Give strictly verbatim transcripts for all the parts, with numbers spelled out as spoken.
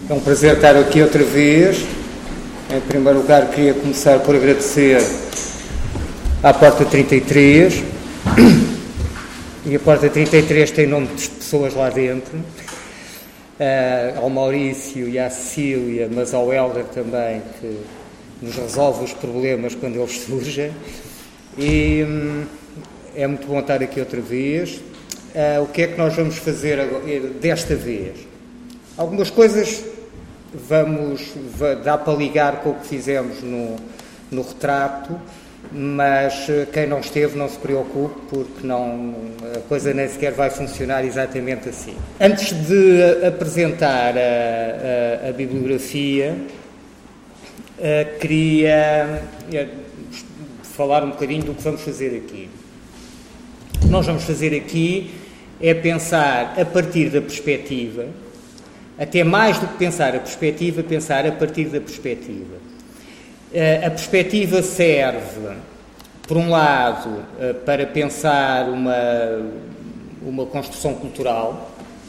É um prazer estar aqui outra vez. Em primeiro lugar, queria começar por agradecer à Porta trinta e três. E a Porta trinta e três tem nome de pessoas lá dentro. Uh, ao Maurício e à Cecília, mas ao Helder também, que nos resolve os problemas quando eles surgem. E hum, é muito bom estar aqui outra vez. Uh, o que é que nós vamos fazer agora, desta vez? Algumas coisas vamos, dá para ligar com o que fizemos no, no retrato, mas quem não esteve não se preocupe, porque não, a coisa nem sequer vai funcionar exatamente assim. Antes de apresentar a, a, a bibliografia, uh, queria falar um bocadinho do que vamos fazer aqui. O que nós vamos fazer aqui é pensar a partir da perspectiva, até mais do que pensar a perspectiva, pensar a partir da perspectiva. A perspectiva serve, por um lado, para pensar uma, uma construção cultural.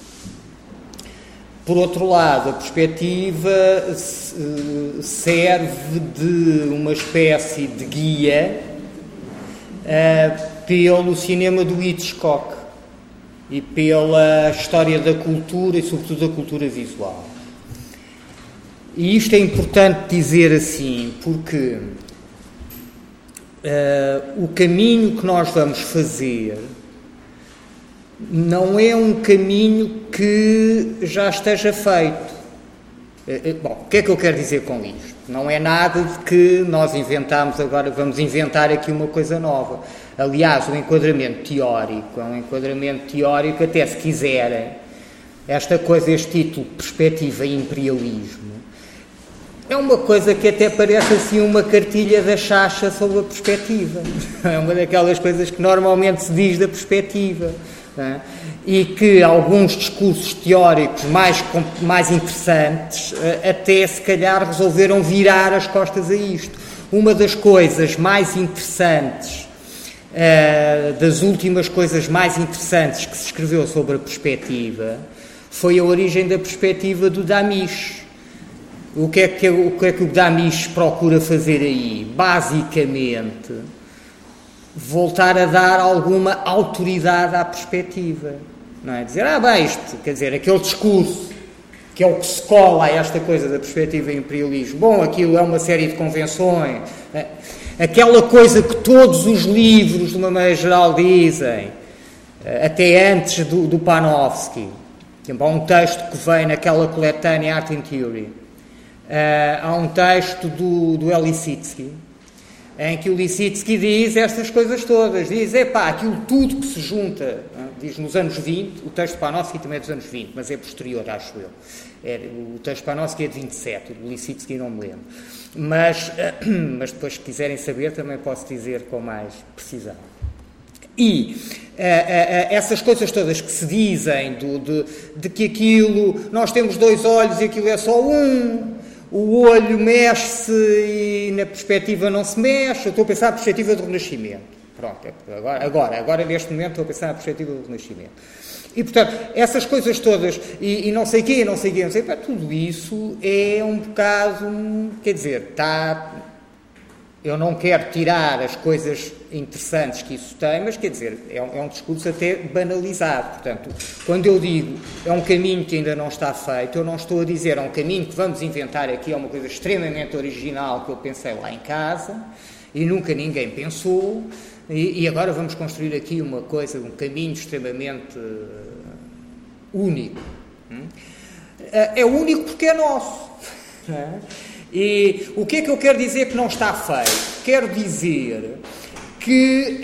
Por outro lado, a perspectiva serve de uma espécie de guia pelo cinema do Hitchcock e pela história da cultura e, sobretudo, da cultura visual. E isto é importante dizer assim, porque uh, o caminho que nós vamos fazer não é um caminho que já esteja feito. Uh, uh, bom, o que é que eu quero dizer com isto? Não é nada de que nós inventamos, agora vamos inventar aqui uma coisa nova. Aliás, o enquadramento teórico é um enquadramento teórico, até se quiserem, esta coisa, este título, Perspectiva e Imperialismo, é uma coisa que até parece assim uma cartilha da chacha sobre a perspectiva. É uma daquelas coisas que normalmente se diz da perspectiva. Não é? E que alguns discursos teóricos mais, mais interessantes até se calhar resolveram virar as costas a isto. Uma das coisas mais interessantes, Uh, das últimas coisas mais interessantes que se escreveu sobre a perspectiva foi a origem da perspectiva do Damisch. O que é que o, que é que o Damisch procura fazer aí? Basicamente, voltar a dar alguma autoridade à perspectiva. Não é? Dizer, ah, bem, isto, quer dizer, aquele discurso que é o que se cola a esta coisa da perspectiva e imperialismo. Bom, aquilo é uma série de convenções. É? Aquela coisa que todos os livros, de uma maneira geral, dizem, até antes do, do Panofsky. Há um texto que vem naquela coletânea Art and Theory. Uh, há um texto do, do Lissitzky, em que o Lissitzky diz estas coisas todas. Diz, epá, aquilo tudo que se junta, diz nos anos vinte, o texto de Panofsky também é dos anos vinte, mas é posterior, acho eu. É, o texto de Panofsky é de vinte e sete, o do Lissitzky não me lembro. Mas, mas depois, se quiserem saber, também posso dizer com mais precisão. E uh, uh, uh, essas coisas todas que se dizem do, de, de que aquilo, nós temos dois olhos e aquilo é só um, o olho mexe-se e na perspectiva não se mexe. Eu estou a pensar na perspectiva do Renascimento. Pronto, agora, agora, agora neste momento estou a pensar na perspectiva do Renascimento. E, portanto, essas coisas todas, e, e não sei o quê, não sei o quê, não sei o quê, tudo isso é um bocado, quer dizer, está... Eu não quero tirar as coisas interessantes que isso tem, mas, quer dizer, é um, é um discurso até banalizado. Portanto, quando eu digo é um caminho que ainda não está feito, eu não estou a dizer é um caminho que vamos inventar aqui, é uma coisa extremamente original que eu pensei lá em casa e nunca ninguém pensou, e, e agora vamos construir aqui uma coisa, um caminho extremamente uh, único. Uh, é único porque é nosso. Não é? E o que é que eu quero dizer que não está feito? Quero dizer que,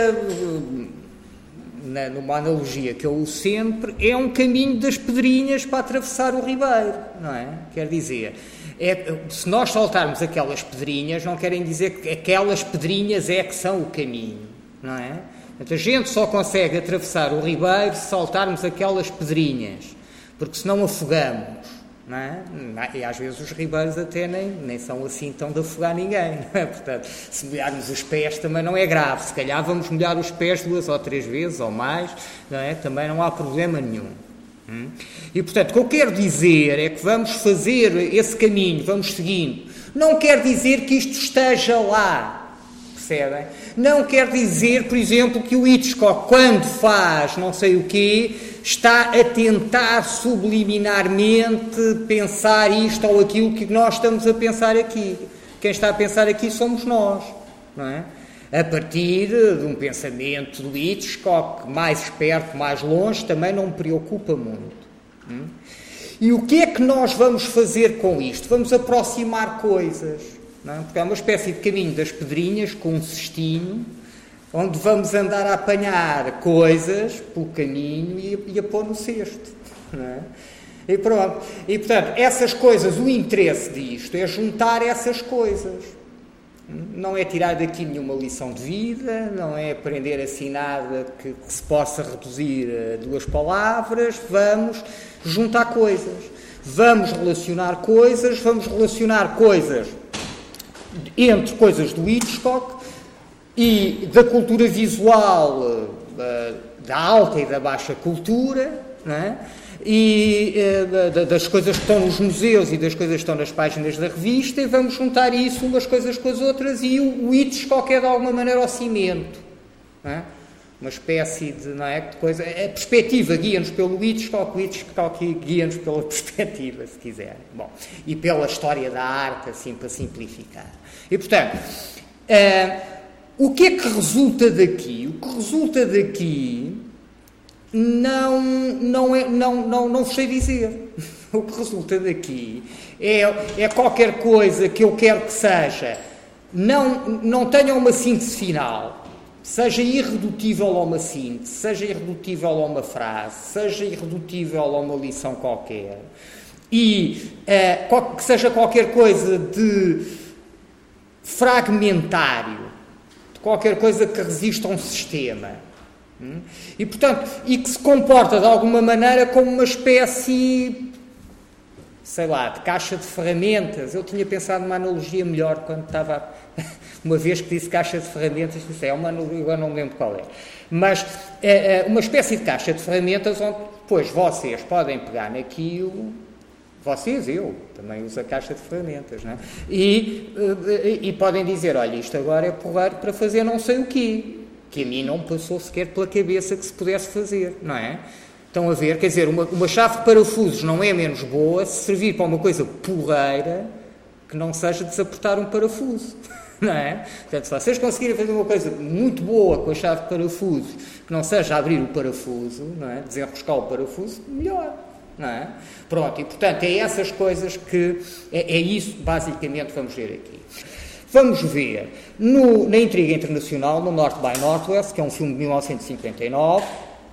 uh, na, numa analogia que eu uso sempre, é um caminho das pedrinhas para atravessar o ribeiro, não é? Quer dizer, é, se nós saltarmos aquelas pedrinhas, não querem dizer que aquelas pedrinhas é que são o caminho, não é? Portanto, a gente só consegue atravessar o ribeiro se saltarmos aquelas pedrinhas, porque senão afogamos. Não é? E às vezes os ribeiros até nem, nem são assim tão de afogar ninguém, não é? Portanto, se molharmos os pés também não é grave, se calhar vamos molhar os pés duas ou três vezes ou mais, não é? Também não há problema nenhum. Hum? E, portanto, o que eu quero dizer é que vamos fazer esse caminho, vamos seguindo. Não quer dizer que isto esteja lá, percebem? Não quer dizer, por exemplo, que o Hitchcock, quando faz não sei o quê, está a tentar subliminarmente pensar isto ou aquilo que nós estamos a pensar aqui. Quem está a pensar aqui somos nós, não é? A partir de um pensamento do Hitchcock, mais esperto, mais longe, também não me preocupa muito. Hum? E o que é que nós vamos fazer com isto? Vamos aproximar coisas, não é? Porque é uma espécie de caminho das pedrinhas com um cestinho, onde vamos andar a apanhar coisas pelo caminho e a, e a pôr no cesto, não é? E pronto. E, portanto, essas coisas, o interesse disto é juntar essas coisas. Não é tirar daqui nenhuma lição de vida, não é aprender assim nada que, que se possa reduzir a duas palavras. Vamos juntar coisas. Vamos relacionar coisas, vamos relacionar coisas entre coisas do Hitchcock e da cultura visual, da alta e da baixa cultura, não é? E uh, das coisas que estão nos museus e das coisas que estão nas páginas da revista, e vamos juntar isso, umas coisas com as outras, e o, o Hitchcock é de alguma maneira ao cimento, não é? Uma espécie de, não é, de coisa. A perspectiva guia-nos pelo Hitchcock, o Hitchcock guia-nos pela perspectiva, se quiserem. Bom, e pela história da arte, assim, para simplificar. E, portanto, uh, o que é que resulta daqui? O que resulta daqui não, não, é, não, não, não vos sei dizer. O que resulta daqui é, é qualquer coisa que eu quero que seja, não, não tenha uma síntese final, seja irredutível a uma síntese, seja irredutível a uma frase, seja irredutível a uma lição qualquer, e uh, que seja qualquer coisa de fragmentário, de qualquer coisa que resista a um sistema. Hum? E, portanto, e que se comporta de alguma maneira como uma espécie, sei lá, de caixa de ferramentas. Eu tinha pensado numa analogia melhor quando estava, uma vez que disse caixa de ferramentas, disse, é uma analogia, agora não me lembro qual é. Mas é, é uma espécie de caixa de ferramentas onde depois vocês podem pegar naquilo, vocês, eu, também uso a caixa de ferramentas, não é? E, e, e podem dizer, olha, isto agora é porreiro para fazer não sei o quê, que a mim não passou sequer pela cabeça que se pudesse fazer, não é? Estão a ver, quer dizer, uma, uma chave de parafusos não é menos boa se servir para uma coisa porreira que não seja desapertar um parafuso, não é? Portanto, se vocês conseguirem fazer uma coisa muito boa com a chave de parafusos, que não seja abrir o parafuso, não é? Desenroscar o parafuso, melhor, não é? Pronto, e portanto é essas coisas que, é, é isso basicamente vamos ver aqui. Vamos ver, no, na Intriga Internacional, no North by Northwest, que é um filme de mil novecentos e cinquenta e nove,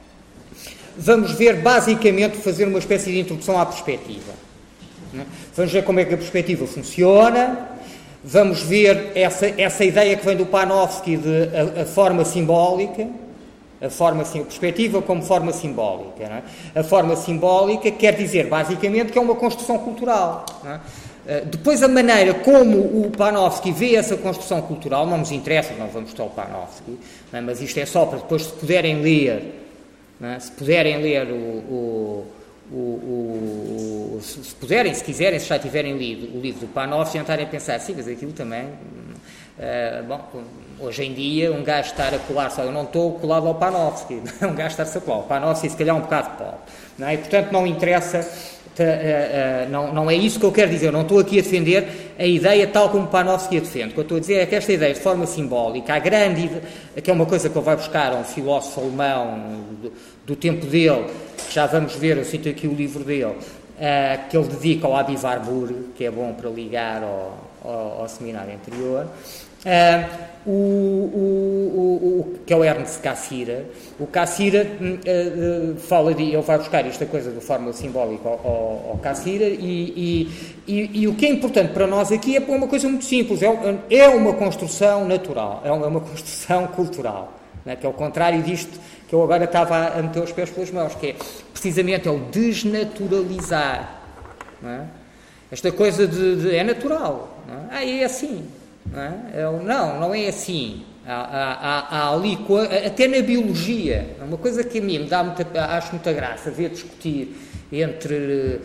vamos ver, basicamente, fazer uma espécie de introdução à perspectiva. Vamos ver como é que a perspectiva funciona, vamos ver essa, essa ideia que vem do Panofsky de a, a forma simbólica, a, forma, a perspectiva como forma simbólica. Não é? A forma simbólica quer dizer, basicamente, que é uma construção cultural, não é? Uh, depois a maneira como o Panofsky vê essa construção cultural, não nos interessa, não vamos estar o Panofsky, não é? Mas isto é só para depois, se puderem ler, não é? se puderem ler o, o, o, o, o se, se puderem, se quiserem, se já tiverem lido o livro do Panofsky, tentarem pensar, sim, mas aquilo também, uh, bom, hoje em dia um gajo estar a colar, só eu não estou colado ao Panofsky, um gajo estar-se a colar, o Panofsky se calhar um bocado pobre, não é? E portanto não interessa. Uh, uh, não, não é isso que eu quero dizer, eu não estou aqui a defender a ideia tal como Panofsky a defende. O que eu estou a dizer é que esta ideia de forma simbólica, a grande ideia, que é uma coisa que ele vai buscar a um filósofo alemão do, do tempo dele, que já vamos ver, eu cito aqui o livro dele, uh, que ele dedica ao Abi Warburg, que é bom para ligar ao, ao, ao seminário anterior, uh, o, o, o, o, que é o Ernst Cassirer. O Cassirer uh, uh, fala de, ele vai buscar esta coisa de forma simbólica ao, ao, ao Cassirer e, e, e, e o que é importante para nós aqui é uma coisa muito simples, é, é uma construção natural, é uma, uma construção cultural, né? Que é o contrário disto que eu agora estava a meter os pés pelas mãos, que é precisamente é o desnaturalizar, não é? Esta coisa de, de é natural, não é? Ah, é assim, não é? É o, não, não é assim. Há, há, há, há ali, até na biologia, uma coisa que a mim me dá muita, acho muita graça ver discutir entre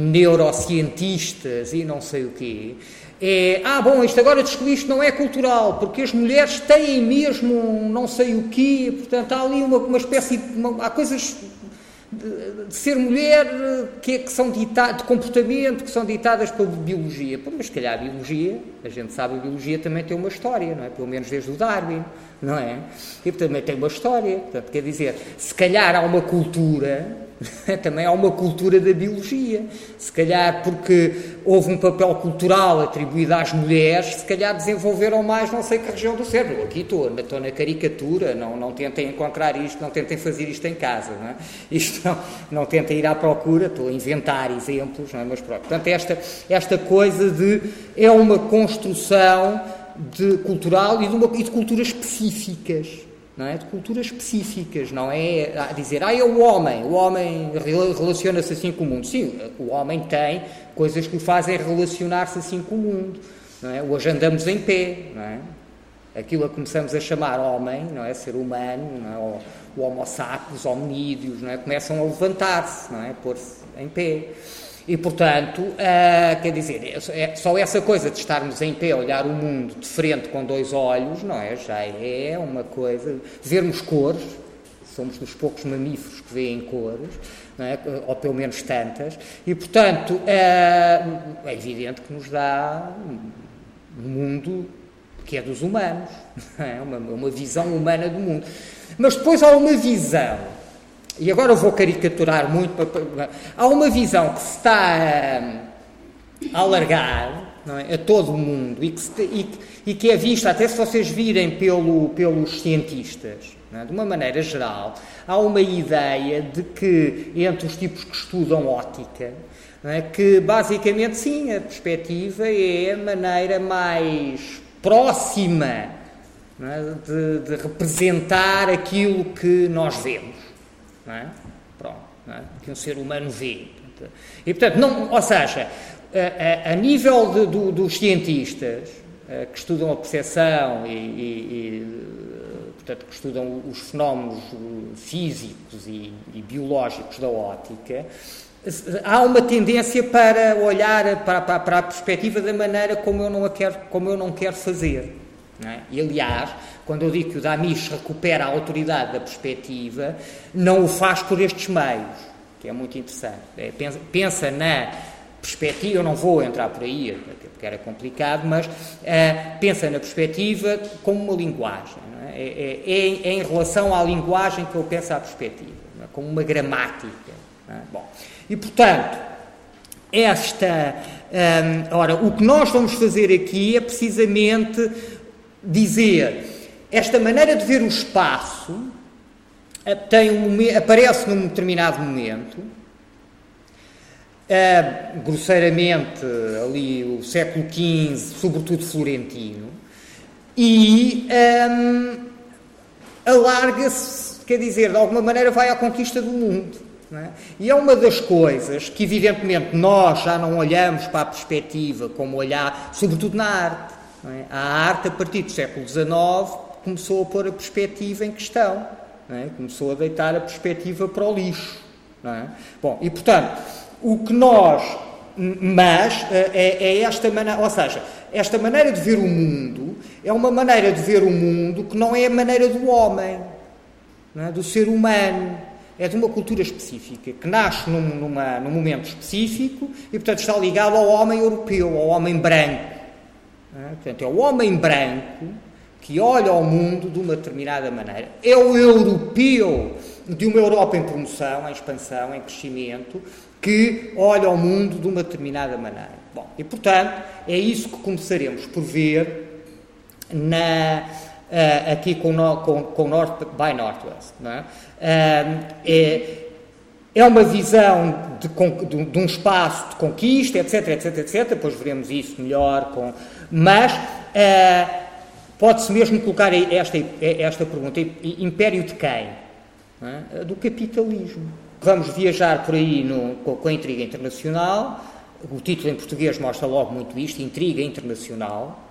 neurocientistas e não sei o quê, é, ah, bom, isto agora isto não é cultural, porque as mulheres têm mesmo não sei o quê, portanto há ali uma, uma espécie de, uma, há coisas de, de ser mulher que, que são ditadas, de comportamento, que são ditadas pela biologia. Pô, mas se calhar a biologia, a gente sabe, a biologia também tem uma história, não é? Pelo menos desde o Darwin, não é? E também tem uma história, portanto, quer dizer, se calhar há uma cultura, também há uma cultura da biologia, se calhar porque houve um papel cultural atribuído às mulheres, se calhar desenvolveram mais não sei que região do cérebro. Aqui estou, estou na caricatura, não, não tentem encontrar isto, não tentem fazer isto em casa, não é? Isto não, não tentem ir à procura, estou a inventar exemplos, não é? Mas pronto, portanto esta, esta coisa de, é uma construção de cultural e de, uma, e de culturas específicas, não é? De culturas específicas, não é a dizer, ah, é o homem, o homem relaciona-se assim com o mundo. Sim, o homem tem coisas que o fazem relacionar-se assim com o mundo, não é? Hoje andamos em pé, não é? Aquilo a que começamos a chamar homem, não é? Ser humano, não é? O, o homo sapiens, os hominídeos, não é? Começam a levantar-se, não é? Pôr-se em pé. E, portanto, uh, quer dizer, é, só essa coisa de estarmos em pé, olhar o mundo de frente com dois olhos, não é? Já é uma coisa... Vermos cores, somos dos poucos mamíferos que veem cores, não é? Ou pelo menos tantas, e, portanto, uh, é evidente que nos dá um mundo que é dos humanos, não é? Uma, uma visão humana do mundo. Mas depois há uma visão... E agora eu vou caricaturar muito, há uma visão que se está a alargar, não é, a todo o mundo e que, se, e, e que é vista, até se vocês virem pelo, pelos cientistas, não é, de uma maneira geral, há uma ideia de que entre os tipos que estudam óptica, não é, que basicamente sim, a perspectiva é a maneira mais próxima, não é, de, de representar aquilo que nós vemos. Não é? Pronto, não é? Que um ser humano vê. E, portanto, não, ou seja, a, a, a nível de, do, dos cientistas a, que estudam a percepção e, e, e portanto, que estudam os fenómenos físicos e, e biológicos da óptica, há uma tendência para olhar para, para, para a perspectiva da maneira como eu não, a quero, como eu não quero fazer. Não é? E, aliás, quando eu digo que o Damisch recupera a autoridade da perspectiva, não o faz por estes meios, que é muito interessante. É, pensa, pensa na perspectiva, eu não vou entrar por aí, porque era complicado, mas uh, pensa na perspectiva como uma linguagem. Não é? É, é, é em relação à linguagem que eu penso à perspectiva, não é? Como uma gramática. Não é? Bom, e, portanto, esta... Um, ora, o que nós vamos fazer aqui é precisamente dizer... Esta maneira de ver o espaço tem um, aparece num determinado momento, uh, grosseiramente ali o século quinze, sobretudo florentino, e um, alarga-se, quer dizer, de alguma maneira vai à conquista do mundo. Não é? E é uma das coisas que, evidentemente, nós já não olhamos para a perspectiva como olhar, sobretudo na arte. Não é? A arte, a partir do século dezenove, começou a pôr a perspectiva em questão, não é? Começou a deitar a perspectiva para o lixo. Não é? Bom, e portanto, o que nós... Mas é, é esta maneira... Ou seja, esta maneira de ver o mundo é uma maneira de ver o mundo que não é a maneira do homem, não é? Do ser humano. É de uma cultura específica, que nasce num, numa, num momento específico e, portanto, está ligado ao homem europeu, ao homem branco. Não é? Portanto, é o homem branco que olha ao mundo de uma determinada maneira. É o europeu de uma Europa em promoção, em expansão, em crescimento, que olha ao mundo de uma determinada maneira. Bom, e, portanto, é isso que começaremos por ver na, uh, aqui com, no, com, com North by Northwest. Não é? Uh, é, é uma visão de, de, de um espaço de conquista, etc, etc, etc. Depois veremos isso melhor. Com, mas... Uh, Pode-se mesmo colocar esta, esta pergunta, império de quem? É? Do capitalismo. Vamos viajar por aí no, com a intriga internacional, o título em português mostra logo muito isto, intriga internacional,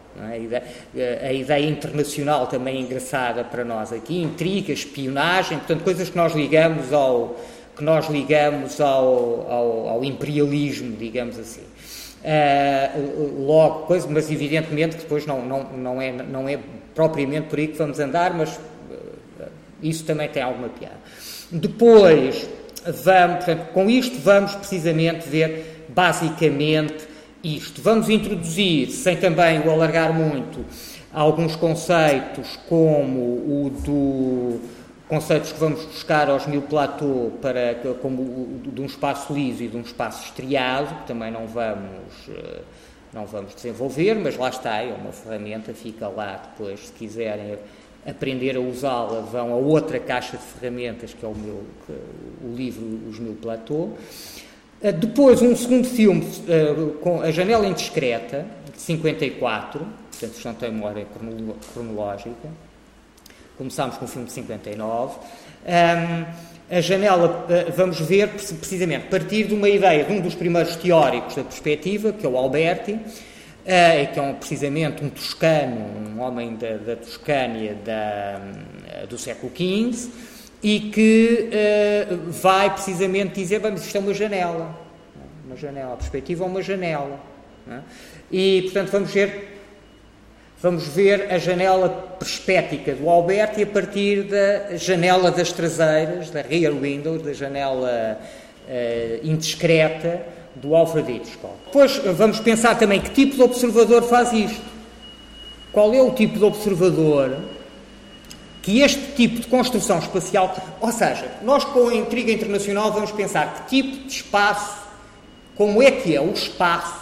Não é? a, ideia, a ideia internacional também é engraçada para nós aqui, intriga, espionagem, portanto, coisas que nós ligamos ao, que nós ligamos ao, ao, ao imperialismo, digamos assim. Uh, logo, coisa, mas evidentemente que depois não, não, não, é, não é propriamente por aí que vamos andar, mas uh, isso também tem alguma piada. Depois, vamos, portanto, com isto vamos precisamente ver basicamente isto. Vamos introduzir, sem também o alargar muito, alguns conceitos como o do... conceitos que vamos buscar aos mil platô para, como o de um espaço liso e de um espaço estriado, que também não vamos, não vamos desenvolver, mas lá está, é uma ferramenta, fica lá depois, se quiserem aprender a usá-la, vão a outra caixa de ferramentas, que é o, meu, o livro Os Mil Platô. Depois, um segundo filme, com A Janela Indiscreta, de cinquenta e quatro, portanto, isto não tem memória cronológica. Começámos com o filme de cinquenta e nove. Um, a janela, uh, vamos ver precisamente, a partir de uma ideia de um dos primeiros teóricos da perspectiva, que é o Alberti, uh, que é um, precisamente um toscano, um homem da, da Toscânia da, uh, do século quinze, e que uh, vai precisamente dizer, vamos, isto é uma janela. Uma janela, a perspectiva é uma janela. Não? E, portanto, vamos ver... Vamos ver a janela perspética do Alberti a partir da janela das traseiras, da rear window, da janela uh, indiscreta do Alfred Hitchcock. Depois vamos pensar também que tipo de observador faz isto. Qual é o tipo de observador que este tipo de construção espacial... Ou seja, nós com a intriga internacional vamos pensar que tipo de espaço, como é que é o espaço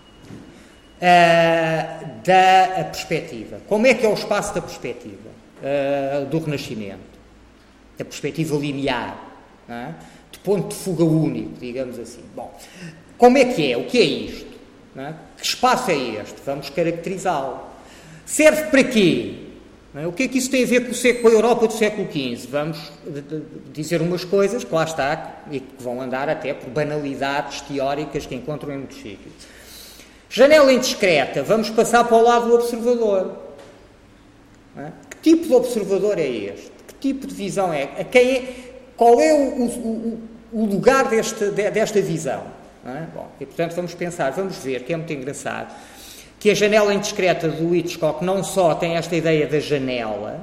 Uh, da perspectiva. Como é que é o espaço da perspectiva uh, do Renascimento? Da perspectiva linear, não é? De ponto de fuga único, digamos assim. Bom, como é que é? O que é isto? Não é? Que espaço é este? Vamos caracterizá-lo. Serve para quê? Não é? O que é que isso tem a ver com, o século, com a Europa do século quinze? Vamos dizer umas coisas que lá está e que vão andar até por banalidades teóricas que encontram em muitos sítios. Janela indiscreta, vamos passar para o lado do observador. Não é? Que tipo de observador é este? Que tipo de visão é? A quem é qual é o, o, o lugar deste, desta visão? Não é? Bom, e portanto vamos pensar, vamos ver, que é muito engraçado, que a janela indiscreta do Hitchcock não só tem esta ideia da janela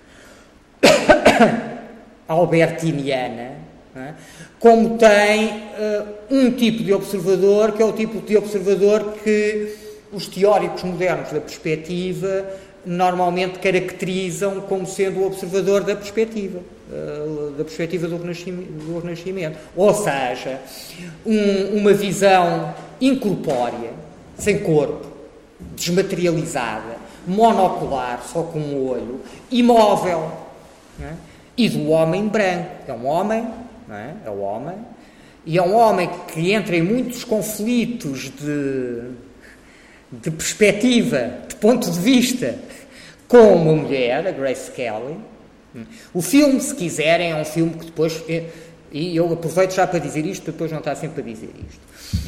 albertiniana, não é? Como tem uh, um tipo de observador, que é o tipo de observador que os teóricos modernos da perspectiva normalmente caracterizam como sendo o observador da perspectiva, uh, da perspectiva do Renascimento, do Renascimento. Ou seja, um, uma visão incorpórea, sem corpo, desmaterializada, monocular, só com um olho, imóvel, não é? E do homem branco. É um homem... Não é? É o homem, e é um homem que entra em muitos conflitos de, de perspectiva, de ponto de vista, com uma mulher, a Grace Kelly. O filme, se quiserem, é um filme que depois, e eu aproveito já para dizer isto, para depois não estar sempre a dizer isto,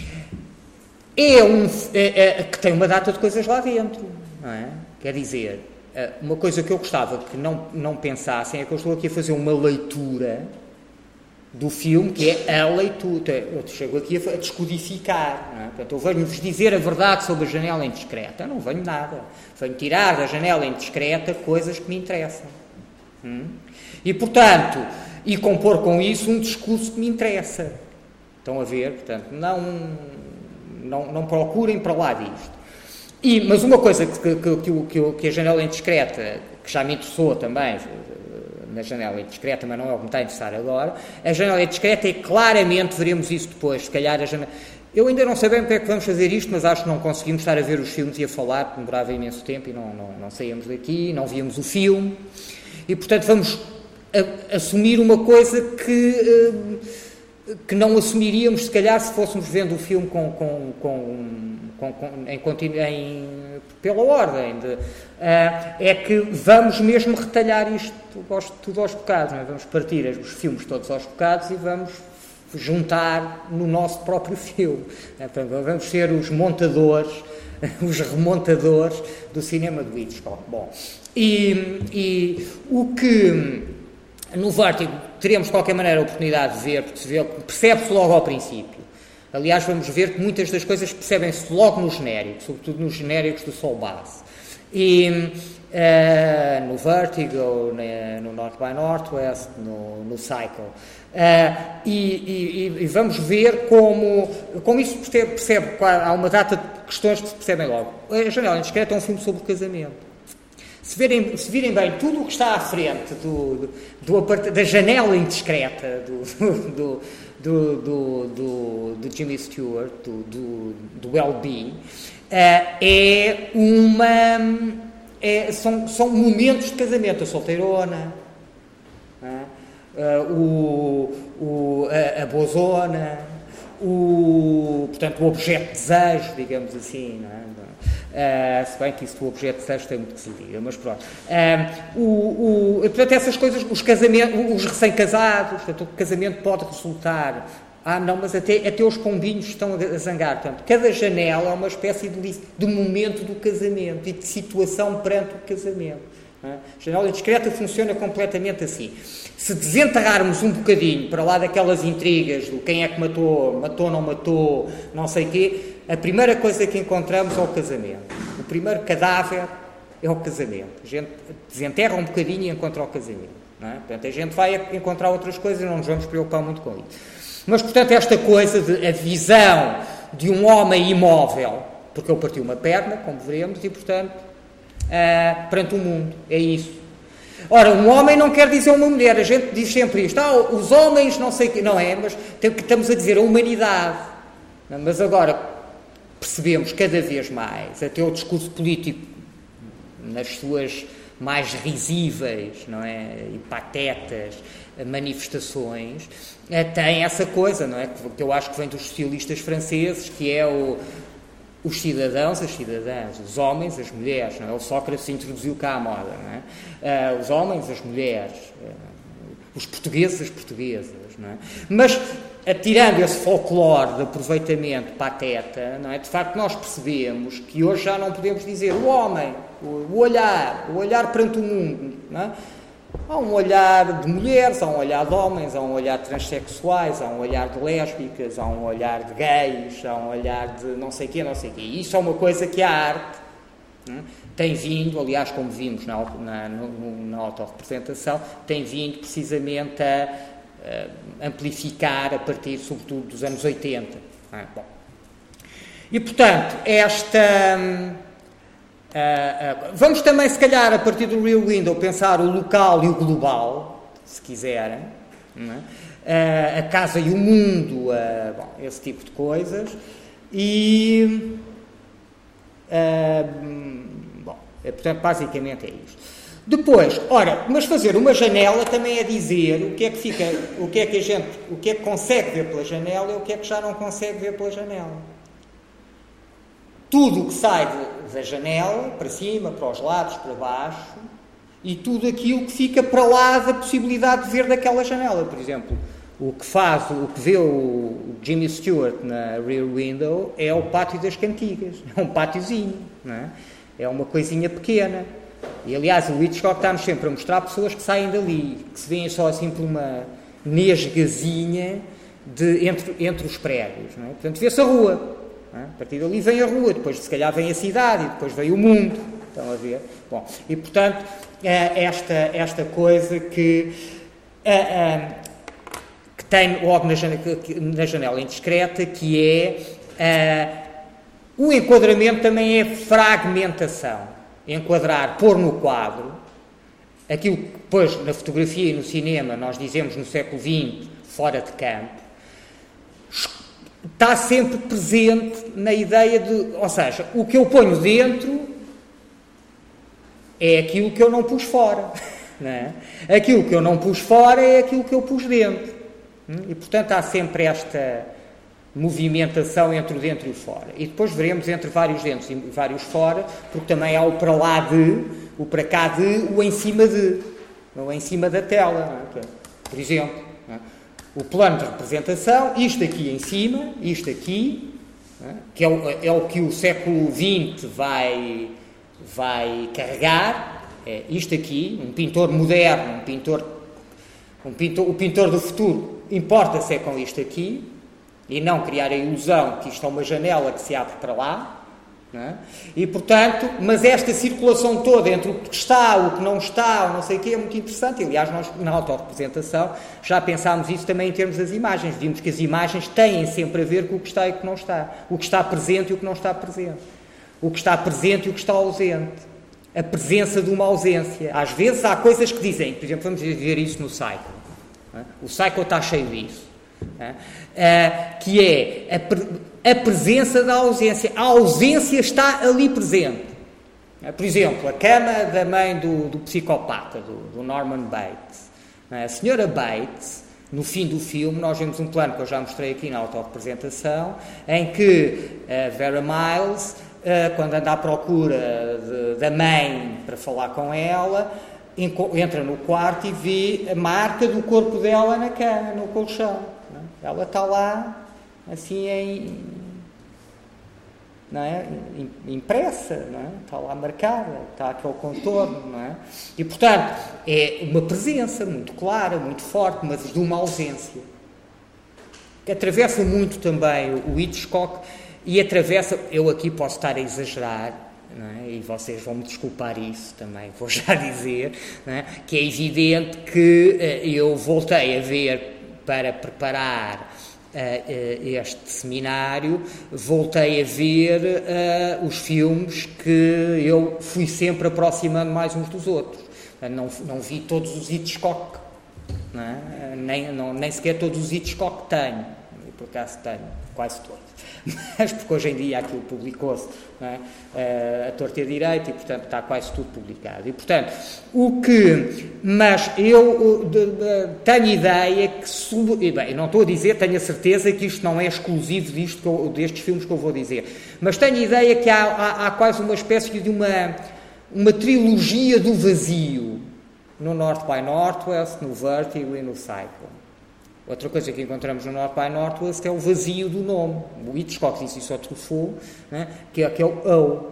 é um é, é, que tem uma data de coisas lá dentro, não é? Quer dizer, uma coisa que eu gostava que não, não pensassem é que eu estou aqui a fazer uma leitura do filme, que é a leitura. Eu chego aqui a descodificar. Não é? Portanto, eu venho-vos dizer a verdade sobre a janela indiscreta. Eu não venho nada. Venho tirar da janela indiscreta coisas que me interessam. Hum? E, portanto, e compor com isso um discurso que me interessa. Estão a ver? Portanto, não, não, não procurem para lá disto. E, mas uma coisa que, que, que, que a janela indiscreta, que já me interessou também, na janela indiscreta, mas não é o que me está a interessar agora, a janela indiscreta é claramente, veremos isso depois, se calhar a janela... Eu ainda não sei bem porque é que vamos fazer isto, mas acho que não conseguimos estar a ver os filmes e a falar, porque demorava imenso tempo e não, não, não saíamos daqui, não víamos o filme, e portanto vamos a, assumir uma coisa que, uh, que não assumiríamos, se calhar, se fôssemos vendo o filme com, com, com, com, com, em, em, pela ordem. De, uh, é que vamos mesmo retalhar isto tudo aos bocados, não é? Vamos partir os filmes todos aos bocados e vamos juntar no nosso próprio filme. É? Portanto, vamos ser os montadores os remontadores do cinema do Hitchcock. Bom, e, e o que no Vértigo teremos de qualquer maneira a oportunidade de ver, porque se vê, percebe-se logo ao princípio. Aliás, vamos ver que muitas das coisas percebem-se logo no genérico, sobretudo nos genéricos do Soul Bass. E uh, no Vertigo, no North by Northwest, no, no Cycle. Uh, e, e, e vamos ver como, como isso percebe, percebe, há uma data de questões que se percebem logo. A Janela Indiscreta é um filme sobre o casamento. Se, verem, se virem bem tudo o que está à frente do, do, do, da janela indiscreta do, do, do, do, do, do Jimmy Stewart, do, do, do L B, uh, é uma, é, são, são momentos de casamento. A solteirona, uh, uh, o, o, a, a bozona, o, portanto, o objeto de desejo, digamos assim, não é? Uh, se bem que isso do objeto de desejo tem muito que se diga, mas pronto. Uh, o, o, portanto, essas coisas, os casamentos, os recém-casados, portanto, o casamento pode resultar. Ah, não, mas até, até os pombinhos estão a zangar. Portanto, cada janela é uma espécie de, de momento do casamento e de situação perante o casamento. Não é? A janela indiscreta funciona completamente assim. Se desenterrarmos um bocadinho para lá daquelas intrigas do quem é que matou, matou, não matou, não sei o quê, a primeira coisa que encontramos é o casamento. O primeiro cadáver é o casamento. A gente desenterra um bocadinho e encontra o casamento. Não é? Portanto, a gente vai encontrar outras coisas e não nos vamos preocupar muito com isso. Mas, portanto, esta coisa de a visão de um homem imóvel, porque ele partiu uma perna, como veremos, e, portanto, uh, perante o mundo, é isso. Ora, um homem não quer dizer uma mulher, a gente diz sempre isto, ah, os homens não sei o que, não é, mas estamos a dizer a humanidade. Mas agora percebemos cada vez mais, até o discurso político, nas suas mais risíveis, não é, e patetas manifestações, tem essa coisa, não é, que eu acho que vem dos socialistas franceses, que é o, os cidadãos, as cidadãs, os homens, as mulheres, não é? O Sócrates introduziu cá a moda, não é? Uh, os homens, as mulheres, uh, os portugueses, as portuguesas, não é? Mas, tirando esse folclore de aproveitamento pateta, não é? De facto nós percebemos que hoje já não podemos dizer o homem, o, o olhar, o olhar perante o mundo, não é? Há um olhar de mulheres, há um olhar de homens, há um olhar de transexuais, há um olhar de lésbicas, há um olhar de gays, há um olhar de não sei o quê, não sei o quê. E isso é uma coisa que a arte, não é? Tem vindo, aliás, como vimos na, na, na autorrepresentação, tem vindo precisamente a, a amplificar a partir, sobretudo, dos anos oitenta. Não é? Bom. E, portanto, esta... Uh, uh, vamos também, se calhar, a partir do Rear Window, pensar o local e o global, se quiserem, não é? Uh, a casa e o mundo, uh, bom, esse tipo de coisas. E, uh, bom, é, portanto, basicamente é isto. Depois, ora, mas fazer uma janela também é dizer o que é que fica, o que é que a gente, o que é que consegue ver pela janela e o que é que já não consegue ver pela janela. Tudo o que sai de, da janela, para cima, para os lados, para baixo, e tudo aquilo que fica para lá da possibilidade de ver daquela janela. Por exemplo, o que faz, o que vê o Jimmy Stewart na Rear Window é o pátio das cantigas. É um pátiozinho, não é? É uma coisinha pequena. E, aliás, o Hitchcock está-nos sempre a mostrar pessoas que saem dali, que se veem só assim por uma nesgazinha de, entre, entre os prédios, não é? Portanto, vê-se a rua. A partir dali vem a rua, depois se calhar vem a cidade e depois vem o mundo. Estão a ver? Bom, e portanto, esta, esta coisa que, que tem logo na janela, na janela indiscreta, que é o enquadramento também é fragmentação. Enquadrar, pôr no quadro, aquilo que depois na fotografia e no cinema nós dizemos no século vinte, fora de campo, está sempre presente na ideia de, ou seja, o que eu ponho dentro é aquilo que eu não pus fora, não é? Aquilo que eu não pus fora é aquilo que eu pus dentro, e portanto há sempre esta movimentação entre o dentro e o fora, e depois veremos entre vários dentro e vários fora, porque também há o para lá de, o para cá de, o em cima de, o em cima da tela, não é? Por exemplo, não é? O plano de representação, isto aqui em cima, isto aqui, que é o, é o que o século vinte vai, vai carregar, é isto aqui, um pintor moderno, um pintor, um pintor, o pintor do futuro importa-se é com isto aqui, e não criar a ilusão que isto é uma janela que se abre para lá, não é? E portanto, mas esta circulação toda entre o que está, o que não está, o não sei o que, é muito interessante. Aliás, nós na autorrepresentação já pensámos isso também em termos das imagens. Vimos que as imagens têm sempre a ver com o que está e o que não está, o que está presente e o que não está presente, o que está presente e o que está ausente, a presença de uma ausência. Às vezes há coisas que dizem, por exemplo, vamos ver isso no Cycle, não é? O Cycle está cheio disso, não é? Uh, que é a, a presença da ausência. A ausência está ali presente. Uh, por exemplo, a cama da mãe do, do psicopata, do, do Norman Bates. Uh, a senhora Bates, no fim do filme, nós vemos um plano que eu já mostrei aqui na autorrepresentação, em que a uh, Vera Miles, uh, quando anda à procura de, da mãe para falar com ela, entra no quarto e vê a marca do corpo dela na cama, no colchão. Ela está lá, assim, em, não é? Impressa, não é? Está lá marcada, está aquele contorno, não é? E, portanto, é uma presença muito clara, muito forte, mas de uma ausência. Que atravessa muito também o Hitchcock e atravessa, eu aqui posso estar a exagerar, não é? E vocês vão me desculpar isso também, vou já dizer, não é? Que é evidente que uh, eu voltei a ver para preparar uh, uh, este seminário, voltei a ver uh, os filmes que eu fui sempre aproximando mais uns dos outros. Não, não vi todos os Hitchcock, não é? nem, não, nem sequer todos os Hitchcock tenho, por acaso tenho, quase todos. Mas porque hoje em dia aquilo publicou-se, não é? uh, a torta e a direita, e portanto está quase tudo publicado. E portanto, o que... Mas eu de, de, tenho ideia que... Sub, e bem, não estou a dizer, tenho a certeza que isto não é exclusivo disto que eu, destes filmes que eu vou dizer, mas tenho a ideia que há, há, há quase uma espécie de uma, uma trilogia do vazio no North by Northwest, no Vertigo e no Cycle. Outra coisa que encontramos no North by Northwest é o vazio do nome. O Hitchcock disse isso ao Truffaut, né? Que é aquele O.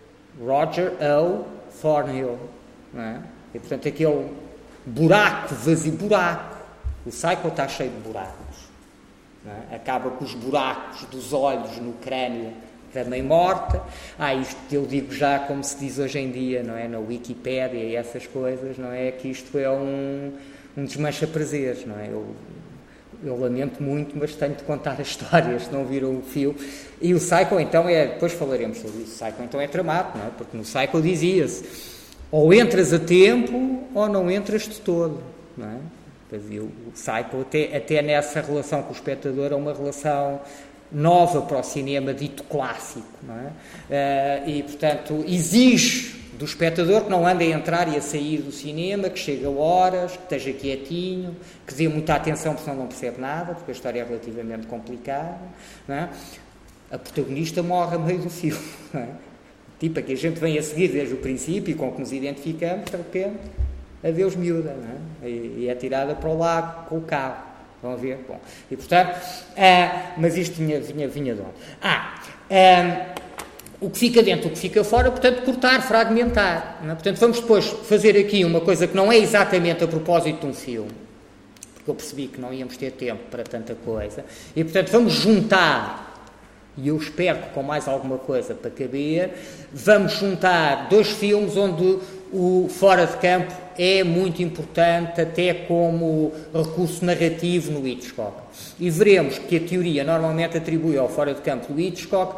Roger O. Thornhill. Né? E, portanto, aquele buraco, vazio, buraco. O Cycle está cheio de buracos. Né? Acaba com os buracos dos olhos no crânio da mãe morta. Ah, isto eu digo já como se diz hoje em dia, não é? Na Wikipédia e essas coisas, não é? Que isto é um, um desmancha-prazeres, não é? Eu, Eu lamento muito, mas tenho de contar as histórias, se não viram o filme. E o Cycle, então, é... Depois falaremos sobre isso. O Cycle, então, é tramado, não é? Porque no Cycle dizia-se ou entras a tempo ou não entras de todo, não é? O Cycle, até, até nessa relação com o espectador, é uma relação nova para o cinema dito clássico, não é? Uh, e, portanto, exige do espectador que não ande a entrar e a sair do cinema, que chegue a horas, que esteja quietinho, que dê muita atenção porque senão não percebe nada, porque a história é relativamente complicada, não é? A protagonista morre a meio do filme, não é? Tipo, a que a gente vem a seguir desde o princípio e com que nos identificamos, de repente, adeus miúda, não é? E, e é tirada para o lago com o carro. Vão ver? Bom, e portanto, ah, mas isto vinha, vinha, vinha de onde? Ah, ah, o que fica dentro, o que fica fora, portanto, cortar, fragmentar. Não é? Portanto, vamos depois fazer aqui uma coisa que não é exatamente a propósito de um filme, porque eu percebi que não íamos ter tempo para tanta coisa, e, portanto, vamos juntar, e eu espero que com mais alguma coisa para caber, vamos juntar dois filmes onde o fora de campo é muito importante, até como recurso narrativo no Hitchcock. E veremos que a teoria normalmente atribui ao fora de campo do Hitchcock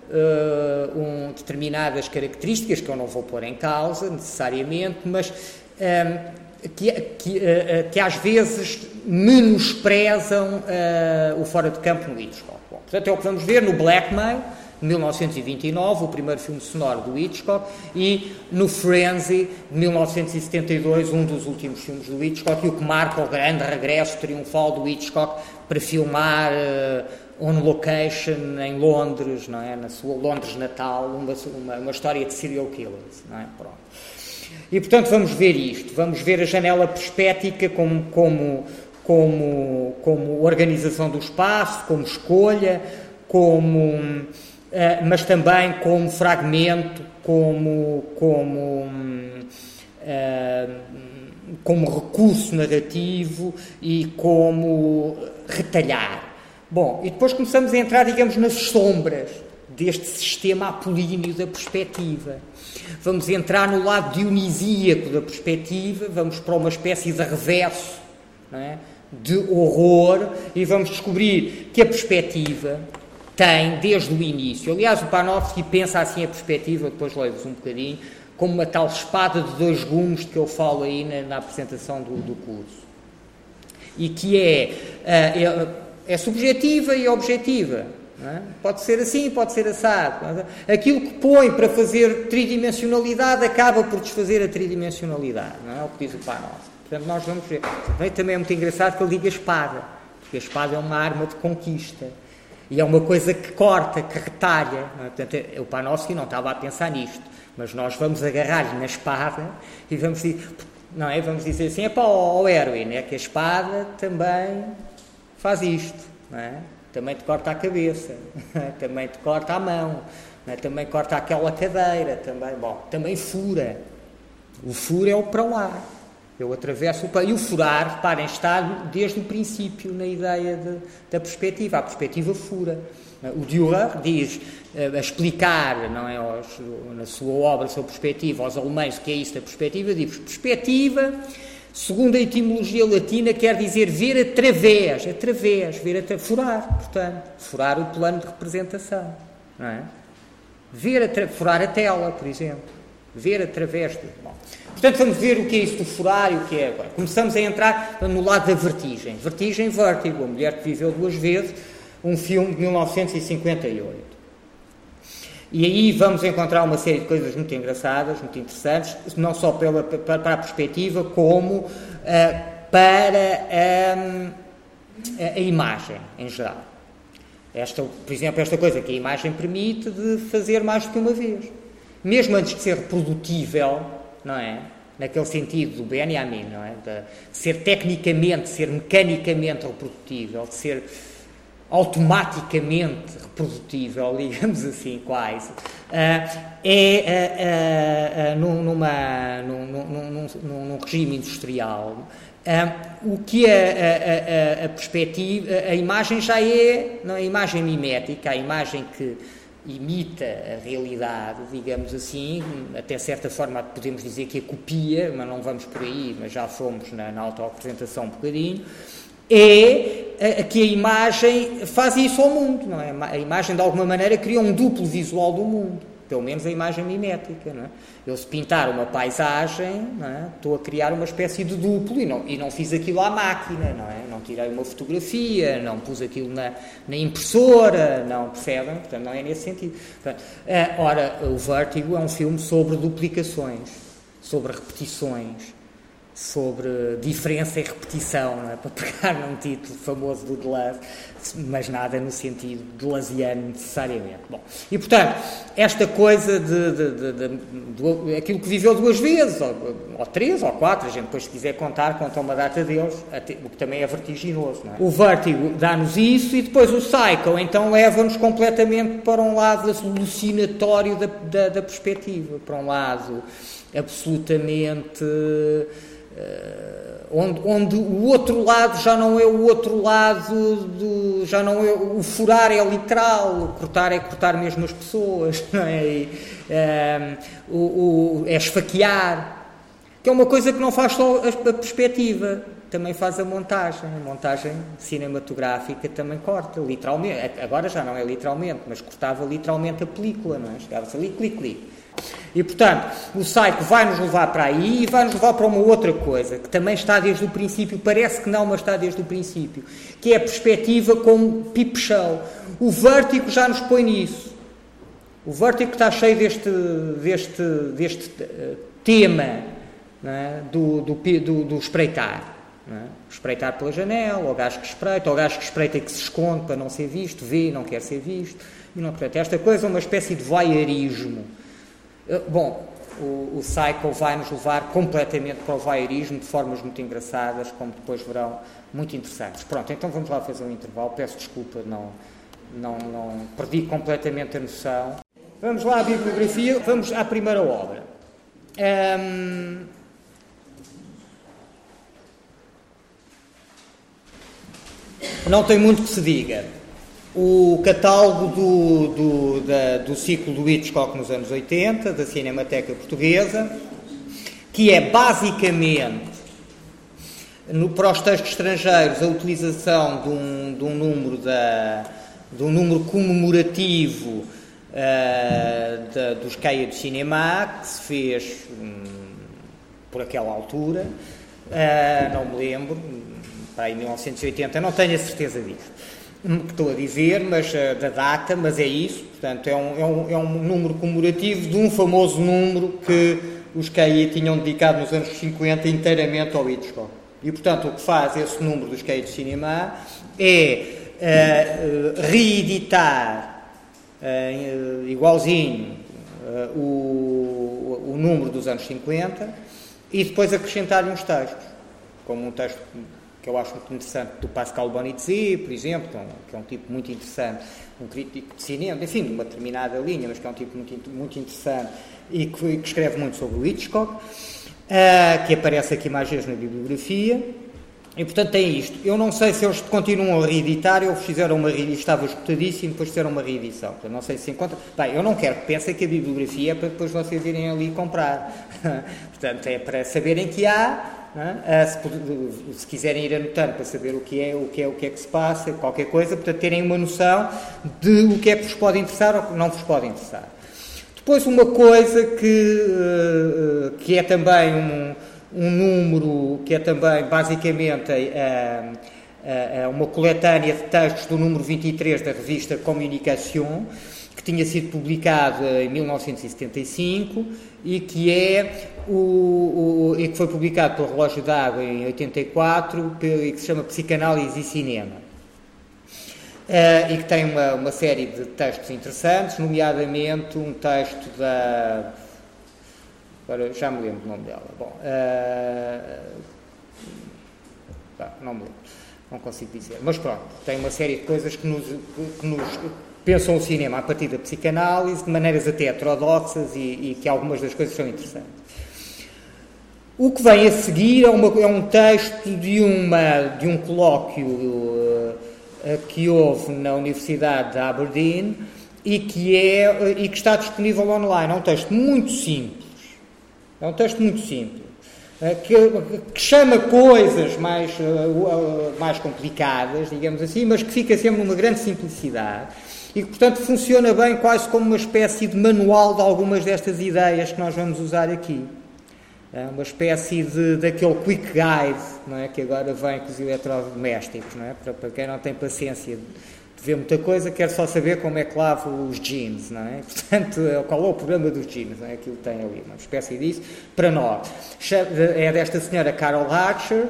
Uh, um, determinadas características que eu não vou pôr em causa necessariamente, mas um, que, que, uh, que às vezes menosprezam uh, o fora de campo no Hitchcock. Bom, portanto, é o que vamos ver no Blackmail, de mil novecentos e vinte e nove, o primeiro filme sonoro do Hitchcock, e no Frenzy, de mil novecentos e setenta e dois, um dos últimos filmes do Hitchcock, e o que marca o grande regresso triunfal do Hitchcock para filmar uh, on location em Londres, não é? Na sua Londres natal, uma, uma, uma história de serial killers, não é? Pronto. E, portanto, vamos ver isto, vamos ver a janela perspética como, como, como, como organização do espaço, como escolha, como, uh, mas também como fragmento, como, como, uh, como recurso narrativo e como retalhar. Bom, e depois começamos a entrar, digamos, nas sombras deste sistema apolíneo da perspectiva. Vamos entrar no lado dionisíaco da perspectiva, vamos para uma espécie de reverso, não é? De horror, e vamos descobrir que a perspectiva tem, desde o início, aliás, o Panofsky pensa assim a perspectiva, depois leio-vos um bocadinho, como uma tal espada de dois gumes de que eu falo aí na, na apresentação do, do curso. E que é, é, é subjetiva e objetiva. Não é? Pode ser assim, pode ser assado. Aquilo que põe para fazer tridimensionalidade acaba por desfazer a tridimensionalidade. Não é o que diz o Panofsky. Portanto, nós vamos ver. Também é muito engraçado que ele diga espada, porque a espada é uma arma de conquista. E é uma coisa que corta, que retalha. Não é? Portanto, o Panofsky não estava a pensar nisto. Mas nós vamos agarrar-lhe na espada e vamos dizer, não é? Vamos dizer assim, é para o Erwin, é que a espada também faz isto, não é? Também te corta a cabeça, também te corta a mão, não é? Também corta aquela cadeira, também, bom, também fura. O furo é o para lá. Eu atravesso o para... E o furar, reparem, está desde o princípio na ideia de, da perspectiva. A perspectiva fura. O Dürer diz, a explicar, não é, aos, na sua obra sobre perspectiva, aos alemães o que é isso da perspectiva, diz, perspectiva, segundo a etimologia latina, quer dizer ver através, através, ver atra... furar, portanto, furar o plano de representação, não é? Ver atra... furar a tela, por exemplo, ver através de... Bom, portanto, vamos ver o que é isso do furar e o que é agora. Começamos a entrar no lado da vertigem. Vertigem, vértigo, a mulher que viveu duas vezes, um filme de mil novecentos e cinquenta e oito. E aí vamos encontrar uma série de coisas muito engraçadas, muito interessantes, não só pela, para a perspectiva, como uh, para um, a, a imagem em geral. Esta, por exemplo, esta coisa que a imagem permite de fazer mais do que uma vez. Mesmo antes de ser reprodutível, não é? Naquele sentido do Benjamin, não é? De ser tecnicamente, ser mecanicamente reprodutível, de ser automaticamente reprodutível, digamos assim, quase, uh, é uh, uh, uh, numa, num, num, num, num regime industrial. Uh, o que a, a, a, a perspectiva, a imagem já é, não é, a imagem mimética, a imagem que imita a realidade, digamos assim, até certa forma podemos dizer que a copia, mas não vamos por aí, mas já fomos na, na autoapresentação um bocadinho, é a, que a imagem faz isso ao mundo, não é? A imagem de alguma maneira cria um duplo visual do mundo, pelo menos a imagem mimética, não é? Eu se pintar uma paisagem, não é? Estou a criar uma espécie de duplo e não, e não fiz aquilo à máquina, não é? Não tirei uma fotografia, não pus aquilo na, na impressora, não percebem? Portanto, não é nesse sentido. Portanto, uh, ora, o Vértigo é um filme sobre duplicações, sobre repetições, sobre diferença e repetição, não é? Para pegar num título famoso do Deleuze, mas nada no sentido deleuziano necessariamente. Bom, e portanto, esta coisa de, de, de, de, de aquilo que viveu duas vezes, ou, ou três, ou quatro, a gente depois se quiser contar, conta uma data deles, até, o que também é vertiginoso, não é? O Vértigo dá-nos isso e depois o Psycho, então leva-nos completamente para um lado alucinatório da, da, da perspectiva, para um lado absolutamente... Uh, onde, onde o outro lado já não é o outro lado do, já não é o furar é literal, o cortar é cortar mesmo as pessoas, não é? E, um, o, o, é esfaquear, que é uma coisa que não faz só a, a perspectiva, também faz a montagem. A montagem cinematográfica também corta, literalmente. Agora já não é literalmente, mas cortava literalmente a película, não é? Chegava-se ali, clique, clique. E, portanto, o Psycho vai-nos levar para aí e vai-nos levar para uma outra coisa, que também está desde o princípio, parece que não, mas está desde o princípio, que é a perspectiva como peep show. O Vértigo já nos põe nisso. O Vértigo está cheio deste, deste, deste uh, tema, não é? do, do, do, do espreitar. Não é? Espreitar pela janela, o gajo que espreita, o gajo que espreita e que se esconde para não ser visto, vê e não quer ser visto. E não, portanto, esta coisa é uma espécie de voyeurismo. Bom, o, o Psycho vai-nos levar completamente para o voyeurismo de formas muito engraçadas, como depois verão, muito interessantes. Pronto, então vamos lá fazer um intervalo. Peço desculpa não, não, não perdi completamente a noção. Vamos lá à bibliografia, vamos à primeira obra. Hum, não tem muito que se diga. O catálogo do, do, da, do ciclo do Hitchcock nos anos oitenta, da Cinemateca Portuguesa, que é basicamente, no, para os textos estrangeiros, a utilização de um, de um, número, da, de um número comemorativo uh, da, dos Cahiers de Cinema, que se fez um, por aquela altura, uh, não me lembro, para em mil novecentos e oitenta, não tenho a certeza disso. Que estou a dizer, mas uh, da data, mas é isso, portanto, é um, é, um, é um número comemorativo de um famoso número que os Cahiers tinham dedicado nos anos cinquenta inteiramente ao Hitchcock. E, portanto, o que faz esse número dos Cahiers de Cinema é uh, uh, reeditar uh, igualzinho uh, o, o número dos anos cinquenta e depois acrescentar-lhe uns textos, como um texto que eu acho muito interessante, do Pascal Bonizzi, por exemplo, que é, um, que é um tipo muito interessante, um crítico de cinema, enfim, de uma determinada linha, mas que é um tipo muito, muito interessante e que, que escreve muito sobre o Hitchcock, uh, que aparece aqui mais vezes na bibliografia, e portanto tem isto. Eu não sei se eles continuam a reeditar ou fizeram uma reedição, estava escutadíssimo, depois fizeram uma reedição, portanto, não sei se encontra. Bem, eu não quero que pensem que a bibliografia é para depois vocês irem ali comprar, portanto, é para saberem que há. É? Se, se quiserem ir anotando para saber o que é, o que é, o que é que se passa, qualquer coisa, para terem uma noção de o que é que vos pode interessar ou que não vos pode interessar. Depois uma coisa que, que é também um, um número, que é também basicamente a, a, a uma coletânea de textos do número vinte e três da revista Communication, que tinha sido publicado em mil novecentos e setenta e cinco e que é o, o e que foi publicado pelo Relógio d'Água em oitenta e quatro e que se chama Psicanálise e Cinema, uh, e que tem uma, uma série de textos interessantes, nomeadamente um texto da, agora já me lembro do nome dela, bom, uh, não me lembro, não consigo dizer, mas pronto, tem uma série de coisas que nos, que nos pensam o cinema a partir da psicanálise, de maneiras até heterodoxas e, e que algumas das coisas são interessantes. O que vem a seguir é, uma, é um texto de, uma, de um colóquio uh, que houve na Universidade de Aberdeen e que, é, e que está disponível online. É um texto muito simples. É um texto muito simples. Uh, que, que chama coisas mais, uh, uh, mais complicadas, digamos assim, mas que fica sempre numa grande simplicidade. E que, portanto, funciona bem quase como uma espécie de manual de algumas destas ideias que nós vamos usar aqui. É uma espécie de, daquele quick guide, não é? Que agora vem com os eletrodomésticos, não é? Para, para quem não tem paciência de ver muita coisa, quer só saber como é que lava os jeans, não é? Portanto, qual é o problema dos jeans, não é? Aquilo tem ali, uma espécie disso, para nós. É desta senhora Carol Hatcher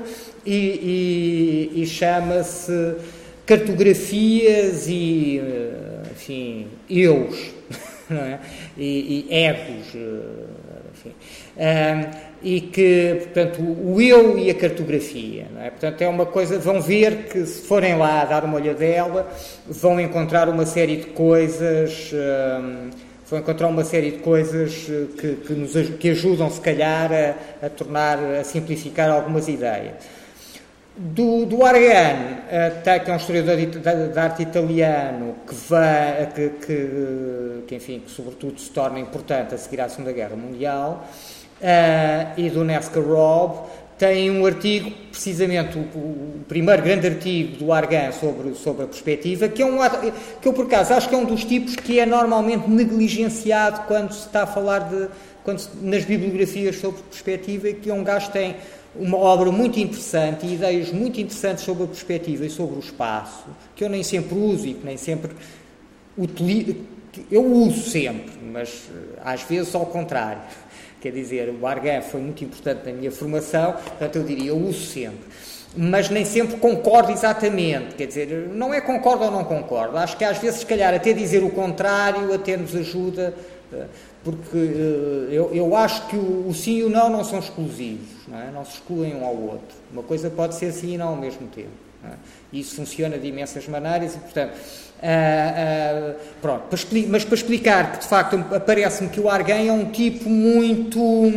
e, e, e chama-se Cartografias e, enfim, eus, não é? E, e egos, enfim. Um, e que, portanto, o eu e a cartografia, não é? Portanto, é uma coisa, vão ver que se forem lá dar uma olhadela, vão encontrar uma série de coisas, um, vão encontrar uma série de coisas que, que, nos, que ajudam, se calhar, a, a tornar, a simplificar algumas ideias. Do, do Ariane, que é um historiador de, de, de arte italiano que, vai, que, que, que, enfim, que sobretudo se torna importante a seguir à Segunda Guerra Mundial, uh, e do Nesca Robb, tem um artigo, precisamente o, o primeiro grande artigo do Argan sobre, sobre a perspectiva, que, é um, que eu por acaso acho que é um dos tipos que é normalmente negligenciado quando se está a falar de, quando se, nas bibliografias sobre perspectiva, e que é um gajo que tem uma obra muito interessante e ideias muito interessantes sobre a perspectiva e sobre o espaço, que eu nem sempre uso e que nem sempre utilizo, eu uso sempre, mas às vezes ao contrário. Quer dizer, o Argan foi muito importante na minha formação, portanto eu diria, eu uso sempre. Mas nem sempre concordo exatamente, quer dizer, não é concordo ou não concordo, acho que às vezes, se calhar, até dizer o contrário até nos ajuda, porque eu, eu acho que o, o sim e o não não são exclusivos, não é? Não se excluem um ao outro. Uma coisa pode ser sim e não ao mesmo tempo. Não é? E isso funciona de imensas maneiras e, portanto, uh, uh, pronto, para expli- mas para explicar que, de facto, parece-me que o Arguin é um tipo muito...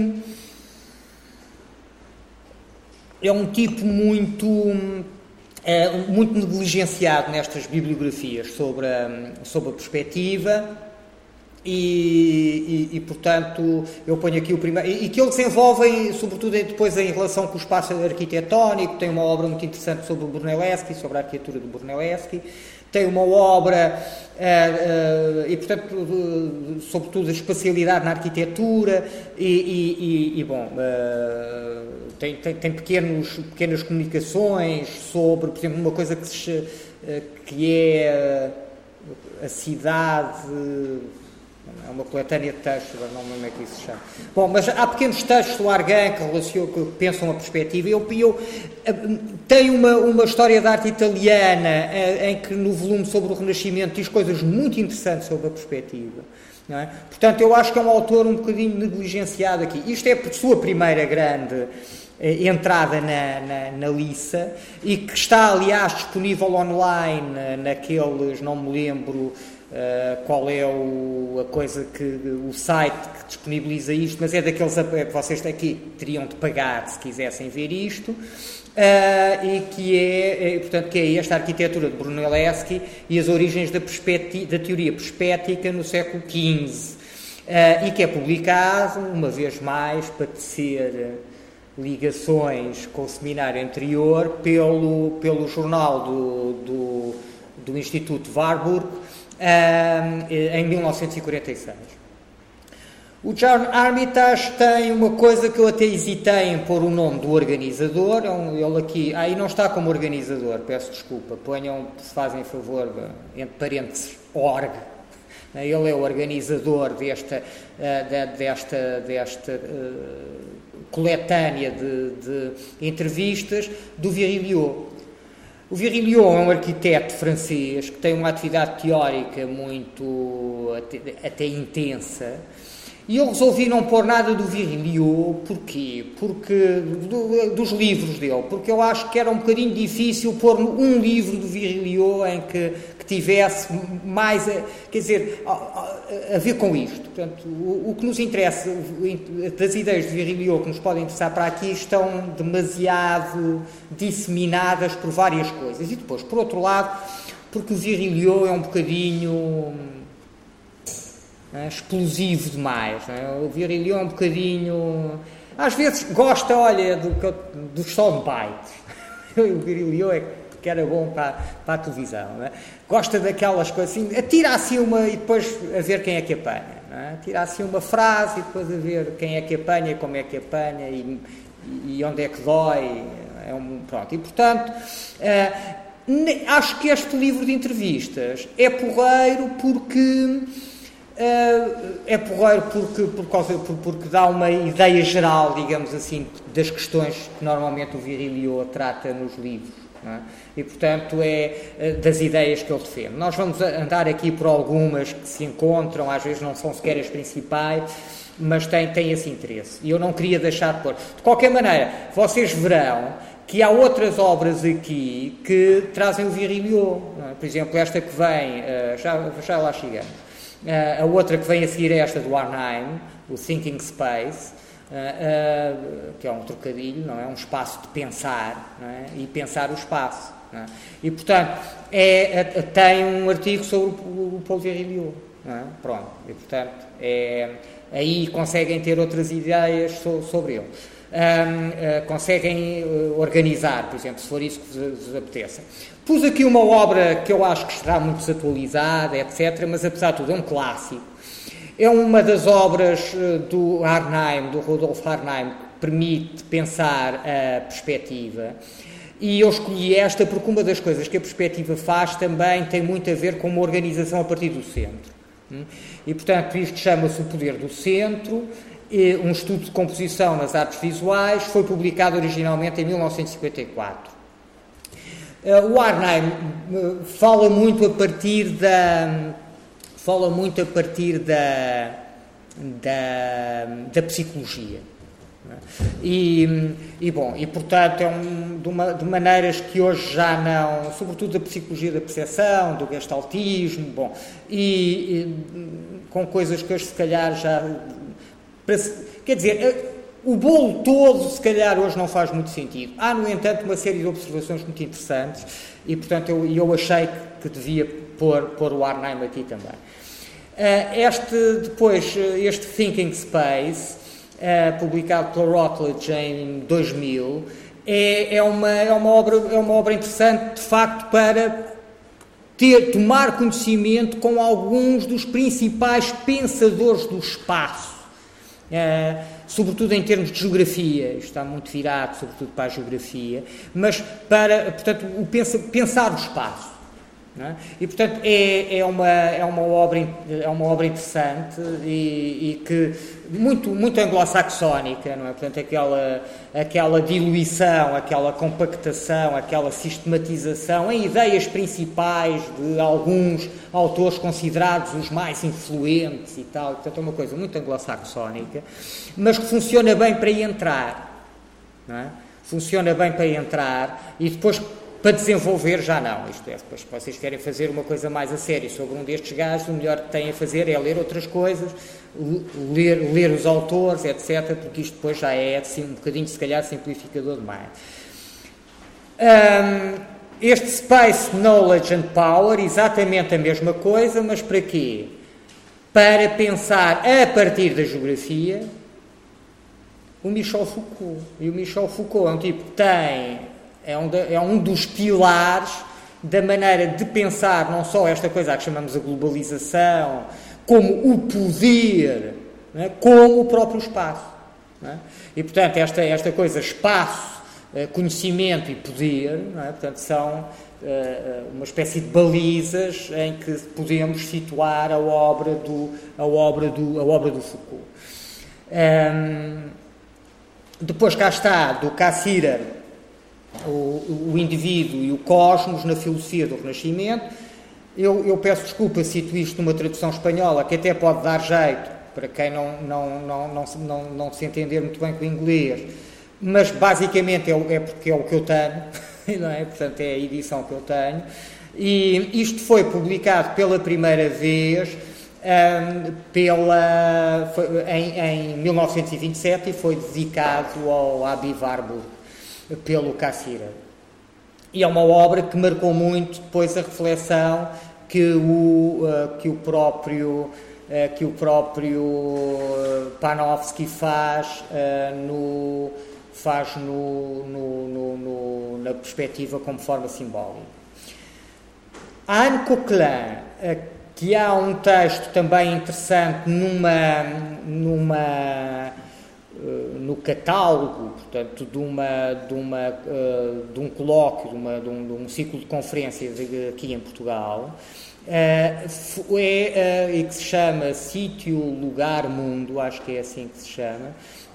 é um tipo muito... É, muito negligenciado nestas bibliografias sobre a, sobre a perspectiva e, e, e, portanto, eu ponho aqui o primeiro... E, e que ele desenvolve, sobretudo, depois em relação com o espaço arquitetónico. Tem uma obra muito interessante sobre o Brunelleschi, sobre a arquitetura do Brunelleschi. Tem uma obra, uh, uh, e, portanto, uh, sobretudo, a espacialidade na arquitetura e, e, e, e bom... Uh, Tem, tem, tem pequenos, pequenas comunicações sobre, por exemplo, uma coisa que, se, que é a cidade, é uma coletânea de textos, agora não me lembro como é que isso se chama. Bom, mas há pequenos textos do Arguin que, relacionam, que pensam a perspectiva. Eu, eu tenho uma, uma história de arte italiana em que, no volume sobre o Renascimento, diz coisas muito interessantes sobre a perspectiva. Não é? Portanto, eu acho que é um autor um bocadinho negligenciado aqui. Isto é a sua primeira grande eh, entrada na, na, na liça e que está, aliás, disponível online naqueles, não me lembro uh, qual é o, a coisa que, o site que disponibiliza isto, mas é daqueles que vocês aqui teriam de pagar se quisessem ver isto. Uh, e que é, portanto, que é esta arquitetura de Brunelleschi e as origens da, da teoria perspética no século quinze, uh, e que é publicado, uma vez mais, para tecer ligações com o seminário anterior, pelo, pelo jornal do, do, do Instituto Warburg, uh, em mil novecentos e quarenta e seis. O John Armitage tem uma coisa que eu até hesitei em pôr o nome do organizador. Ele aqui, aí ah, não está como organizador, peço desculpa, ponham, se fazem favor, entre parênteses, org. Ele é o organizador desta, desta, desta uh, coletânea de, de entrevistas do Virilio. O Virilio é um arquiteto francês que tem uma atividade teórica muito, até, até intensa. E eu resolvi não pôr nada do Virilio, porquê? Porque, do, dos livros dele, porque eu acho que era um bocadinho difícil pôr um livro do Virilio em que, que tivesse mais, a, quer dizer, a, a, a ver com isto. Portanto, o, o que nos interessa, das ideias do Virilio que nos podem interessar para aqui, estão demasiado disseminadas por várias coisas. E depois, por outro lado, porque o Virilio é um bocadinho... É, explosivo demais, não é? O Virilio é um bocadinho... Às vezes gosta, olha, do, dos soundbites. O Virilio é que era bom para, para a televisão, não é? Gosta daquelas coisas assim, atira assim uma e depois a ver quem é que apanha, não é? Tira assim uma frase e depois a ver quem é que apanha, como é que apanha e, e onde é que dói. É um, pronto, e portanto... É, acho que este livro de entrevistas é porreiro porque... Uh, é porreiro porque, por causa, por, porque dá uma ideia geral, digamos assim, das questões que normalmente o Virilio trata nos livros, não é? E, portanto, é uh, das ideias que ele defende. Nós vamos andar aqui por algumas que se encontram, às vezes não são sequer as principais, mas têm, têm esse interesse. E eu não queria deixar de pôr. De qualquer maneira, vocês verão que há outras obras aqui que trazem o Virilio, não é? Por exemplo, esta que vem, uh, já, já lá chegamos. Uh, a outra que vem a seguir é esta do Arnheim, o Thinking Space, uh, uh, que é um trocadilho, não é? Um espaço de pensar, não é? E pensar o espaço. Não é? E, portanto, é, é, tem um artigo sobre o, o Paul Virilio. Não é? Pronto. E, portanto, é, aí conseguem ter outras ideias so, sobre ele. Um, uh, conseguem uh, organizar, por exemplo, se for isso que vos, vos apeteça. Pus aqui uma obra que eu acho que estará muito desatualizada, etcétera, mas apesar de tudo é um clássico. É uma das obras uh, do Arnheim, do Rudolf Arnheim, que permite pensar a perspectiva. E eu escolhi esta porque uma das coisas que a perspectiva faz também tem muito a ver com uma organização a partir do centro. Hum? E, portanto, isto chama-se o poder do centro. Um estudo de composição nas artes visuais, foi publicado originalmente em mil novecentos e cinquenta e quatro. O Arnheim fala muito a partir da fala muito a partir da da, da psicologia, E, e, bom, e portanto é um, de, uma, de maneiras que hoje já não, sobretudo da psicologia da percepção, do gestaltismo, bom, e, e com coisas que hoje se calhar já, para, quer dizer, o bolo todo se calhar hoje não faz muito sentido. Há, no entanto, uma série de observações muito interessantes e, portanto, eu, eu achei que devia pôr, pôr o Arnheim aqui também. Este, depois, este Thinking Space, Uh, publicado pela Routledge em dois mil, é, é, uma, é, uma obra, é uma obra interessante, de facto, para ter, tomar conhecimento com alguns dos principais pensadores do espaço, uh, sobretudo em termos de geografia, está muito virado, sobretudo para a geografia, mas para, portanto, o pensa, pensar o espaço. Não é? E, portanto, é, é, uma, é, uma obra, é uma obra interessante e, e que muito, muito anglo-saxónica, não é? Portanto, aquela, aquela diluição, aquela compactação, aquela sistematização em ideias principais de alguns autores considerados os mais influentes e tal. Portanto, é uma coisa muito anglo-saxónica, mas que funciona bem para entrar, não é? Funciona bem para entrar e depois para desenvolver já não, isto é, depois se vocês querem fazer uma coisa mais a sério sobre um destes gajos, o melhor que têm a fazer é ler outras coisas, ler, ler os autores, etcétera, porque isto depois já é assim, um bocadinho, se calhar, simplificador demais. Um, este Space, Knowledge and Power, exatamente a mesma coisa, mas para quê? Para pensar a partir da geografia o Michel Foucault. E o Michel Foucault é um tipo que tem... É um, de, é um dos pilares da maneira de pensar não só esta coisa a que chamamos a globalização, como o poder, não é? Como o próprio espaço. Não é? E, portanto, esta, esta coisa, espaço, conhecimento e poder, não é? Portanto, são uh, uma espécie de balizas em que podemos situar a obra do, a obra do, a obra do Foucault. Um, depois cá está, do Cassirer, O, o indivíduo e o cosmos na filosofia do Renascimento. Eu, eu peço desculpa, cito isto numa tradução espanhola, que até pode dar jeito para quem não, não, não, não, se, não, não se entender muito bem com o inglês, mas basicamente é, é porque é o que eu tenho, não é? Portanto, é a edição que eu tenho. E isto foi publicado pela primeira vez um, pela, foi, em, em mil novecentos e vinte e sete e foi dedicado ao Aby Warburg pelo Cassirer. E é uma obra que marcou muito depois a reflexão que o, uh, que o próprio, uh, que o próprio Panofsky faz, uh, no, faz no, no, no, no, na perspectiva como forma simbólica. A Anne Coquelin, uh, que há um texto também interessante numa... numa no catálogo, portanto, de, uma, de, uma, de um colóquio, de, uma, de, um, de um ciclo de conferências aqui em Portugal, é, e que se chama Sítio, Lugar, Mundo, acho que é assim que se chama.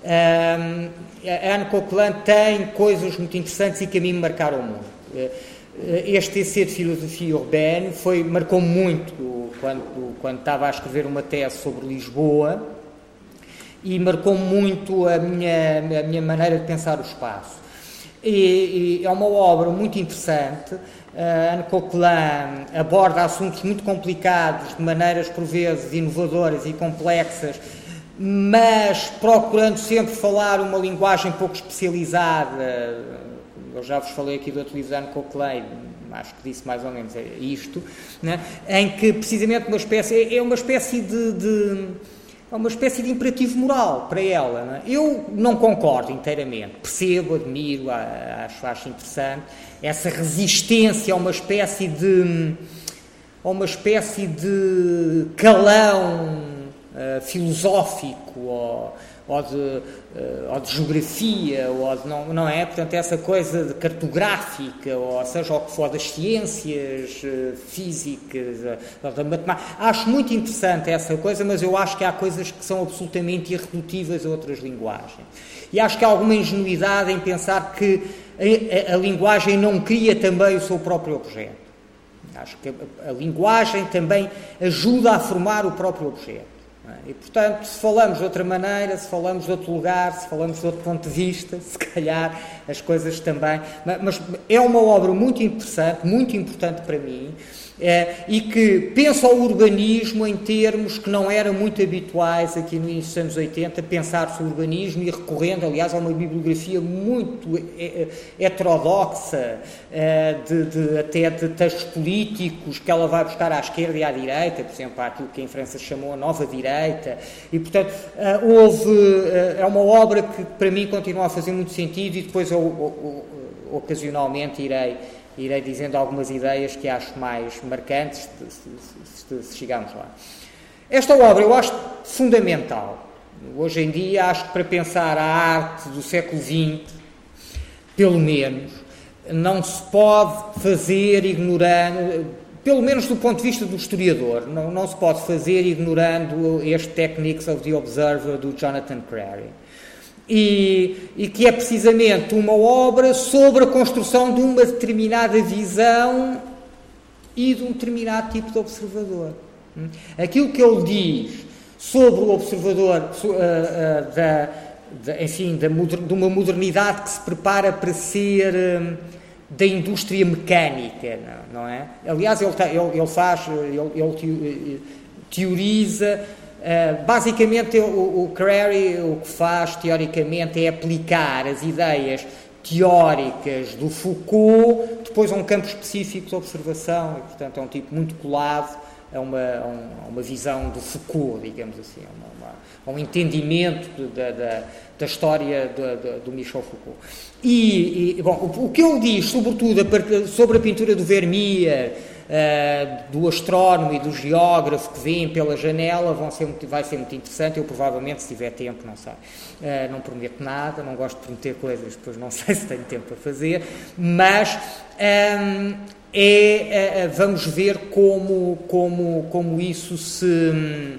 A Anne Coquelin tem coisas muito interessantes e que a mim me marcaram muito. Este T C de Filosofia Urbana foi, marcou muito quando, quando estava a escrever uma tese sobre Lisboa, e marcou muito a minha, a minha maneira de pensar o espaço. E, e é uma obra muito interessante. A Anne Coquelin aborda assuntos muito complicados, de maneiras, por vezes, inovadoras e complexas, mas procurando sempre falar uma linguagem pouco especializada. Eu já vos falei aqui do outro livro da Anne Coquelin, acho que disse mais ou menos isto, né? Em que, precisamente, uma espécie, é uma espécie de... de É uma espécie de imperativo moral para ela. Não é? Eu não concordo inteiramente, percebo, admiro, acho, acho interessante essa resistência a uma espécie de, a uma espécie de calão uh, filosófico ou, ou, de, uh, ou de geografia, ou de, não, não é? Portanto, essa coisa de cartográfica, ou seja, o que for das ciências uh, físicas, uh, da matemática. Acho muito interessante essa coisa, mas eu acho que há coisas que são absolutamente irredutíveis a outras linguagens. E acho que há alguma ingenuidade em pensar que a, a, a linguagem não cria também o seu próprio objeto. Acho que a, a linguagem também ajuda a formar o próprio objeto. E, portanto, se falamos de outra maneira, se falamos de outro lugar, se falamos de outro ponto de vista, se calhar as coisas também... Mas é uma obra muito interessante, muito importante para mim, é, e que pensa o urbanismo em termos que não eram muito habituais aqui no início dos anos oitenta, pensar-se o urbanismo e recorrendo, aliás, a uma bibliografia muito heterodoxa, é, de, de, até de textos políticos que ela vai buscar à esquerda e à direita, por exemplo, aquilo que em França chamou a nova direita, e, portanto, houve... É uma obra que, para mim, continua a fazer muito sentido e depois eu, eu, eu ocasionalmente irei... irei dizendo algumas ideias que acho mais marcantes, se, se, se chegarmos lá. Esta obra eu acho fundamental. Hoje em dia, acho que para pensar a arte do século vinte, pelo menos, não se pode fazer ignorando, pelo menos do ponto de vista do historiador, não, não se pode fazer ignorando este Techniques of the Observer do Jonathan Crary. E, e que é precisamente uma obra sobre a construção de uma determinada visão e de um determinado tipo de observador. Aquilo que ele diz sobre o observador uh, uh, da, da, enfim, da, de uma modernidade que se prepara para ser um, da indústria mecânica, não, não é? Aliás, ele, ele, ele faz, ele, ele teoriza. Uh, basicamente, o, o Crary o que faz, teoricamente, é aplicar as ideias teóricas do Foucault depois a um campo específico de observação e, portanto, é um tipo muito colado a uma, a um, a uma visão do Foucault, digamos assim, a, uma, uma, a um entendimento de, de, de, da história de, de, do Michel Foucault. E, e bom, o, o que ele diz, sobretudo, a, sobre a pintura do Vermeer, Uh, do astrónomo e do geógrafo que vêm pela janela vão ser muito, vai ser muito interessante. Eu provavelmente, se tiver tempo, não sei, uh, não prometo nada, não gosto de prometer coisas, depois não sei se tenho tempo para fazer, mas um, é, uh, vamos ver como, como, como isso se um, uh,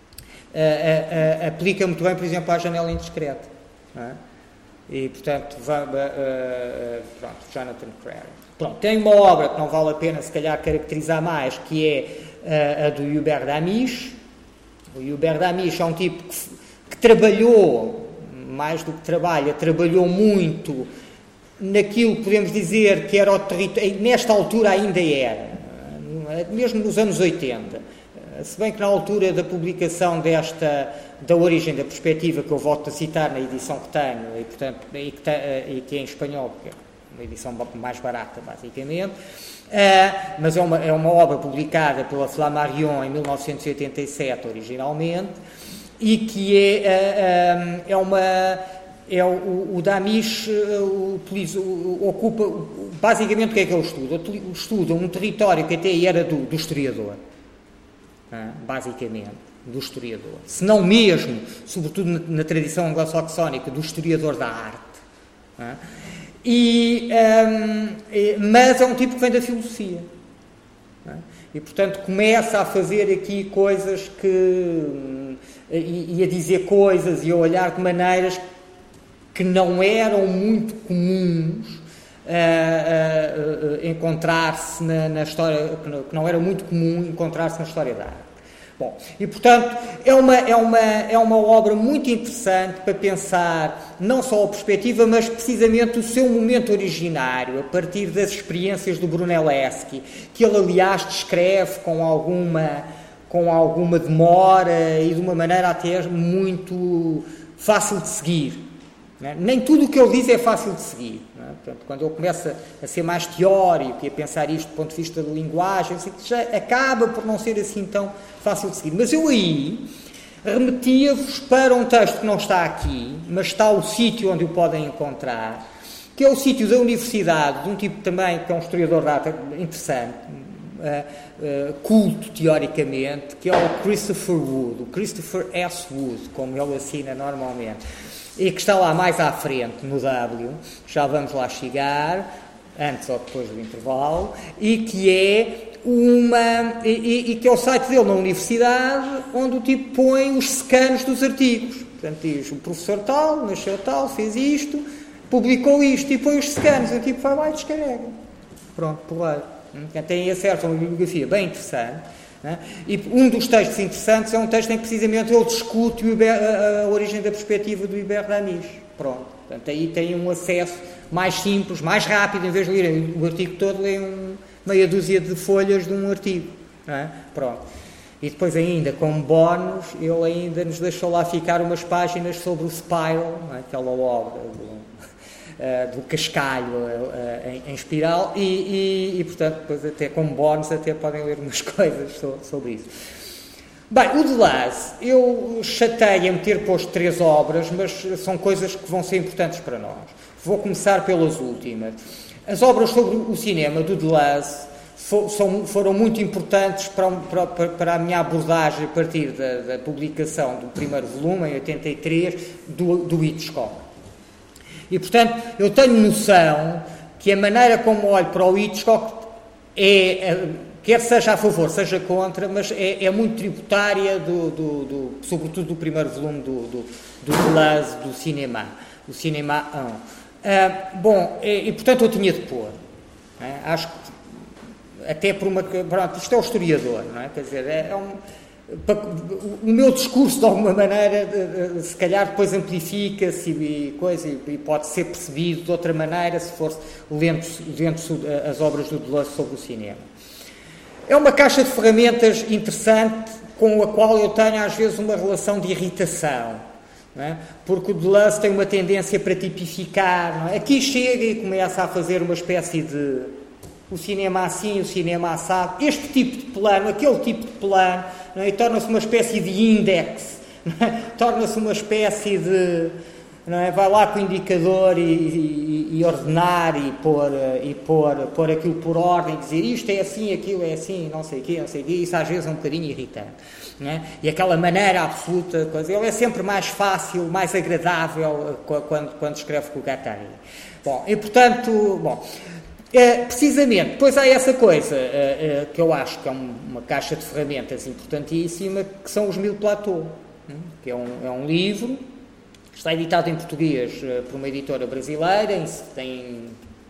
uh, uh, aplica muito bem, por exemplo, à janela indiscreta, não é? E, portanto, vai, uh, uh, pronto, Jonathan Crary. Pronto, tem uma obra que não vale a pena, se calhar, caracterizar mais, que é uh, a do Hubert d'Amiche. O Hubert d'Amiche é um tipo que, que trabalhou, mais do que trabalha, trabalhou muito naquilo que podemos dizer que era o território, nesta altura ainda era, mesmo nos anos oitenta. Se bem que na altura da publicação desta, da origem da perspectiva, que eu volto a citar na edição que tenho, e, portanto, e, que, e que é em espanhol, porque é uma edição mais barata, basicamente, uh, mas é uma, é uma obra publicada pela Flammarion em mil novecentos e oitenta e sete, originalmente, e que é, uh, é uma... É o, o d'Amiche uh, ocupa, basicamente, o que é que ele estuda? Ele estuda um território que até era do, do historiador, uh, basicamente, do historiador, se não mesmo, sobretudo na, na tradição anglo-saxónica, do historiador da arte. Uh, E, um, mas é um tipo que vem da filosofia, não é? E, portanto, começa a fazer aqui coisas que... E, e a dizer coisas e a olhar de maneiras que não eram muito comuns uh, uh, uh, encontrar-se na, na história, que não, que não era muito comum encontrar-se na história da arte. Bom, e, portanto, é uma, é, uma, é uma obra muito interessante para pensar não só a perspectiva, mas precisamente o seu momento originário, a partir das experiências do Brunelleschi, que ele, aliás, descreve com alguma, com alguma demora e de uma maneira até muito fácil de seguir. Não é? Nem tudo o que ele diz é fácil de seguir. Não é? Portanto, quando ele começa a ser mais teórico e a pensar isto do ponto de vista da linguagem, já acaba por não ser assim tão fácil de seguir. Mas eu aí remetia-vos para um texto que não está aqui, mas está o sítio onde o podem encontrar, que é o sítio da universidade, de um tipo também que é um historiador de arte interessante, uh, uh, culto teoricamente, que é o Christopher Wood, o Christopher S. Wood, como ele assina normalmente, e que está lá mais à frente, no W, já vamos lá chegar, antes ou depois do intervalo, e que é uma e, e que é o site dele na universidade, onde o tipo põe os scanos dos artigos. Portanto, diz, o professor tal, nasceu tal, fez isto, publicou isto, e põe os scanos, o tipo vai lá e descarrega. Pronto, por lá. Tem acesso a uma bibliografia bem interessante, Não é? E um dos textos interessantes é um texto em que precisamente ele discute o Iber, a, a origem da perspectiva do Hubert Lamy. Pronto. Portanto, aí tem um acesso mais simples, mais rápido, em vez de ler o artigo todo, lê um, meia dúzia de folhas de um artigo. Não é? Pronto. E depois ainda, como bónus, ele ainda nos deixou lá ficar umas páginas sobre o Spiral, não é? Aquela obra do, Uh, do cascalho uh, em, em espiral e, e, e, portanto, depois até como bónus até podem ler umas coisas so, sobre isso. Bem, o Deleuze, eu chateia-me ter posto três obras, mas são coisas que vão ser importantes para nós. Vou começar pelas últimas. As obras sobre o cinema do Deleuze for, são, foram muito importantes para, para, para a minha abordagem a partir da, da publicação do primeiro volume, em oitenta e três, do, do Hitchcock. E, portanto, eu tenho noção que a maneira como olho para o Hitchcock é, quer seja a favor, seja contra, mas é, é muito tributária, do, do, do, sobretudo do primeiro volume do, do, do Deleuze, do Cinema, do Cinema um. Ah, bom, e, e, portanto, eu tinha de pôr. Não é? Acho que, até por uma... Pronto, isto é o historiador, não é? Quer dizer, é, é um... O meu discurso, de alguma maneira, se calhar depois amplifica-se e, coisa, e pode ser percebido de outra maneira se for lendo, lendo as obras do Deleuze sobre o cinema. É uma caixa de ferramentas interessante com a qual eu tenho às vezes uma relação de irritação, não é? Porque o Deleuze tem uma tendência para tipificar, não é? Aqui chega e começa a fazer uma espécie de... o cinema assim, o cinema assado, este tipo de plano, aquele tipo de plano, não é? E torna-se uma espécie de índex, não é? Torna-se uma espécie de... Não é? Vai lá com o indicador e, e, e ordenar e, pôr, e pôr, pôr aquilo por ordem, dizer isto é assim, aquilo é assim, não sei o quê, não sei o quê, isso às vezes é um bocadinho irritante. Não é? E aquela maneira absoluta, coisa, ele é sempre mais fácil, mais agradável quando, quando escreve com o Guattari. Bom, e portanto, bom... É, precisamente, depois há essa coisa é, é, que eu acho que é um, uma caixa de ferramentas importantíssima, que são os Mille Plateaux, que é um, é um livro que está editado em português é, por uma editora brasileira, em, tem,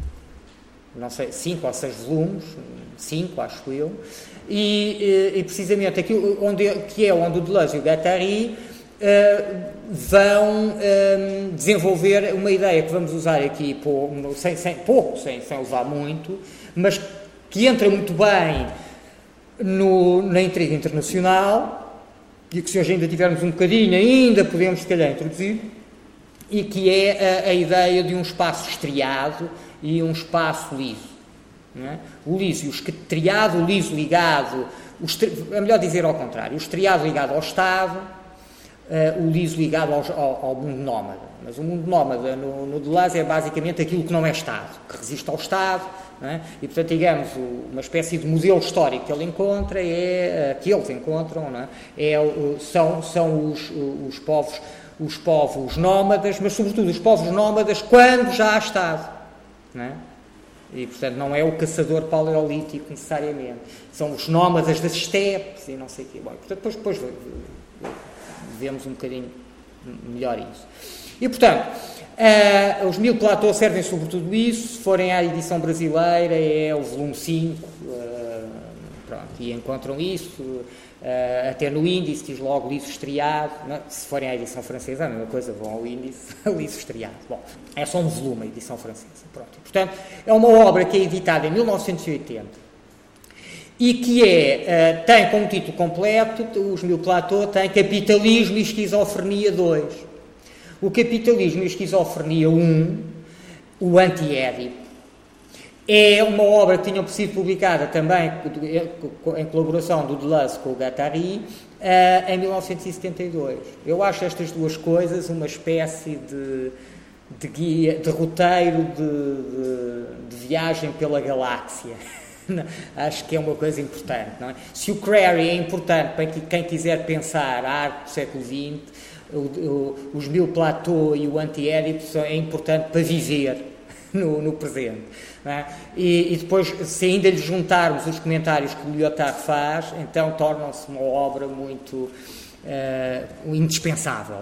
não sei, cinco ou seis volumes, cinco acho eu, e, e, e precisamente aquilo onde, que é onde o Deleuze e o Guattari Uh, vão uh, desenvolver uma ideia que vamos usar aqui pou, sem, sem, pouco, sem, sem usar muito, mas que entra muito bem no, na intriga internacional e que, se hoje ainda tivermos um bocadinho, ainda podemos se calhar introduzir, e que é a, a ideia de um espaço estriado e um espaço liso. Não é? O liso e o estriado, o liso ligado, o estri, é melhor dizer ao contrário, o estriado ligado ao Estado, Uh, o liso ligado ao, ao, ao mundo nómada. Mas o mundo nómada no, no Deleuze é basicamente aquilo que não é Estado, que resiste ao Estado, não é? E, portanto, digamos, o, uma espécie de modelo histórico que ele encontra, é, uh, que eles encontram, não é? É, uh, são, são os, uh, os, povos, os povos nómadas, mas, sobretudo, os povos nómadas quando já há Estado, não é? E, portanto, não é o caçador paleolítico, necessariamente. São os nómadas das estepes e não sei o quê. Bom, portanto, depois... depois vemos um bocadinho melhor isso. E, portanto, uh, os Mille Plateaux servem sobretudo isso. Se forem à edição brasileira, é o volume cinco, uh, pronto, e encontram isso, uh, até no índice, diz logo liso estriado. Não, se forem à edição francesa, a mesma coisa, vão ao índice, liso estriado. Bom, é só um volume a edição francesa. Pronto. E, portanto, é uma obra que é editada em mil novecentos e oitenta, e que é, uh, tem como título completo, os Mille Plateaux, tem Capitalismo e Esquizofrenia dois. O Capitalismo e a Esquizofrenia um, o Anti-Édipo, é uma obra que tinha sido publicada também em colaboração do Deleuze com o Guattari, uh, em mil novecentos e setenta e dois. Eu acho estas duas coisas uma espécie de, de guia, de roteiro de, de, de viagem pela galáxia. Acho que é uma coisa importante, não é? Se o Crary é importante para quem quiser pensar a arte do século vinte, o, o, os Mille Plateaux e o Anti-Édipo é importante para viver no, no presente, não é? E, e depois, se ainda lhe juntarmos os comentários que o Lyotard faz, então tornam-se uma obra muito uh, indispensável.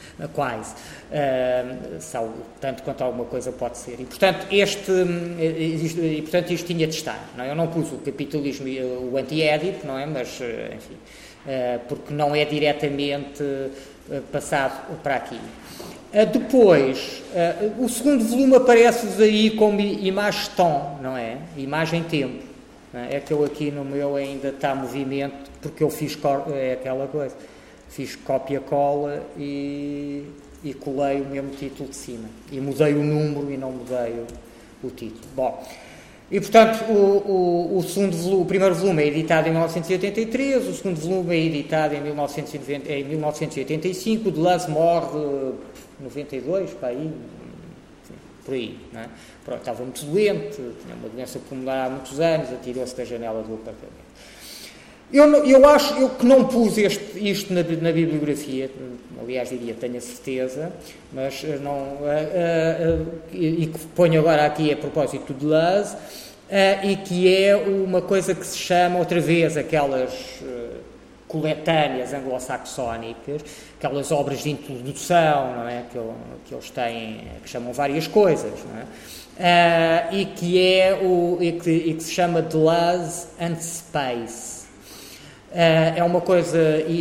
quase, uh, são, tanto quanto alguma coisa pode ser. E, portanto, este, e, portanto, isto tinha de estar. Não é? Eu não pus o capitalismo e o anti-Édipo, não é? Mas, enfim, uh, porque não é diretamente uh, passado para aqui. Uh, depois, uh, o segundo volume aparece-vos aí como imagem tom, não é? Imagem-tempo. É que eu aqui no meu ainda está movimento, porque eu fiz é aquela coisa. Fiz cópia-cola e, e colei o mesmo título de cima. E mudei o número e não mudei o, o título. Bom, e portanto o, o, o, segundo volume, o primeiro volume é editado em mil novecentos e oitenta e três, o segundo volume é editado em mil novecentos e noventa, em mil novecentos e oitenta e cinco, o Deleuze morre em noventa e dois, para aí, por aí. Não é? Pronto, estava muito doente, tinha uma doença pulmonar há muitos anos, atirou-se da janela do apartamento. Eu, eu acho eu que não pus este, isto na, na bibliografia, aliás diria, tenho a certeza, mas não, uh, uh, uh, e, e que ponho agora aqui a propósito de Deleuze, uh, e que é uma coisa que se chama, outra vez, aquelas uh, coletâneas anglo-saxónicas, aquelas obras de introdução, não é? que, que eles têm, que chamam várias coisas, não é? Uh, e, que é o, e, que, e que se chama Deleuze and Space. Uh, é uma coisa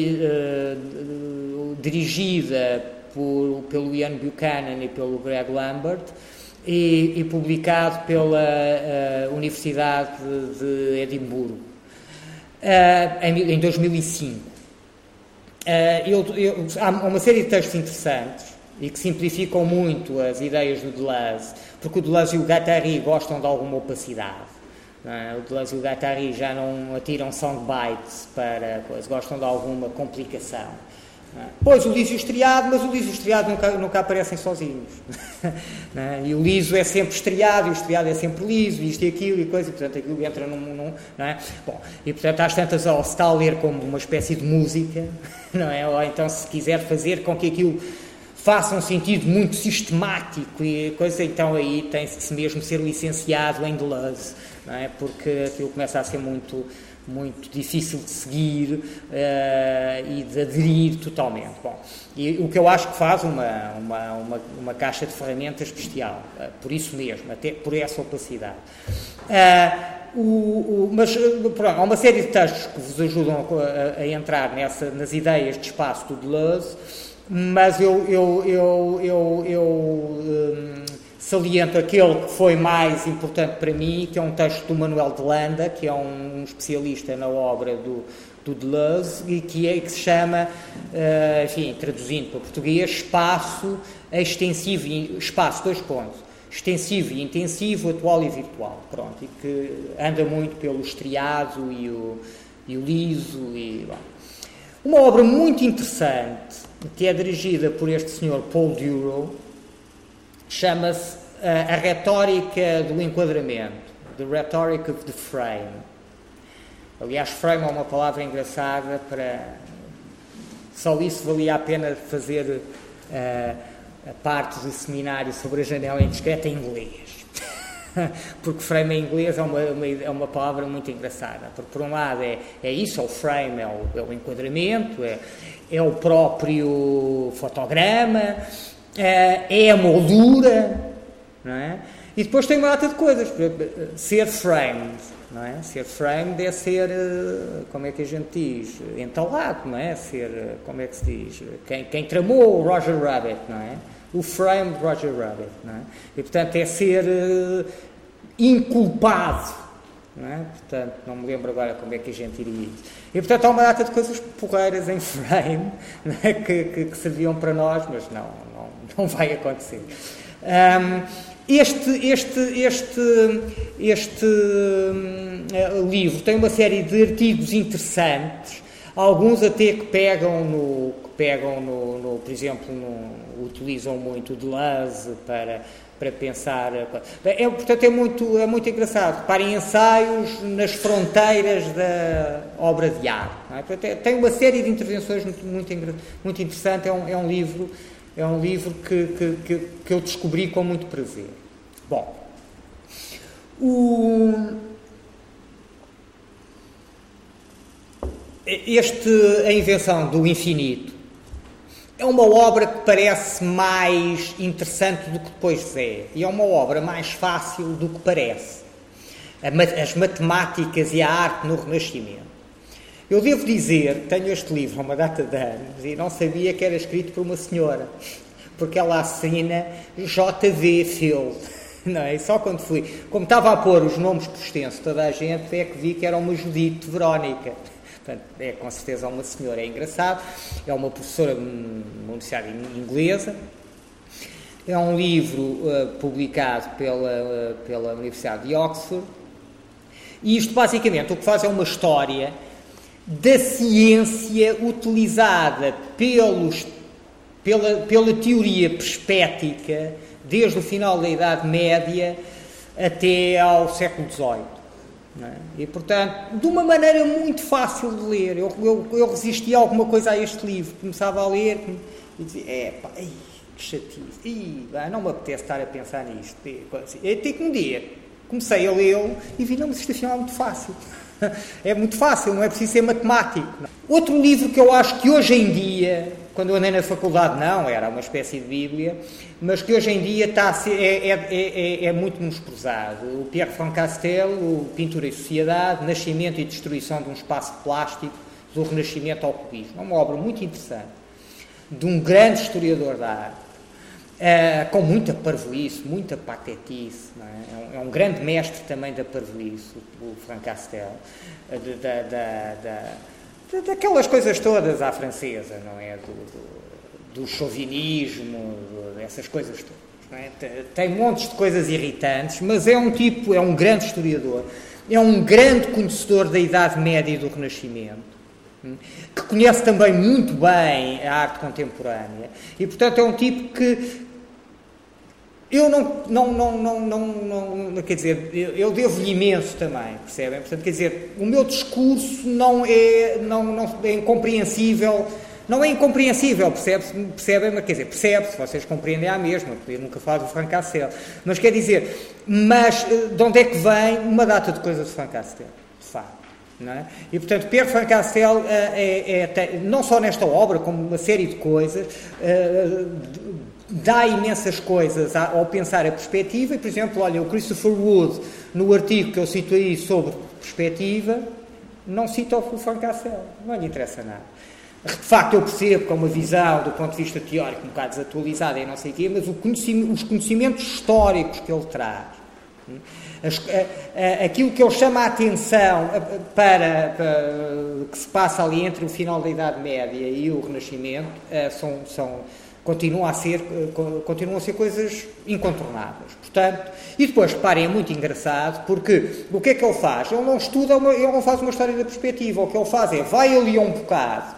uh, dirigida por, pelo Ian Buchanan e pelo Greg Lambert e, e publicado pela uh, Universidade de Edimburgo uh, em, em dois mil e cinco. Uh, eu, eu, há uma série de textos interessantes e que simplificam muito as ideias do Deleuze, porque o Deleuze e o Guattari gostam de alguma opacidade. Não, o Deleuze e o Guattari já não atiram soundbites para coisas, gostam de alguma complicação. Não, pois o liso e o estriado, mas o liso e o estriado nunca, nunca aparecem sozinhos. Não, e o liso é sempre estriado, e o estriado é sempre liso, isto e aquilo, e coisa, e portanto aquilo entra num... num não é? Bom, e portanto às tantas ou se está a ler como uma espécie de música, não é? Ou então se quiser fazer com que aquilo faça um sentido muito sistemático e coisa, então aí tem-se mesmo ser licenciado em Deleuze, não é? Porque aquilo começa a ser muito, muito difícil de seguir uh, e de aderir totalmente. Bom, e o que eu acho que faz uma, uma, uma, uma caixa de ferramentas bestial, uh, por isso mesmo, até por essa opacidade. Uh, o, o, mas pronto, há uma série de textos que vos ajudam a, a entrar nessa, nas ideias de espaço do Deleuze, mas eu, eu, eu, eu, eu um, saliento aquele que foi mais importante para mim, que é um texto do Manuel de Landa, que é um, um especialista na obra do, do Deleuze, e que, é, que se chama, uh, enfim, traduzindo para português, espaço extensivo, e, espaço, dois pontos, extensivo e intensivo, atual e virtual, pronto, e que anda muito pelo estriado e o, e o liso, e, bom. Uma obra muito interessante, que é dirigida por este senhor Paul Duro, chama-se uh, A Retórica do Enquadramento, The Rhetoric of the Frame. Aliás, frame é uma palavra engraçada para... Só isso valia a pena fazer uh, a parte do seminário sobre a janela indiscreta em inglês. Porque frame em inglês é uma, uma, é uma palavra muito engraçada. Porque, por um lado, é, é isso, é o frame, é o, é o enquadramento, é, é o próprio fotograma, é, é a moldura, não é? E depois tem uma data de coisas. Ser framed, não é? Ser framed é ser, como é que a gente diz? Entalado, não é? Ser, como é que se diz? Quem, quem tramou o Roger Rabbit, não é? O frame de Roger Rabbit, não é? E, portanto, é ser uh, inculpado, não é? Portanto, não me lembro agora como é que a gente iria isso. E, portanto, há uma data de coisas porreiras em frame, não é? que, que, que serviam para nós, mas não, não, não vai acontecer. Um, este este, este, este um, livro tem uma série de artigos interessantes, alguns até que pegam no... pegam no, no por exemplo, no, utilizam muito o Deleuze para, para pensar. É, portanto, é muito, é muito engraçado. Reparem, ensaios nas fronteiras da obra de arte. Não é? Portanto, é, tem uma série de intervenções muito, muito, muito interessante. É um, é um livro, é um livro que, que, que, que eu descobri com muito prazer. Bom, o... este, a invenção do infinito é uma obra que parece mais interessante do que depois é. E é uma obra mais fácil do que parece. As matemáticas e a arte no Renascimento. Eu devo dizer, tenho este livro há uma data de anos e não sabia que era escrito por uma senhora, porque ela assina J V Phil, não é? E só quando fui, como estava a pôr os nomes por extenso, toda a gente, é que vi que era uma Judite Verónica. Portanto, é com certeza uma senhora, é engraçado, é uma professora de uma universidade inglesa. É um livro uh, publicado pela, uh, pela Universidade de Oxford, e isto basicamente o que faz é uma história da ciência utilizada pelos, pela, pela teoria perspética desde o final da Idade Média até ao século dezoito. Não é? E, portanto, de uma maneira muito fácil de ler. Eu, eu, eu resistia a alguma coisa a este livro. Começava a ler e dizia, é pá, ai, que chatice, ai, pá, não me apetece estar a pensar nisto. E até que um dia comecei a lê-lo e vi, não, mas isto afinal é muito fácil. É muito fácil, não é preciso ser matemático. Outro livro que eu acho que hoje em dia, quando eu andei na faculdade não, era uma espécie de Bíblia, mas que hoje em dia está a ser, é, é, é, é muito menosprezado. O Pierre Van Castel, o Pintura e Sociedade, Nascimento e Destruição de um Espaço plástico, do Renascimento ao Cubismo. É uma obra muito interessante, de um grande historiador da arte. Uh, com muita parvoíce, muita patetice, não é? É, um, é um grande mestre também da parvoíce, o, o Frank Castel, uh, de, da, da, da, da, daquelas coisas todas à francesa, não é? Do, do, do chauvinismo, do, dessas coisas todas. Não é? Tem montes de coisas irritantes, mas é um tipo, é um grande historiador, é um grande conhecedor da Idade Média e do Renascimento, que conhece também muito bem a arte contemporânea, e portanto é um tipo que eu não, não, não, não, não, não quer dizer, eu devo-lhe imenso também, percebem? Portanto, quer dizer, o meu discurso não é, não, não é incompreensível, não é incompreensível, percebe-se, percebem? Quer dizer, percebe-se, vocês compreendem a mesma, porque eu nunca falo do Frank Castel, mas quer dizer, mas de onde é que vem uma data de coisas do Frank Castel, de facto? Não é? E, portanto, Pierre Van Castel, é, é, é, não só nesta obra, como uma série de coisas, é, dá imensas coisas ao pensar a perspectiva. E, por exemplo, olha, o Christopher Wood, no artigo que eu cito aí sobre perspectiva, não cita o Van Castel, não lhe interessa nada. De facto, eu percebo que é uma visão, do ponto de vista teórico, um bocado desatualizada e não sei o quê, mas o conhecimento, os conhecimentos históricos que ele traz, As, a, a, aquilo que ele chama a atenção para, para que se passa ali entre o final da Idade Média e o Renascimento, são, são, continuam, a ser, continuam a ser coisas incontornáveis. Portanto, e depois, reparem, é muito engraçado, porque o que é que ele faz? Ele não estuda, uma, ele não faz uma história da perspectiva. O que ele faz é, vai ali a um bocado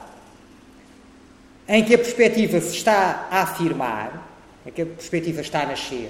em que a perspectiva se está a afirmar, em que a perspectiva está a nascer,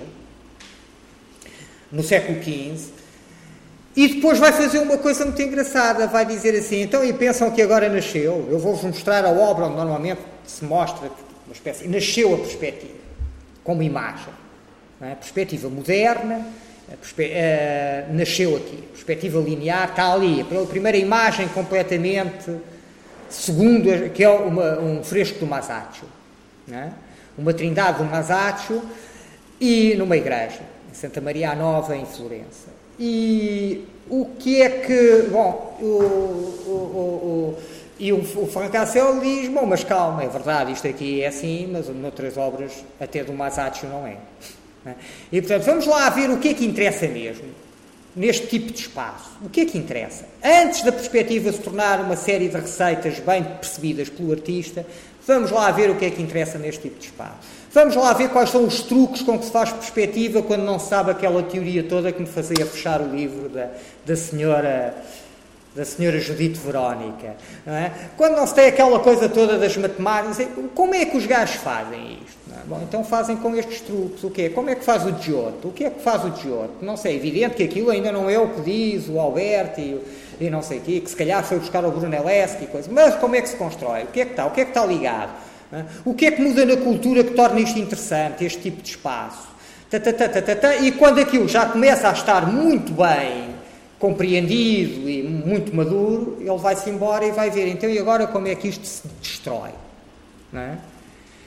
no século quinze, e depois vai fazer uma coisa muito engraçada, vai dizer assim, então, e pensam que agora nasceu, eu vou-vos mostrar a obra onde normalmente se mostra uma espécie, nasceu a perspectiva, como imagem, não é? A perspectiva moderna, a perspe, uh, nasceu aqui, a perspectiva linear está ali, a primeira imagem completamente, segundo, que é uma, um fresco do Masaccio, não é? Uma trindade do Masaccio, e numa igreja, Santa Maria Nova, em Florença. E o que é que... Bom, o, o, o, o, e o, o Frank Castel diz, bom, mas calma, é verdade, isto aqui é assim, mas noutras obras, até do Masaccio, não é. E, portanto, vamos lá ver o que é que interessa mesmo, neste tipo de espaço. O que é que interessa? Antes da perspectiva se tornar uma série de receitas bem percebidas pelo artista, vamos lá ver o que é que interessa neste tipo de espaço. Vamos lá ver quais são os truques com que se faz perspectiva quando não se sabe aquela teoria toda que me fazia fechar o livro da, da senhora da senhora Judite Verónica. Não é? Quando não se tem aquela coisa toda das matemáticas, como é que os gajos fazem isto? Não é? Bom, então fazem com estes truques. O quê? Como é que faz o Giotto? O que é que faz o Giotto? Não sei, é evidente que aquilo ainda não é o que diz o Alberti e, e não sei o quê, que se calhar foi buscar o Brunelleschi e coisa. Mas como é que se constrói? O que é que está? O que é que está ligado? O que é que muda na cultura que torna isto interessante, este tipo de espaço? Tatatata, e quando aquilo já começa a estar muito bem compreendido e muito maduro, ele vai-se embora e vai ver, então, e agora como é que isto se destrói? Não é?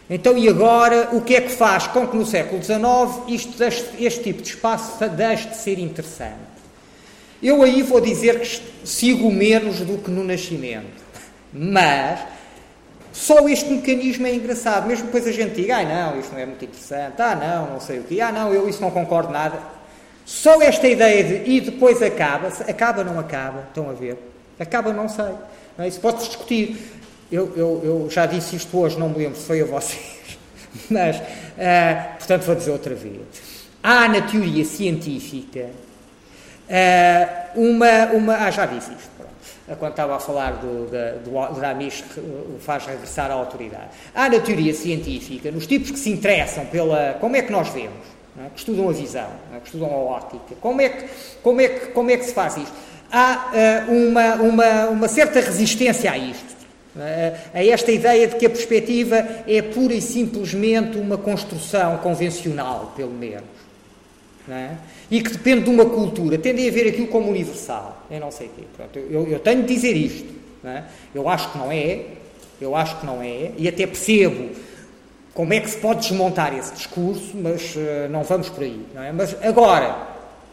Então, e agora, o que é que faz com que no século dezenove isto, este, este tipo de espaço deixe de ser interessante? Eu aí vou dizer que sigo menos do que no Nascimento, mas só este mecanismo é engraçado, mesmo depois a gente diga, ah não, isto não é muito interessante, ah não, não sei o quê, ah não, eu isso não concordo nada. Só esta ideia de, e depois acaba, acaba ou não acaba, estão a ver? Acaba, não sei, não é? Isso pode-se discutir. Eu, eu, eu já disse isto hoje, não me lembro se foi a vocês, mas, uh, portanto, vou dizer outra vez. Há na teoria científica uh, uma, uma... Ah, já disse isto, pronto. Quando estava a falar do, do, do Amish, que o faz regressar à autoridade. Há na teoria científica, nos tipos que se interessam pela... Como é que nós vemos? Não é? Que estudam a visão, não é? Que estudam a óptica. Como é que, como é que, como é que se faz isto? Há uh, uma, uma, uma certa resistência a isto. A esta ideia de que a perspectiva é pura e simplesmente uma construção convencional, pelo menos, não é? E que depende de uma cultura, tendem a ver aquilo como universal, eu não sei o quê. Pronto, eu, eu tenho de dizer isto, não é? Eu acho que não é, eu acho que não é, e até percebo como é que se pode desmontar esse discurso, mas uh, não vamos por aí, não é? Mas agora, uh,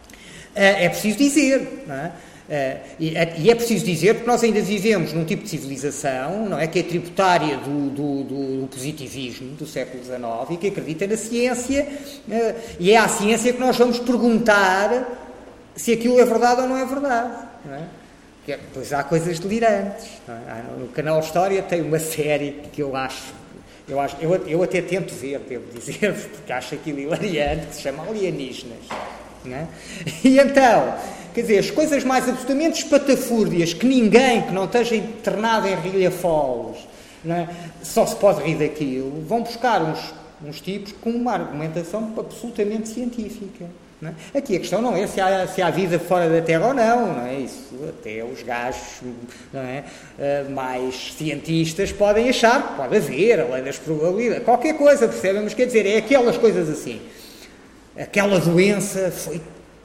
é preciso dizer, não é? Uh, e, e é preciso dizer, porque nós ainda vivemos num tipo de civilização, não é, que é tributária do, do, do, do positivismo do século dezenove e que acredita na ciência, uh, e é à ciência que nós vamos perguntar se aquilo é verdade ou não é verdade, não é? Porque, pois há coisas delirantes, não é? No canal História tem uma série que eu acho, eu, acho eu, eu até tento ver, devo dizer, porque acho aquilo hilariante, que se chama Alienígenas, não é? E então, quer dizer, as coisas mais absolutamente espatafúrdias que ninguém que não esteja internado em rilhafolos, não é, só se pode rir daquilo, vão buscar uns, uns tipos com uma argumentação absolutamente científica. Não é? Aqui a questão não é se há, se há vida fora da Terra ou não, não é isso? Até os gajos, não é, uh, mais cientistas podem achar que pode haver, a lei das probabilidades, qualquer coisa, percebem? Mas quer dizer, é aquelas coisas assim. Aquela doença foi...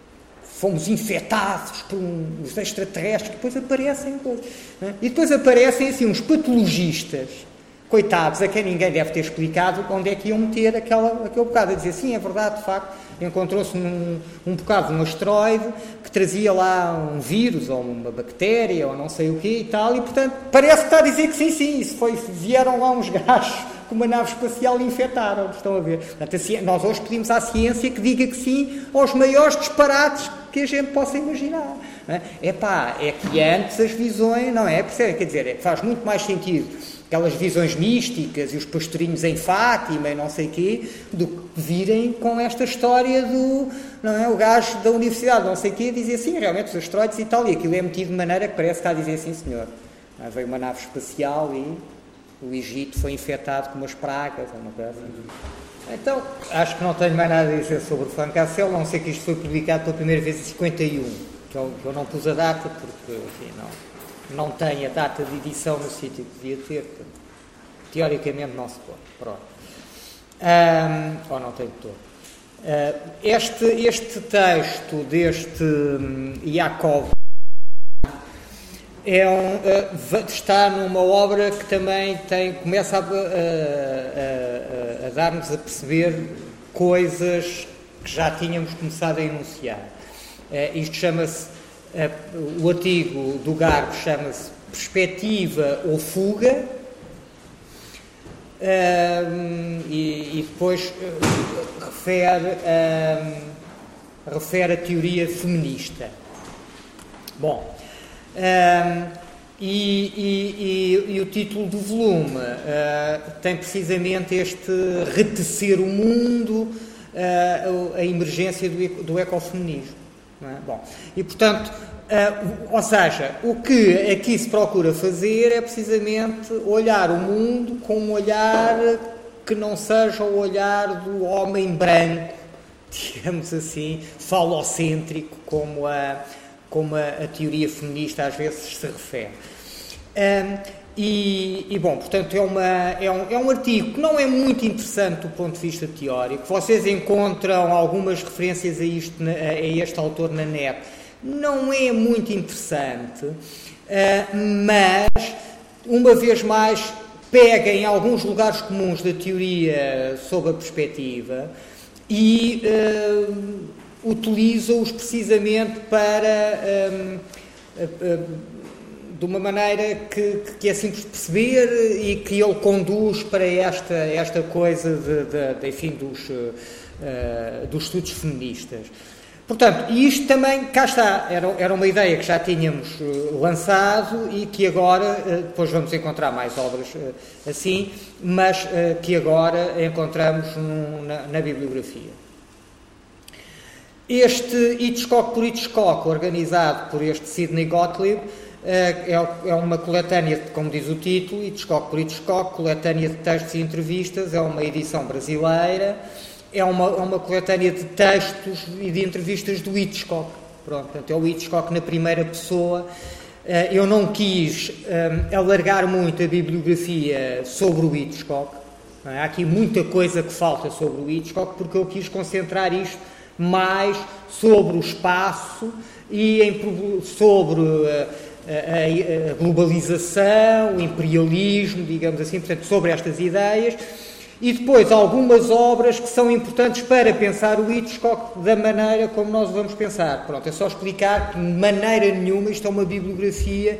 Fomos infectados por uns extraterrestres, que depois aparecem coisas. Não é? E depois aparecem assim uns patologistas, coitados, a quem ninguém deve ter explicado onde é que iam meter aquela, aquele bocado. A dizer, sim, é verdade, de facto, encontrou-se um, um bocado de um asteroide que trazia lá um vírus, ou uma bactéria, ou não sei o quê e tal, e portanto, parece que está a dizer que sim, sim, isso foi, vieram lá uns gajos com uma nave espacial e infectaram, estão a ver? Portanto, a ciência, nós hoje pedimos à ciência que diga que sim aos maiores disparates que a gente possa imaginar. Não é? Epá, é que antes as visões, não é? Percebem? Quer dizer, faz muito mais sentido aquelas visões místicas e os pastorinhos em Fátima e não sei o quê, do que virem com esta história do, não é? O gajo da universidade, não sei o quê, dizer assim, realmente os asteroides e tal, e aquilo é metido de maneira que parece que está a dizer assim, senhor, não é? Veio uma nave espacial e o Egito foi infectado com umas pragas, ou uma coisa assim. Então, acho que não tenho mais nada a dizer sobre o Fracassel, não sei que isto foi publicado pela primeira vez em cinquenta e um, que eu, que eu não pus a data, porque, enfim, não, não tem a data de edição no sítio que devia ter, portanto, teoricamente não se pode, pronto. Um, ou não tem de todo. Uh, este, este texto deste um, Yakov é um, uh, está numa obra que também tem, começa a, a, a, a dar-nos a perceber coisas que já tínhamos começado a enunciar. Uh, isto chama-se, uh, o artigo do Garbo chama-se Perspectiva ou Fuga, uh, e, e depois uh, refere, uh, refere a teoria feminista. Bom, Um, e, e, e, e o título do volume uh, tem precisamente este retecer o mundo, uh, a emergência do, do ecofeminismo. Não é? Bom, e portanto, uh, ou seja, o que aqui se procura fazer é precisamente olhar o mundo com um olhar que não seja o olhar do homem branco, digamos assim, falocêntrico, como a como a, a teoria feminista às vezes se refere. Um, e, e, bom, portanto, é, uma, é, um, é um artigo que não é muito interessante do ponto de vista teórico. Vocês encontram algumas referências a, isto, a, a este autor na net. Não é muito interessante, uh, mas, uma vez mais, pega em alguns lugares comuns da teoria sob a perspectiva e uh, utiliza-os precisamente para, um, uh, uh, de uma maneira que, que é simples de perceber e que ele conduz para esta, esta coisa de, de, de, enfim, dos, uh, dos estudos feministas. Portanto, e isto também, cá está, era, era uma ideia que já tínhamos uh, lançado e que agora, uh, depois vamos encontrar mais obras uh, assim, mas uh, que agora encontramos num, na, na bibliografia. Este Hitchcock por Hitchcock, organizado por este Sidney Gottlieb, uh, é, é uma coletânea, como diz o título, Hitchcock por Hitchcock, coletânea de textos e entrevistas, é uma edição brasileira. É uma, uma coletânea de textos e de entrevistas do Hitchcock. Pronto, portanto, é o Hitchcock na primeira pessoa. Eu não quis um, alargar muito a bibliografia sobre o Hitchcock. Não é? Há aqui muita coisa que falta sobre o Hitchcock, porque eu quis concentrar isto mais sobre o espaço e em, sobre a, a, a globalização, o imperialismo, digamos assim, portanto, sobre estas ideias. E depois algumas obras que são importantes para pensar o Hitchcock da maneira como nós vamos pensar. Pronto, é só explicar que de maneira nenhuma isto é uma bibliografia,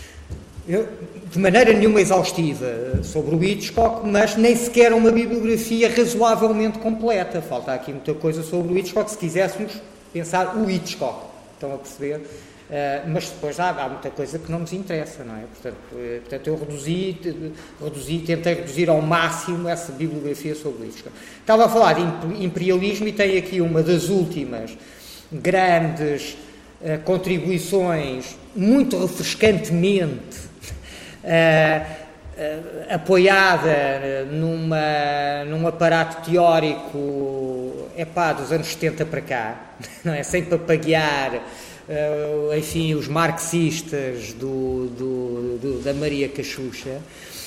de maneira nenhuma exaustiva sobre o Hitchcock, mas nem sequer uma bibliografia razoavelmente completa. Falta aqui muita coisa sobre o Hitchcock, se quiséssemos pensar o Hitchcock. Estão a perceber? Uh, mas depois há, há muita coisa que não nos interessa, não é? Portanto, uh, portanto eu reduzi, reduzi, tentei reduzir ao máximo essa bibliografia sobre o Hitchcock. Estava a falar de imperialismo e tem aqui uma das últimas grandes uh, contribuições, muito refrescantemente uh, uh, apoiada numa, num aparato teórico epá, dos anos setenta para cá, não é? Sem papaguear. Uh, enfim, os marxistas do, do, do, da Maria Cachucha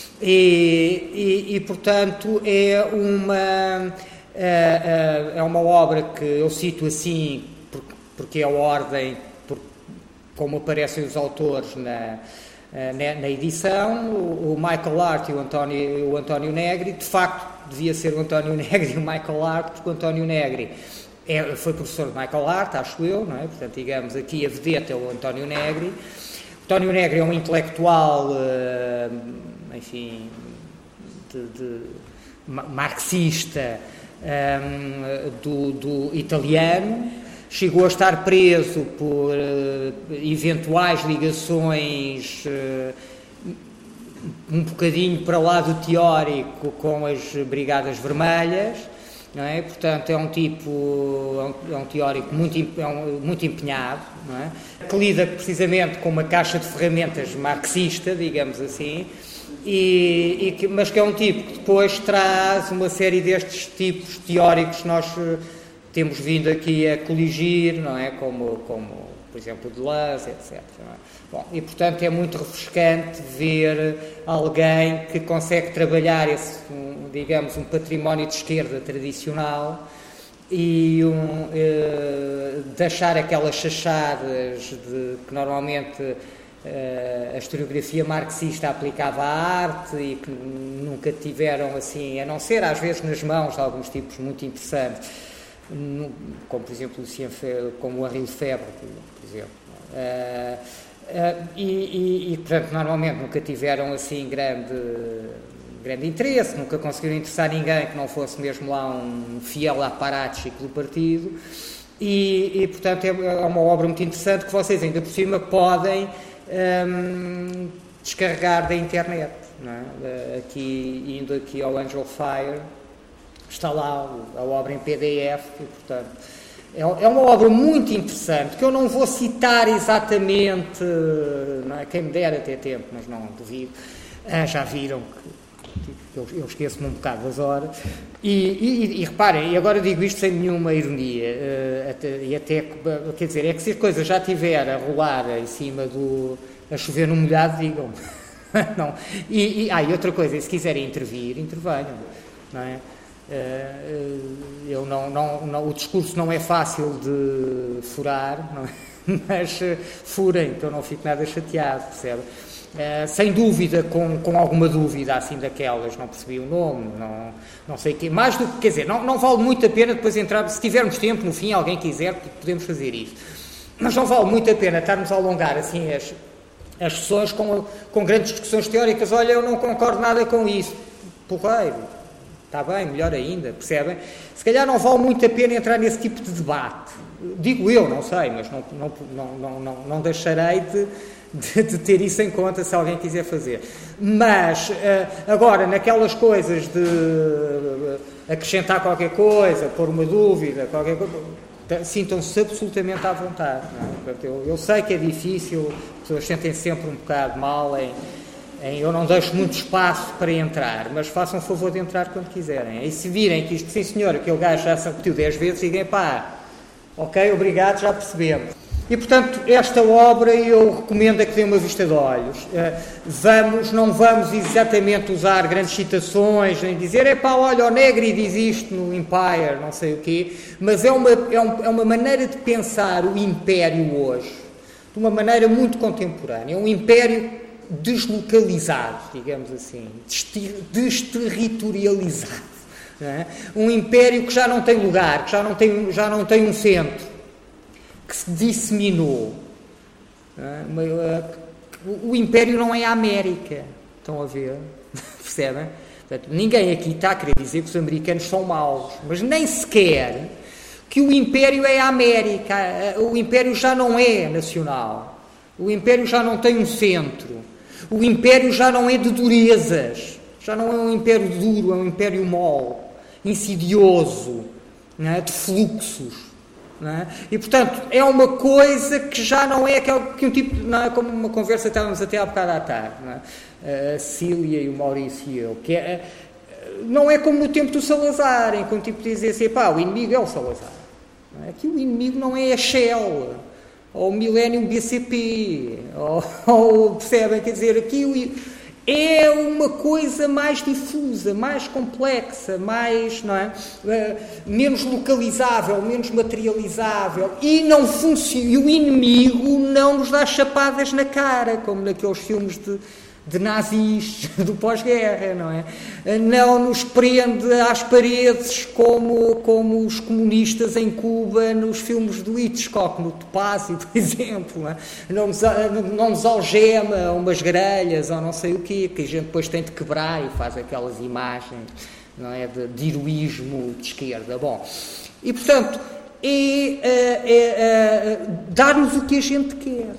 e, e, e portanto é uma é, é uma obra que eu cito assim porque, porque é a ordem por, como aparecem os autores na, na, na edição, o, o Michael Hart e o António, o António Negri. De facto devia ser o António Negri e o Michael Hart, porque o António Negri É, foi professor de Michael Hart, acho eu, não é? Portanto, digamos, aqui a vedeta é o António Negri. O António Negri é um intelectual, uh, enfim, de, de, marxista um, do, do italiano. Chegou a estar preso por uh, eventuais ligações uh, um bocadinho para lá do teórico com as Brigadas Vermelhas. Não é? Portanto, é um tipo, é um, é um teórico muito, é um, muito empenhado, não é? Que lida precisamente com uma caixa de ferramentas marxista, digamos assim, e, e que, mas que é um tipo que depois traz uma série destes tipos teóricos que nós temos vindo aqui a coligir, não é? Como, como por exemplo, Deleuze, etcétera. Não é? Bom, e, portanto, é muito refrescante ver alguém que consegue trabalhar esse, um, digamos, um património de esquerda tradicional e um, eh, deixar aquelas chachadas de, que normalmente eh, a historiografia marxista aplicava à arte e que nunca tiveram, assim, a não ser às vezes nas mãos de alguns tipos muito interessantes, como, por exemplo, Lucien Febvre, como o Henri Lefebvre, por exemplo. Uh, uh, e, e, e, portanto, normalmente nunca tiveram, assim, grande, grande interesse, nunca conseguiram interessar ninguém que não fosse mesmo lá um fiel aparático do partido. E, e, portanto, é, é uma obra muito interessante que vocês, ainda por cima, podem um, descarregar da internet. Não é? Aqui, indo aqui ao Angel Fire, está lá a obra em P D F e, portanto, é uma obra muito interessante, que eu não vou citar exatamente, não é? Quem me dera ter tempo, mas não duvido. Ah, já viram que, que eu, eu esqueço-me um bocado das horas. E, e, e reparem, e agora digo isto sem nenhuma ironia, uh, até, e até, quer dizer, é que se a coisa já estiver a rolar em cima do... a chover no molhado, digam-me. Não. E, e, ah, e outra coisa, se quiserem intervir, intervenham, não é? Eu não, não, não, o discurso não é fácil de furar, não é? Mas furem, então não fico nada chateado, percebe? Uh, sem dúvida, com, com alguma dúvida, assim, daquelas, não percebi o nome, não, não sei o quê, mais do que, quer dizer, não, não vale muito a pena depois entrar, se tivermos tempo, no fim, alguém quiser, podemos fazer isso, mas não vale muito a pena estarmos a alongar, assim, as, as sessões com, com grandes discussões teóricas. Olha, eu não concordo nada com isso, porreiro, está bem, melhor ainda, percebem? Se calhar não vale muito a pena entrar nesse tipo de debate, digo eu, não sei, mas não, não, não, não, não, não deixarei de De, de ter isso em conta se alguém quiser fazer. Mas, uh, agora, naquelas coisas de uh, acrescentar qualquer coisa, pôr uma dúvida, qualquer coisa, sintam-se absolutamente à vontade. Não é? Portanto, eu, eu sei que é difícil, as pessoas sentem sempre um bocado mal em, em eu não deixo muito espaço para entrar, mas façam o favor de entrar quando quiserem. E se virem que isto, sim senhor, aquele gajo já se repetiu dez vezes, digam, pá, ok, obrigado, já percebemos. E, portanto, esta obra eu recomendo é que dê uma vista de olhos. Uh, vamos, não vamos exatamente usar grandes citações, nem dizer, epá, olha, o Negri diz isto no Empire, não sei o quê, mas é uma, é, um, é uma maneira de pensar o Império hoje, de uma maneira muito contemporânea. É um Império deslocalizado, digamos assim, desterritorializado. Não é? Um Império que já não tem lugar, que já não tem, já não tem um centro, que se disseminou. O Império não é a América. Estão a ver? Percebem? Portanto, ninguém aqui está a querer dizer que os americanos são maus, mas nem sequer que o Império é a América. O Império já não é nacional. O Império já não tem um centro. O Império já não é de durezas. Já não é um Império duro, é um Império mole, insidioso, não é? De fluxos. Não é? E, portanto, é uma coisa que já não é aquele, que um tipo, não é como uma conversa que estávamos até há bocado à tarde, não é? A Cília e o Maurício e eu, que é, não é como no tempo do Salazar, em que um tipo dizia assim, pá, o inimigo é o Salazar. Não é? Aqui o inimigo não é a Shell, ou o Millennium B C P, ou, ou percebem, quer dizer, aqui o... é uma coisa mais difusa, mais complexa, mais, não é? Uh, menos localizável, menos materializável, e, não funciona, e o inimigo não nos dá chapadas na cara, como naqueles filmes de, de nazis do pós-guerra, não é? Uh, não nos prende às paredes como, como os comunistas em Cuba nos filmes do Hitchcock, no Topázio, por exemplo, não é? Não nos, não nos algema umas grelhas ou não sei o quê, que a gente depois tem de quebrar e faz aquelas imagens, não é, de, de heroísmo de esquerda. Bom, e portanto é, é, é, é dar-nos o que a gente quer.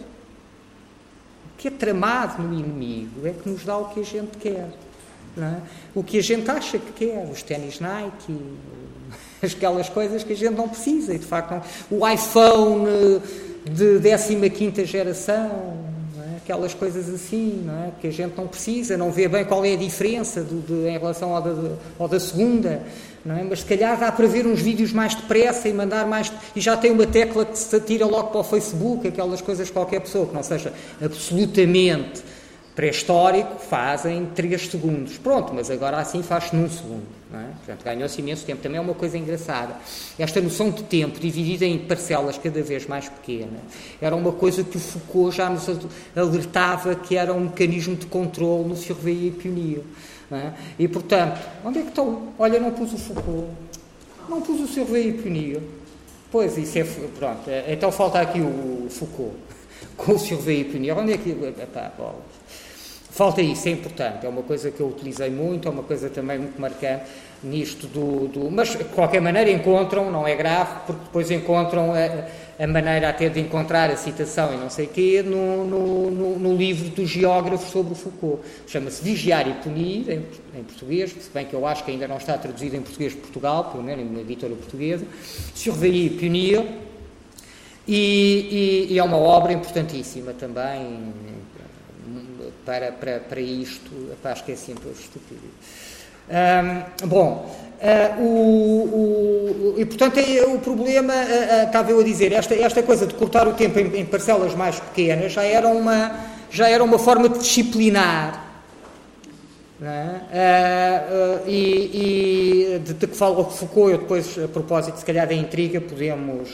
O que é tramado no inimigo é que nos dá o que a gente quer, não é? O que a gente acha que quer, os ténis Nike, aquelas coisas que a gente não precisa, e de facto não, o iPhone de décima quinta geração, não é? Aquelas coisas assim, não é? Que a gente não precisa, não vê bem qual é a diferença do, de, em relação ao da, ao da segunda, não é? Mas se calhar dá para ver uns vídeos mais depressa e mandar mais, e já tem uma tecla que se atira logo para o Facebook, aquelas coisas que qualquer pessoa que não seja absolutamente pré-histórico faz em três segundos. Pronto, mas agora assim faz-se num segundo, não é? Portanto, ganhou-se imenso tempo. Também é uma coisa engraçada. Esta noção de tempo, dividida em parcelas cada vez mais pequenas, era uma coisa que o Foucault já nos alertava que era um mecanismo de controle no Surveiller e Punir. Não é? E, portanto, onde é que estão? Olha, não pus o Foucault, não pus o Surveiller e Punir. Pois, isso é... Pronto, então falta aqui o Foucault, com o Surveiller e Punir. Onde é que... Epá, bolas. Falta isso, é importante, é uma coisa que eu utilizei muito, é uma coisa também muito marcante nisto do... do mas, de qualquer maneira, encontram, não é grave, porque depois encontram a, a maneira até de encontrar a citação e não sei o quê no, no, no, no livro dos geógrafos sobre o Foucault. Chama-se Vigiar e Punir, em, em português, se bem que eu acho que ainda não está traduzido em português de Portugal, pelo menos em uma editora portuguesa. Surveiller e Punir, e, e, e é uma obra importantíssima também... Para, para, para isto, para acho que é sempre estúpido. Um, bom, uh, o, o, e portanto é, o problema, uh, uh, estava eu a dizer, esta, esta coisa de cortar o tempo em, em parcelas mais pequenas já era uma, já era uma forma de disciplinar, não é? uh, uh, e, e de, de que fala o Foucault, eu depois, a propósito, se calhar da intriga, podemos...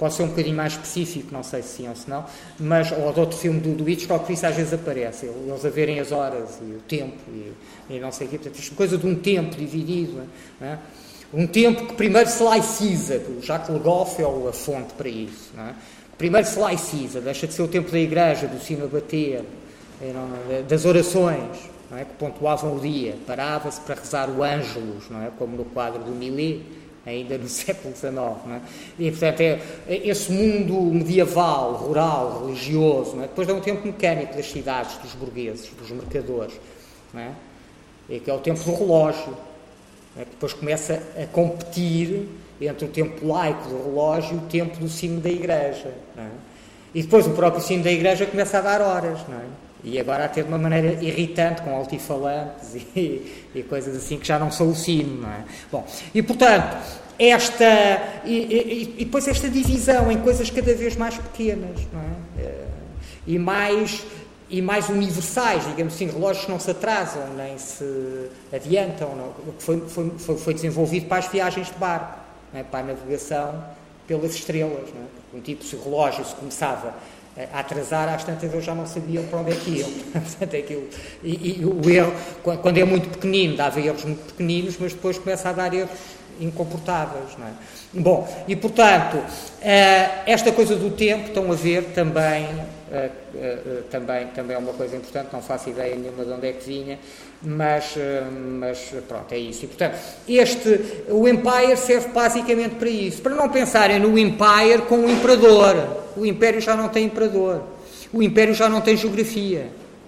pode ser um bocadinho mais específico, não sei se sim ou se não, mas, ou de outro filme do, do Hitchcock, por isso às vezes aparece, eles a verem as horas e o tempo e, e não sei o quê, portanto, isto é coisa de um tempo dividido, não é? Um tempo que primeiro se laiciza, o Jacques Le Goff é a fonte para isso, não é? Primeiro se laiciza, deixa de ser o tempo da igreja, do sino a bater, não, das orações, não é? Que pontuavam o dia, parava-se para rezar o Ângelus, não é? Como no quadro do Millet, ainda no século dezenove, não é? E, portanto, é, é esse mundo medieval, rural, religioso, não é? Depois dá um tempo mecânico das cidades, dos burgueses, dos mercadores, não é? E que é o tempo do relógio, não é? Que depois começa a competir entre o tempo laico do relógio e o tempo do sino da igreja, não é? E depois o próprio sino da igreja começa a dar horas, não é? E agora até de uma maneira irritante, com altifalantes e, e coisas assim que já não são o sino, não é? Bom, e portanto, esta, e, e, e depois esta divisão em coisas cada vez mais pequenas, não é? E mais, e mais universais, digamos assim, relógios que não se atrasam, nem se adiantam, não? O que foi, foi, foi, foi desenvolvido para as viagens de barco, não é? Para a navegação pelas estrelas, não é? Um tipo, se o relógio se começava a atrasar, às tantas eu já não sabia para onde é que iam. Portanto, aquilo, e, e o erro, quando é muito pequenino, dava erros muito pequeninos, mas depois começa a dar erros incomportáveis, não é? Bom, e portanto, esta coisa do tempo, estão a ver, também, também, também é uma coisa importante, não faço ideia nenhuma de onde é que vinha, mas, mas pronto, é isso. E portanto, este, o Empire serve basicamente para isso, para não pensarem no Empire com o imperador. O Império já não tem imperador. O Império já não tem geografia.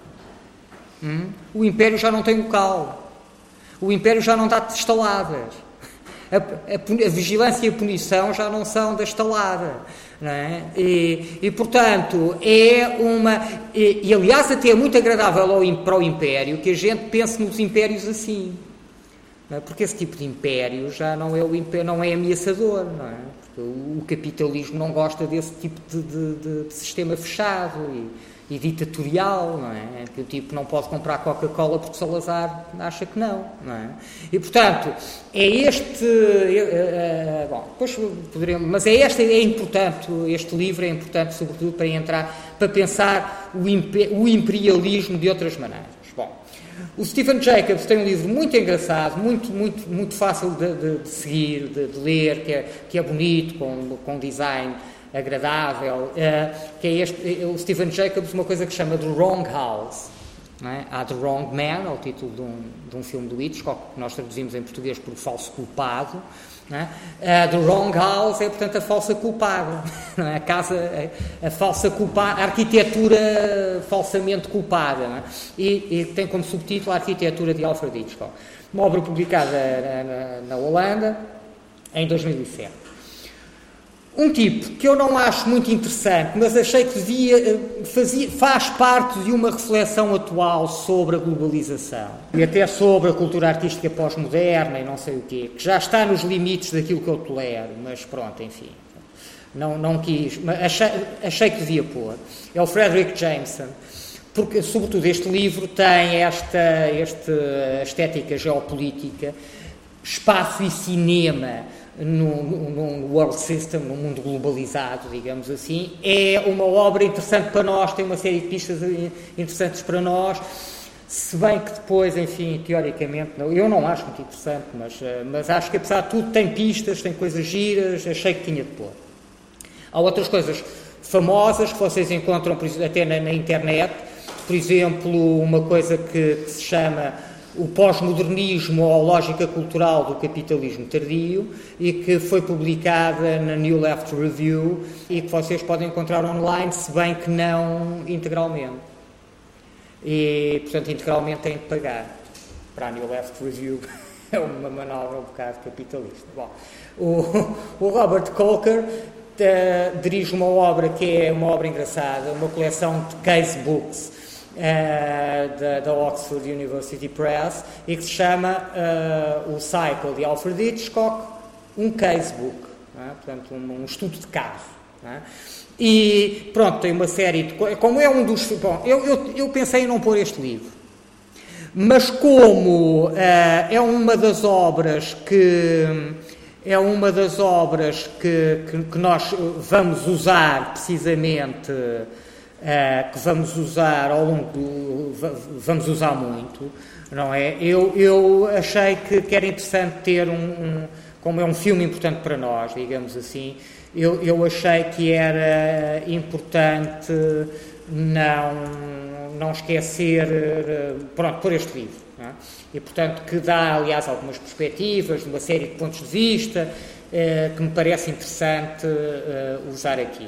Hum? O Império já não tem local. O Império já não dá estaladas. A, a, a vigilância e a punição já não são da estalada. Não é? e, e, portanto, é uma... E, e, aliás, até é muito agradável ao, para o Império que a gente pense nos impérios assim. Não é? Porque esse tipo de império já não é, o império, não é ameaçador, não é? O capitalismo não gosta desse tipo de, de, de, de sistema fechado e, e ditatorial, não é? Que o tipo não pode comprar Coca-Cola porque Salazar acha que não, não é? E, portanto, é este... É, é, bom, depois poderemos... Mas é este, é importante, este livro é importante, sobretudo, para entrar, para pensar o, imper, o imperialismo de outras maneiras. Bom, o Stephen Jacobs tem um livro muito engraçado, muito, muito, muito fácil de, de, de seguir, de, de ler, que é, que é bonito, com, com design agradável, uh, que é este, o Stephen Jacobs, uma coisa que chama The Wrong House. Não é? Há The Wrong Man, é o título de um, de um filme do Hitchcock, que nós traduzimos em português por O Falso Culpado. Não é? Uh, the Wrong House é, portanto, a falsa culpada. Não é? A casa, a, a falsa culpada, a arquitetura falsamente culpada. Não é? e, e tem como subtítulo A Arquitetura de Alfred Hitchcock. Uma obra publicada na, na, na Holanda em dois mil e sete. Um tipo que eu não acho muito interessante, mas achei que devia, fazia, faz parte de uma reflexão atual sobre a globalização e até sobre a cultura artística pós-moderna e não sei o quê, que já está nos limites daquilo que eu tolero, mas pronto, enfim, não, não quis, mas achei, achei que devia pôr. É o Frederick Jameson, porque, sobretudo, este livro tem esta, esta estética geopolítica, espaço e cinema, No, no, no world system, no mundo globalizado, digamos assim. É uma obra interessante para nós, tem uma série de pistas interessantes para nós, se bem que depois, enfim, teoricamente, não, eu não acho muito interessante, mas, mas acho que apesar de tudo tem pistas, tem coisas giras, achei que tinha de pôr. Há outras coisas famosas que vocês encontram até na, na internet, por exemplo, uma coisa que, que se chama o pós-modernismo ou a lógica cultural do capitalismo tardio e que foi publicada na New Left Review e que vocês podem encontrar online, se bem que não integralmente. E, portanto, integralmente têm de pagar para a New Left Review. É uma manobra um bocado capitalista. Bom, o, o Robert Colker uh, dirige uma obra que é uma obra engraçada, uma coleção de casebooks Uh, da, da Oxford University Press e que se chama uh, o Cycle de Alfred Hitchcock, um casebook, não é? Portanto um, um estudo de caso, não é? E pronto, tem uma série de coisas, como é um dos... Bom, eu, eu, eu pensei em não pôr este livro, mas como uh, é uma das obras que é uma das obras que, que, que nós vamos usar precisamente, uh, que vamos usar ao longo do, vamos usar muito, não é? Eu, eu achei que, que era interessante ter um, um, como é um filme importante para nós, digamos assim, eu, eu achei que era importante não, não esquecer, pronto, por este livro. Não é? E, portanto, que dá, aliás, algumas perspectivas, uma série de pontos de vista, eh, que me parece interessante eh, usar aqui.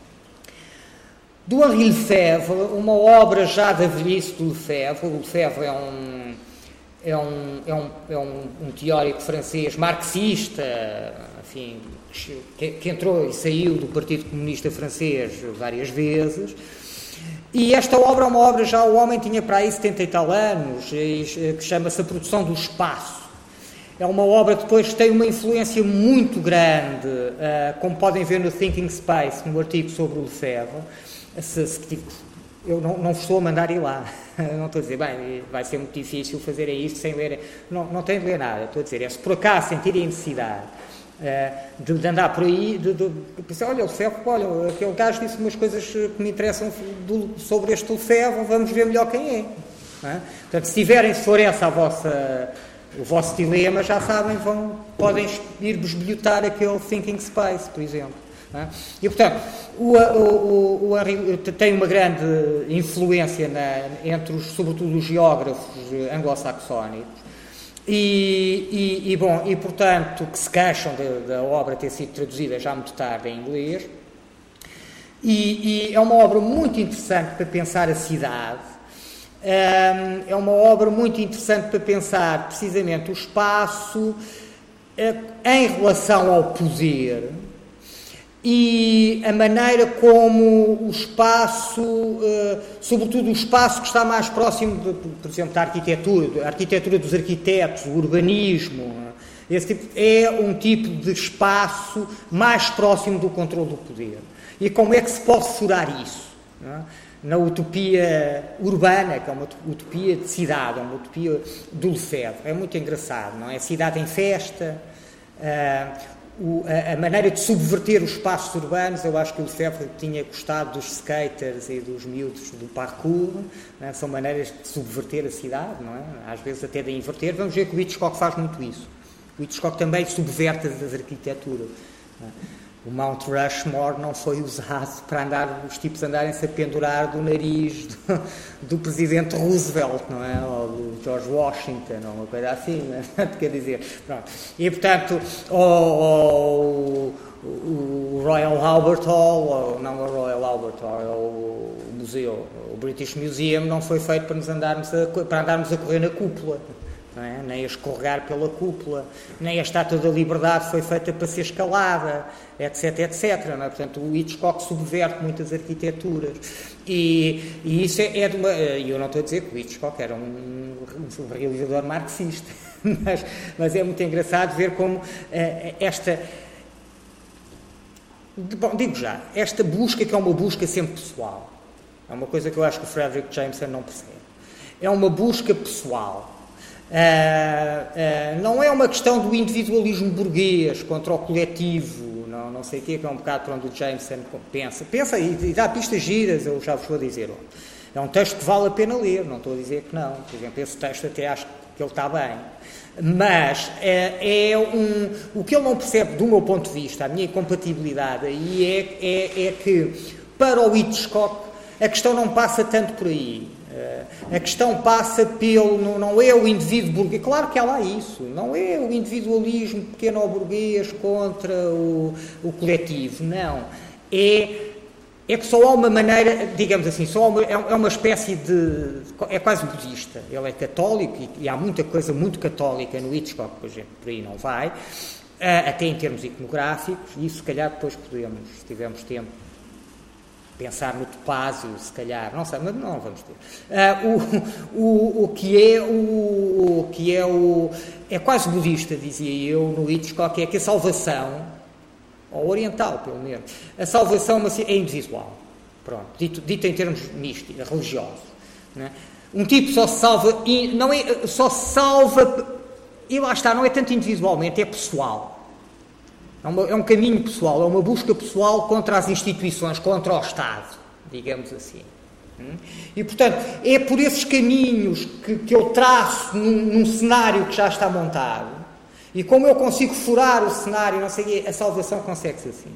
Do Henri Lefebvre, uma obra já da velhice do Lefebvre. O Lefebvre é um, é um, é um, é um, um teórico francês marxista, enfim, que, que entrou e saiu do Partido Comunista Francês várias vezes. E esta obra é uma obra, já o homem tinha para aí setenta e tal anos, que chama-se A Produção do Espaço. É uma obra que depois tem uma influência muito grande, como podem ver no Thinking Space, no artigo sobre o Lefebvre. Se, se, eu não, não vos estou a mandar ir lá, não estou a dizer, bem, vai ser muito difícil fazer isto sem ler, não, não tenho de ler nada, estou a dizer, é se por acaso sentirem necessidade De, de andar por aí, de, de, de pensar, olha, o Lefebvre, olha, aquele gajo disse umas coisas que me interessam do, sobre este Lefebvre, vamos ver melhor quem é. Não é? Portanto, se tiverem, se for essa a vossa, o vosso dilema, já sabem, vão, podem ir besbilhotar aquele Thinking Space, por exemplo. Não é? E, portanto, o, o, o Henri tem uma grande influência na, entre, os, sobretudo, os geógrafos anglo-saxónicos. E, e, e, bom, e, portanto, que se queixam da obra ter sido traduzida já muito tarde em inglês. E, e é uma obra muito interessante para pensar a cidade. Um, é uma obra muito interessante para pensar, precisamente, o espaço uh, em relação ao poder e a maneira como o espaço, uh, sobretudo o espaço que está mais próximo, de, por exemplo, da arquitetura, a arquitetura dos arquitetos, o urbanismo, esse tipo, é um tipo de espaço mais próximo do controle do poder. E como é que se pode furar isso? Não é? Na utopia urbana, que é uma utopia de cidade, é uma utopia do Lefebvre. É muito engraçado, não é? A cidade em festa, uh, O, a, a maneira de subverter os espaços urbanos. Eu acho que o Lefebvre tinha gostado dos skaters e dos miúdos do parkour, não é? São maneiras de subverter a cidade, não é? Às vezes até de inverter. Vamos ver que o Hitchcock faz muito isso. O Hitchcock também subverte as arquiteturas. Não é? O Mount Rushmore não foi usado para andar, os tipos andarem-se a pendurar do nariz do, do presidente Roosevelt, não é? Ou do George Washington, ou uma coisa assim, não é? Quer dizer, pronto. E, portanto, o, o, o Royal Albert Hall, ou, não o Royal Albert Hall, é o museu, o British Museum, não foi feito para, nos andarmos a, para andarmos a correr na cúpula. Não é? Nem a escorregar pela cúpula, nem a Estátua da Liberdade foi feita para ser escalada, etc, etcétera. Não é? Portanto, o Hitchcock subverte muitas arquiteturas. E, e isso é, é de uma... E eu não estou a dizer que o Hitchcock era um, um realizador marxista, mas, mas é muito engraçado ver como uh, esta... Bom, digo já, esta busca, que é uma busca sempre pessoal, é uma coisa que eu acho que o Frederick Jameson não percebe. É uma busca pessoal. Uh, uh, não é uma questão do individualismo burguês contra o coletivo, não, não sei o quê, que é um bocado para onde o Jameson pensa. Pensa e, e dá pistas giras, eu já vos vou dizer. É um texto que vale a pena ler, não estou a dizer que não. Por exemplo, esse texto até acho que ele está bem. Mas é, é um, o que ele não percebe, do meu ponto de vista, a minha incompatibilidade aí é, é, é que, para o Hitchcock, a questão não passa tanto por aí. A questão passa pelo... Não é o indivíduo burguês. Claro que há lá isso. Não é o individualismo pequeno burguês contra o, o coletivo. Não. É, é que só há uma maneira, digamos assim, só há uma, é uma espécie de... É quase budista. Ele é católico e, e há muita coisa muito católica no Hitchcock, por exemplo, por aí não vai. Até em termos iconográficos. E isso, se calhar, depois podemos, se tivermos tempo, pensar no Topázio, se calhar, não sei, mas não vamos ter. Uh, o, o, o que é o, o que é o é quase budista, dizia eu, no Hitchcock, é que a salvação, ou oriental, pelo menos, a salvação é individual. Pronto, dito, dito em termos místicos, religiosos. Né? Um tipo só se salva, não é, só se salva, e lá está, não é tanto individualmente, é pessoal. É, uma, é um caminho pessoal, é uma busca pessoal contra as instituições, contra o Estado, digamos assim. E, portanto, é por esses caminhos que, que eu traço num, num cenário que já está montado, e como eu consigo furar o cenário, não sei, a salvação consegue-se assim.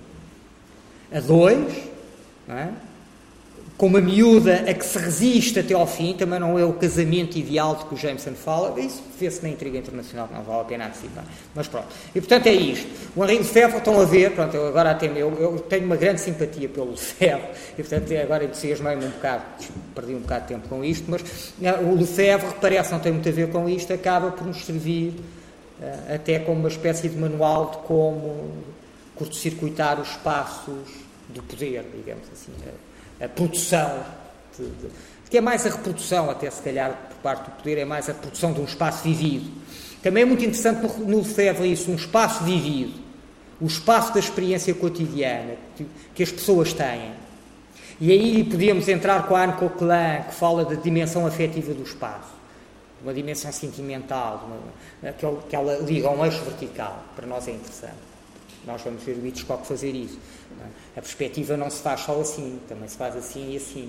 A dois, não é? Com uma miúda a que se resiste até ao fim, também não é o casamento ideal de que o Jameson fala, isso vê-se na intriga internacional, não vale a pena antecipar, mas pronto. E portanto é isto. O Henri Lefebvre, estão a ver, pronto, eu agora até eu, eu tenho uma grande simpatia pelo Lefebvre, e portanto agora entusiasmei-me um bocado, perdi um bocado de tempo com isto, mas o Lefebvre parece não ter muito a ver com isto, acaba por nos servir uh, até como uma espécie de manual de como curto-circuitar os espaços do poder, digamos assim, a, a produção, de, de, que é mais a reprodução, até se calhar por parte do poder, é mais a produção de um espaço vivido. Também é muito interessante no, no Lefebvre isso, um espaço vivido, o espaço da experiência cotidiana que, que as pessoas têm. E aí podíamos entrar com a Anne Coquelin, que fala da dimensão afetiva do espaço, uma dimensão sentimental, uma, que, que ela liga a um eixo vertical, para nós é interessante. Nós vamos ver o Hitchcock fazer isso. A perspectiva não se faz só assim, também se faz assim e assim.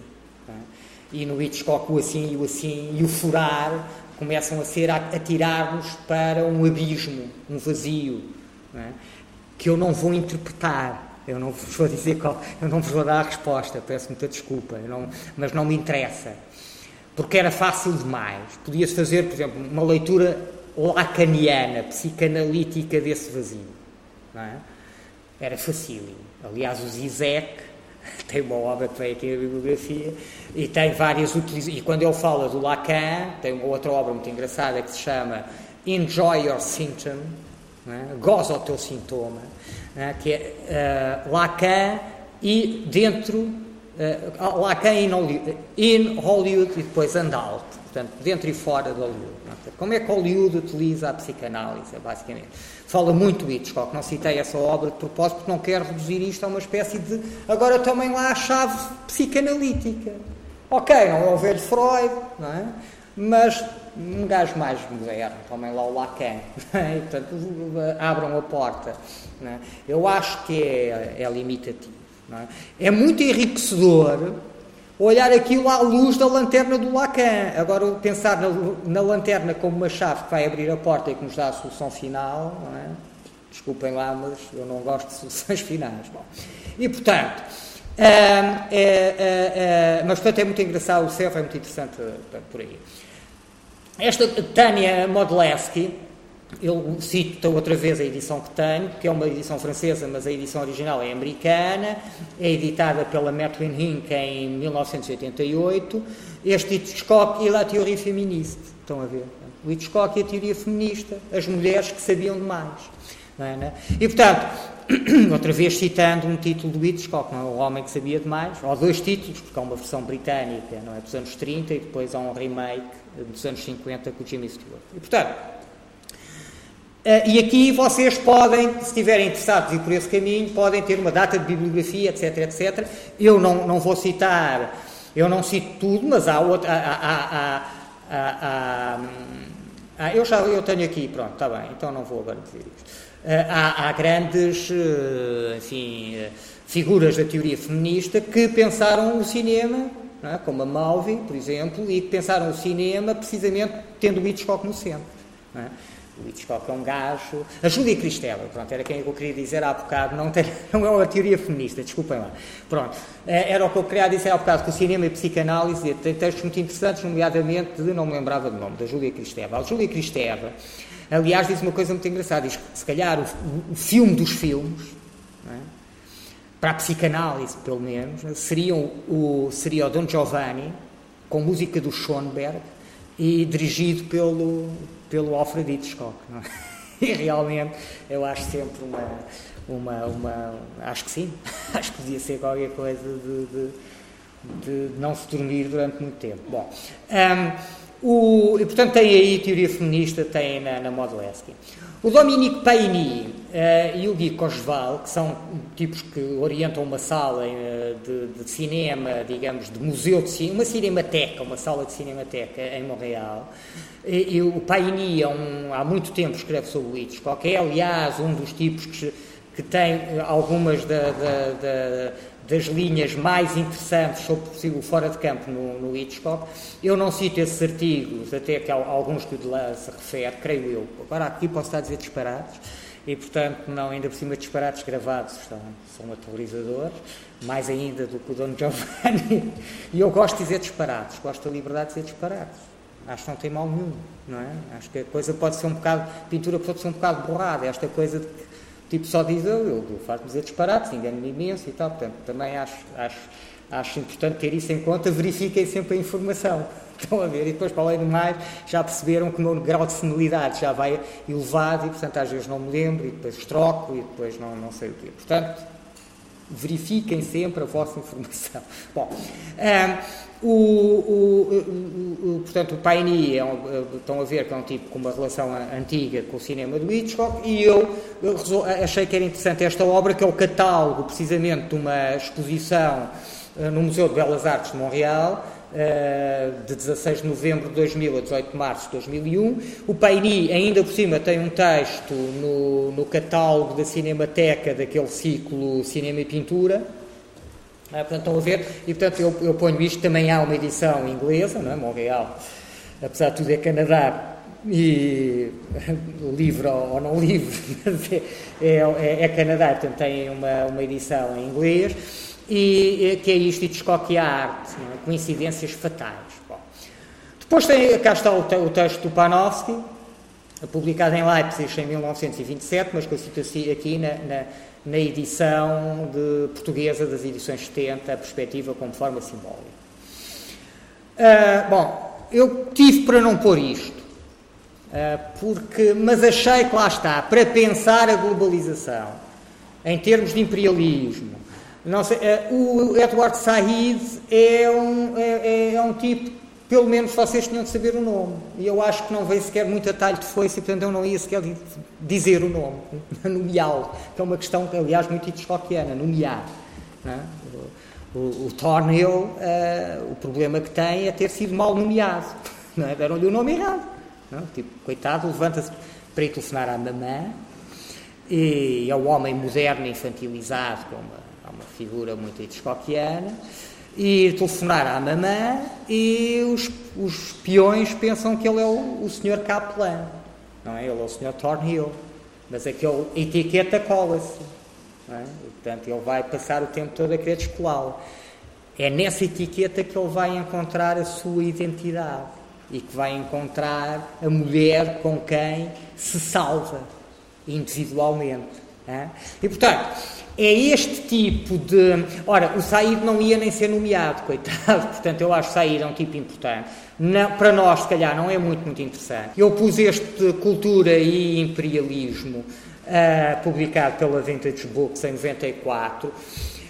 E no Hitchcock o assim e o assim e o furar começam a ser a, a tirar-nos para um abismo, um vazio, não é? Que eu não vou interpretar. Eu não vos vou dizer qual, eu não vos vou dar a resposta, peço muita desculpa, eu não, mas não me interessa. Porque era fácil demais. Podia-se fazer, por exemplo, uma leitura lacaniana, psicanalítica desse vazio. Não é? Era facílimo. Aliás, o Zizek tem uma obra que vem aqui na bibliografia e tem várias utilizações. E quando ele fala do Lacan, tem uma outra obra muito engraçada que se chama Enjoy Your Symptom, é? Goza o teu sintoma, é? Que é uh, Lacan e dentro, uh, Lacan in Hollywood, in Hollywood e depois and out, portanto, dentro e fora de Hollywood. Como é que Hollywood utiliza a psicanálise, basicamente? Fala muito Hitchcock, não citei essa obra de propósito porque não quero reduzir isto a uma espécie de... Agora também lá a chave psicanalítica. Ok, não é o velho Freud, não é? Mas um gajo mais moderno, também lá o Lacan, não é? E, portanto, abram a porta. Não é? Eu acho que é, é limitativo. Não é? É muito enriquecedor olhar aquilo à luz da lanterna do Lacan. Agora, pensar na, na lanterna como uma chave que vai abrir a porta e que nos dá a solução final, não é? Desculpem lá, mas eu não gosto de soluções finais. Bom, e, portanto, é, é, é, mas, portanto, é muito engraçado, o Lefebvre é muito interessante portanto, por aí. Esta Tânia Modlewski, eu cito outra vez a edição que tenho, que é uma edição francesa, mas a edição original é americana, é editada pela Madeline Hink em mil novecentos e oitenta e oito. Este Hitchcock e a teoria feminista, estão a ver? O Hitchcock e a teoria feminista, as mulheres que sabiam demais. Não é, não é? E, portanto, outra vez citando um título do Hitchcock, não é? O Homem que Sabia Demais, ou dois títulos, porque há uma versão britânica, não é? Dos anos trinta, e depois há um remake dos anos cinquenta com o Jimmy Stewart. E, portanto, Uh, e aqui vocês podem, se estiverem interessados em ir por esse caminho, podem ter uma data de bibliografia, etc, etcétera. Eu não, não vou citar, eu não cito tudo, mas há outra, há, há, há, há, há, eu já eu tenho aqui, pronto, está bem, então não vou agora dizer isto. Uh, há, há grandes, uh, enfim, uh, figuras da teoria feminista que pensaram o cinema, não é? Como a Mulvey, por exemplo, e que pensaram o cinema precisamente tendo o Hitchcock no centro, não é? O Hitchcock é um gajo... A Júlia Kristeva, pronto, era quem eu queria dizer há bocado, não, tem, não é uma teoria feminista, desculpem lá. Pronto, era o que eu queria dizer há bocado, que o cinema e a psicanálise tem textos muito interessantes, nomeadamente de, não me lembrava do nome, da Júlia Kristeva. A Júlia Kristeva, aliás, diz uma coisa muito engraçada, diz que se calhar o, o, o filme dos filmes, não é? Para a psicanálise, pelo menos, seria o, seria o Don Giovanni, com música do Schoenberg, e dirigido pelo... pelo Alfred Hitchcock, não é? E realmente eu acho sempre uma, uma, uma acho que sim, acho que podia ser qualquer coisa de, de, de não se dormir durante muito tempo. Bom, um, o, e portanto tem aí teoria feminista, tem na, na Modlewski. O Dominique Paigny uh, e o Guy Cocheval, que são tipos que orientam uma sala uh, de, de cinema, digamos, de museu de cinema, uma cinemateca, uma sala de cinemateca em Montreal. E, e o Paigny, há, um, há muito tempo, escreve sobre o Hitchcock, é, aliás, um dos tipos que, que tem algumas da, da, da, das linhas mais interessantes sobre o fora de campo no, no Hitchcock. Eu não cito esses artigos, até que há alguns que o Deleuze se refere, creio eu. Agora aqui posso estar a dizer disparados, e portanto, não, ainda por cima disparados gravados, são, são aterrorizadores, mais ainda do que o Dom Giovanni. E eu gosto de dizer disparados, gosto da liberdade de dizer disparados. Acho que não tem mal nenhum, não é? Acho que a coisa pode ser um bocado, a pintura pode ser um bocado borrada, esta coisa de que tipo só diz eu, eu faço-me dizer disparados, engano-me imenso e tal, portanto, também acho, acho, acho importante ter isso em conta, verifiquem sempre a informação, estão a ver, e depois, para além do mais, já perceberam que o meu grau de senilidade já vai elevado e, portanto, às vezes não me lembro e depois troco e depois não, não sei o quê. Portanto, verifiquem sempre a vossa informação. Bom, um, O, o, o, o, portanto, o Paini, é um, estão a ver que é um tipo com uma relação antiga com o cinema do Hitchcock, e eu, eu achei que era interessante esta obra, que é o catálogo, precisamente, de uma exposição uh, no Museu de Belas Artes de Montreal, uh, de dezasseis de novembro de dois mil a dezoito de março de dois mil e um. O Paini, ainda por cima, tem um texto no, no catálogo da Cinemateca, daquele ciclo Cinema e Pintura. Ah, portanto, estão a ver, e portanto eu, eu ponho isto, também há uma edição inglesa, não é? Montreal, apesar de tudo é Canadá, e o livro ou não livro, é, é, é Canadá, portanto tem uma, uma edição em inglês, e que é isto, Hitchcock e a arte, não é? Coincidências fatais. Bom, depois tem, cá está o, o texto do Panofsky, publicado em Leipzig em mil novecentos e vinte e sete, mas que eu cito aqui na, na na edição de, portuguesa das edições setenta, a perspectiva como forma simbólica. Uh, bom, eu tive para não pôr isto, uh, porque, mas achei que lá está, para pensar a globalização, em termos de imperialismo, não sei, uh, o Edward Said é um, é, é um tipo, pelo menos vocês tinham de saber o nome, e eu acho que não veio sequer muito atalho de foice, e portanto eu não ia sequer dizer o nome, nomeá-lo, que é uma questão, aliás, muito hitchcockiana, nomear. Não é? O, o, o Thornhill, uh, o problema que tem é ter sido mal nomeado, não é? Deram-lhe o nome errado, não é? Tipo, coitado, levanta-se para ir telefonar à mamã, e é o homem moderno infantilizado, que é uma, uma figura muito hitchcockiana, e telefonar à mamã, e os, os peões pensam que ele é o, o senhor Kaplan, não é? Ele é o senhor Thornhill, mas aquele etiqueta cola-se, não é? E, portanto, ele vai passar o tempo todo a querer descolá-lo. É nessa etiqueta que ele vai encontrar a sua identidade e que vai encontrar a mulher com quem se salva individualmente, não é? E, portanto, é este tipo de... Ora, o Said não ia nem ser nomeado, coitado, portanto eu acho que Said é um tipo importante. Não, para nós, se calhar, não é muito, muito interessante. Eu pus este Cultura e Imperialismo, uh, publicado pela Vintage Books em noventa e quatro. Uh,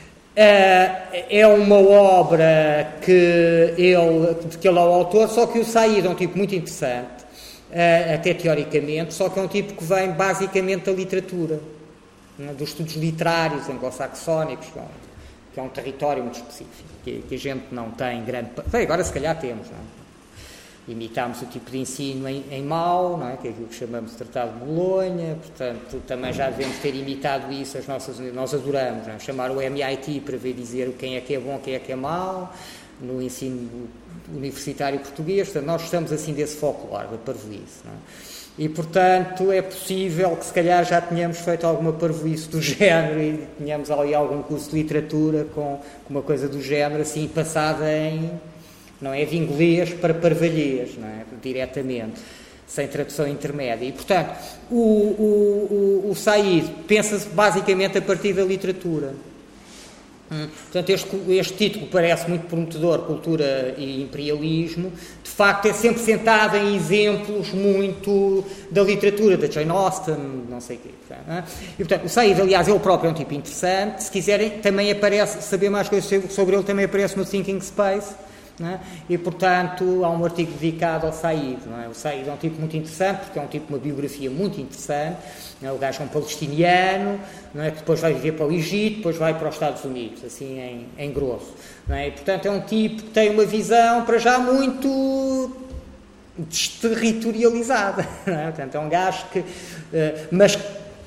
é uma obra que ele, que ele é o autor, só que o Said é um tipo muito interessante, uh, até teoricamente, só que é um tipo que vem basicamente da literatura, dos estudos literários anglo-saxónicos, que é um território muito específico, que, que a gente não tem grande... Bem, agora se calhar temos, não é? Imitámos o tipo de ensino em, em Mao, não é? Que é aquilo que chamamos de Tratado de Bolonha, portanto, também já devemos ter imitado isso, as nossas, nós adoramos, não é? Chamar o M I T para ver dizer quem é que é bom, quem é que é mau, no ensino universitário português, portanto, nós estamos assim desse folclore, da parvoíce, não é? E, portanto, é possível que se calhar já tenhamos feito alguma parvoíce do género e tenhamos ali algum curso de literatura com, com uma coisa do género, assim, passada em, não é, de inglês para parvalhês, não é, diretamente, sem tradução intermédia. E, portanto, o, o, o, o Said pensa-se basicamente a partir da literatura. Hum. Portanto, este, este título parece muito prometedor, Cultura e Imperialismo, de facto é sempre sentado em exemplos muito da literatura, da Jane Austen, não sei o quê. Não é? E, portanto, o Said, aliás, ele próprio é um tipo interessante, se quiserem, também aparece, saber mais coisas sobre ele, também aparece no Thinking Space, não é? E, portanto, há um artigo dedicado ao Said, não é? O Said é um tipo muito interessante, porque é um tipo com uma biografia muito interessante, não é? O gajo é um palestiniano, não é? Que depois vai viver para o Egito, depois vai para os Estados Unidos, assim em, em grosso, não é? E, portanto, é um tipo que tem uma visão, para já, muito desterritorializada, não é? Portanto, é um gajo que... Uh, mas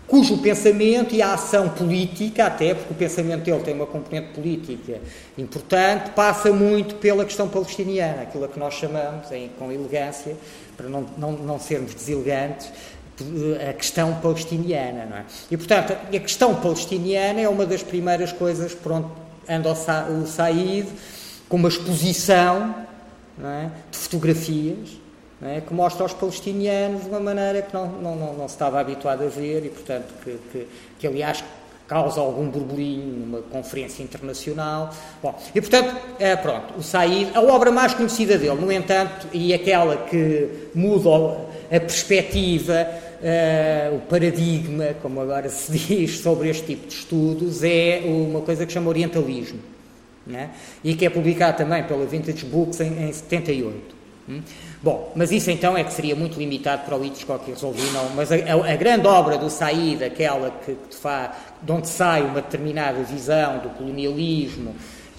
cujo pensamento e a ação política, até porque o pensamento dele tem uma componente política importante, passa muito pela questão palestiniana, aquilo a que nós chamamos, em, com elegância, para não, não, não sermos deselegantes, a questão palestiniana, não é? E, portanto, a questão palestiniana é uma das primeiras coisas por onde anda o Said, com uma exposição, não é, de fotografias, não é, que mostra aos palestinianos de uma maneira que não, não, não, não se estava habituado a ver e, portanto, que, que, que aliás causa algum burburinho numa conferência internacional. Bom, e, portanto, é, pronto, o Said, a obra mais conhecida dele, no entanto, e aquela que muda a perspectiva, uh, o paradigma, como agora se diz, sobre este tipo de estudos, é uma coisa que chama Orientalismo, né? E que é publicado também pela Vintage Books em, em setenta e oito. Hum? Bom, mas isso então é que seria muito limitado para o Hitchcock e resolvi não. Mas a, a, a grande obra do Said, aquela que, que faz, de onde sai uma determinada visão do colonialismo,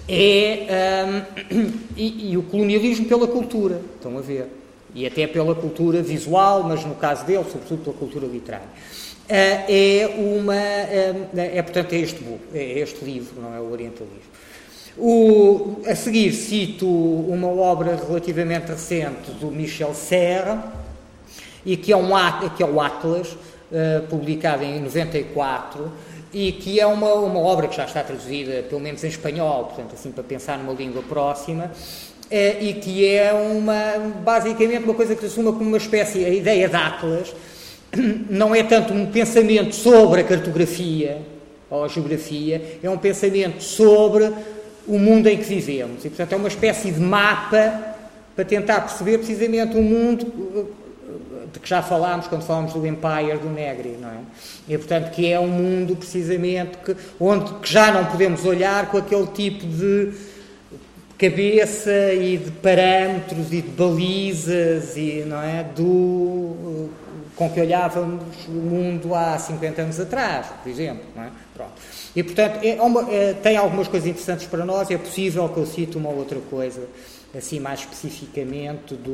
é um, e, e o colonialismo pela cultura, estão a ver, e até pela cultura visual, mas no caso dele, sobretudo pela cultura literária. Uh, é uma, uh, é portanto é este, é este livro, não é o Orientalismo. O, a seguir cito uma obra relativamente recente do Michel Serres, e que é, um, que é o Atlas, uh, publicado em noventa e quatro, e que é uma, uma obra que já está traduzida, pelo menos em espanhol, portanto, assim, para pensar numa língua próxima, uh, e que é uma, basicamente uma coisa que se assuma como uma espécie, a ideia de Atlas, não é tanto um pensamento sobre a cartografia ou a geografia, é um pensamento sobre o mundo em que vivemos. E, portanto, é uma espécie de mapa para tentar perceber precisamente o mundo de que já falámos quando falámos do Empire do Negri, não é? E, portanto, que é um mundo precisamente que, onde que já não podemos olhar com aquele tipo de cabeça e de parâmetros e de balizas e, não é, do, com que olhávamos o mundo há cinquenta anos atrás, por exemplo, não é? Pronto. E, portanto, é uma, é, tem algumas coisas interessantes para nós. É possível que eu cite uma outra coisa, assim, mais especificamente, do,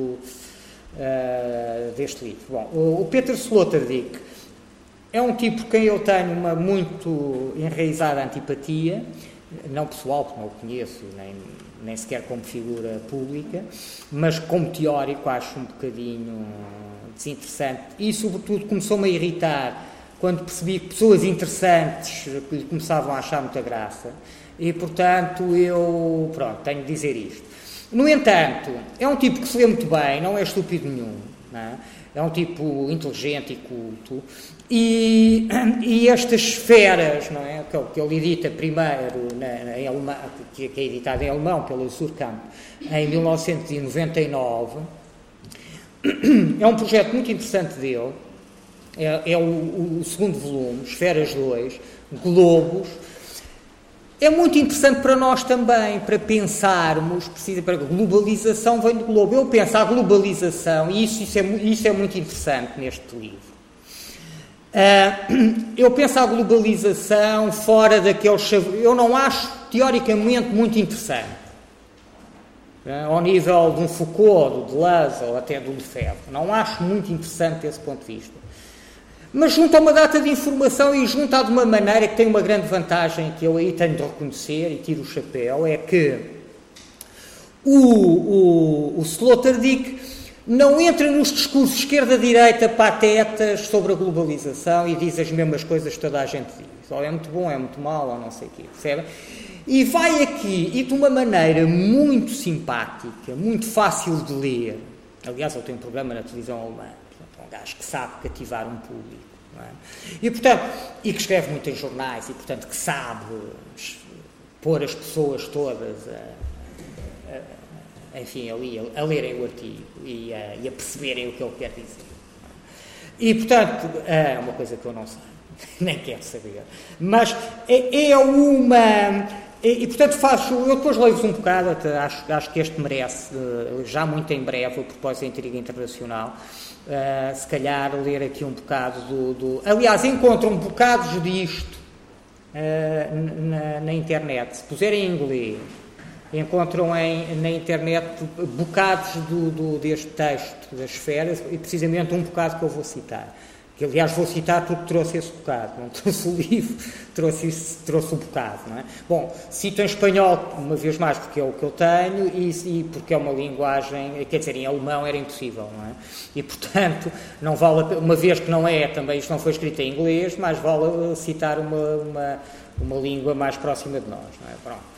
uh, deste livro. Bom, o, o Peter Sloterdijk é um tipo por quem eu tenho uma muito enraizada antipatia, não pessoal, porque não o conheço, nem, nem sequer como figura pública, mas como teórico acho um bocadinho desinteressante e, sobretudo, começou-me a irritar quando percebi que pessoas interessantes lhe começavam a achar muita graça e, portanto, eu, pronto, tenho de dizer isto. No entanto, é um tipo que se lê muito bem, não é estúpido nenhum, não é? É um tipo inteligente e culto e, e estas esferas, não é? Que, que ele edita primeiro na, na, em alemão, que, que é editado em alemão pela Surkamp em mil novecentos e noventa e nove, é um projeto muito interessante dele. É, é o, o segundo volume, Esferas dois, Globos. É muito interessante para nós também, para pensarmos, precisa, para a globalização vem do globo. Eu penso a globalização, e isso, isso, é, isso é muito interessante neste livro. Uh, eu penso a globalização fora daqueles... Eu não acho, teoricamente, muito interessante. Uh, ao nível de um Foucault, do Deleuze, ou até do Lefebvre. Não acho muito interessante desse ponto de vista. Mas junta uma data de informação e junta de uma maneira que tem uma grande vantagem que eu aí tenho de reconhecer e tiro o chapéu, é que o, o, o Sloterdijk não entra nos discursos esquerda-direita patetas sobre a globalização e diz as mesmas coisas que toda a gente diz. Ou é muito bom, é muito mau, ou não sei o quê, percebe? E vai aqui, e de uma maneira muito simpática, muito fácil de ler. Aliás, ele tem um programa na televisão alemã. Um gajo que sabe cativar um público, não é? E, portanto, e que escreve muito em jornais, e, portanto, que sabe pôr as pessoas todas a, a, a, enfim, ali, a, a lerem o artigo e a, e a perceberem o que ele quer dizer. E, portanto, é uma coisa que eu não sei, nem quero saber. Mas é, é uma... E, e, portanto, faço, eu depois leio-vos um bocado, até acho, acho que este merece, já muito em breve, a propósito da intriga internacional, uh, se calhar ler aqui um bocado do... do aliás, encontram bocados disto uh, na, na internet. Se puserem em inglês, encontram em, na internet bocados do, do, deste texto das esferas, e precisamente um bocado que eu vou citar. que aliás vou citar porque trouxe esse bocado, não trouxe o livro, trouxe, isso, trouxe o bocado, não é? Bom, cito em espanhol, uma vez mais, porque é o que eu tenho e, e porque é uma linguagem, quer dizer, em alemão era impossível, não é? E, portanto, não vale a pena, uma vez que não é, também isto não foi escrito em inglês, mais vale citar uma, uma, uma língua mais próxima de nós, não é? Pronto.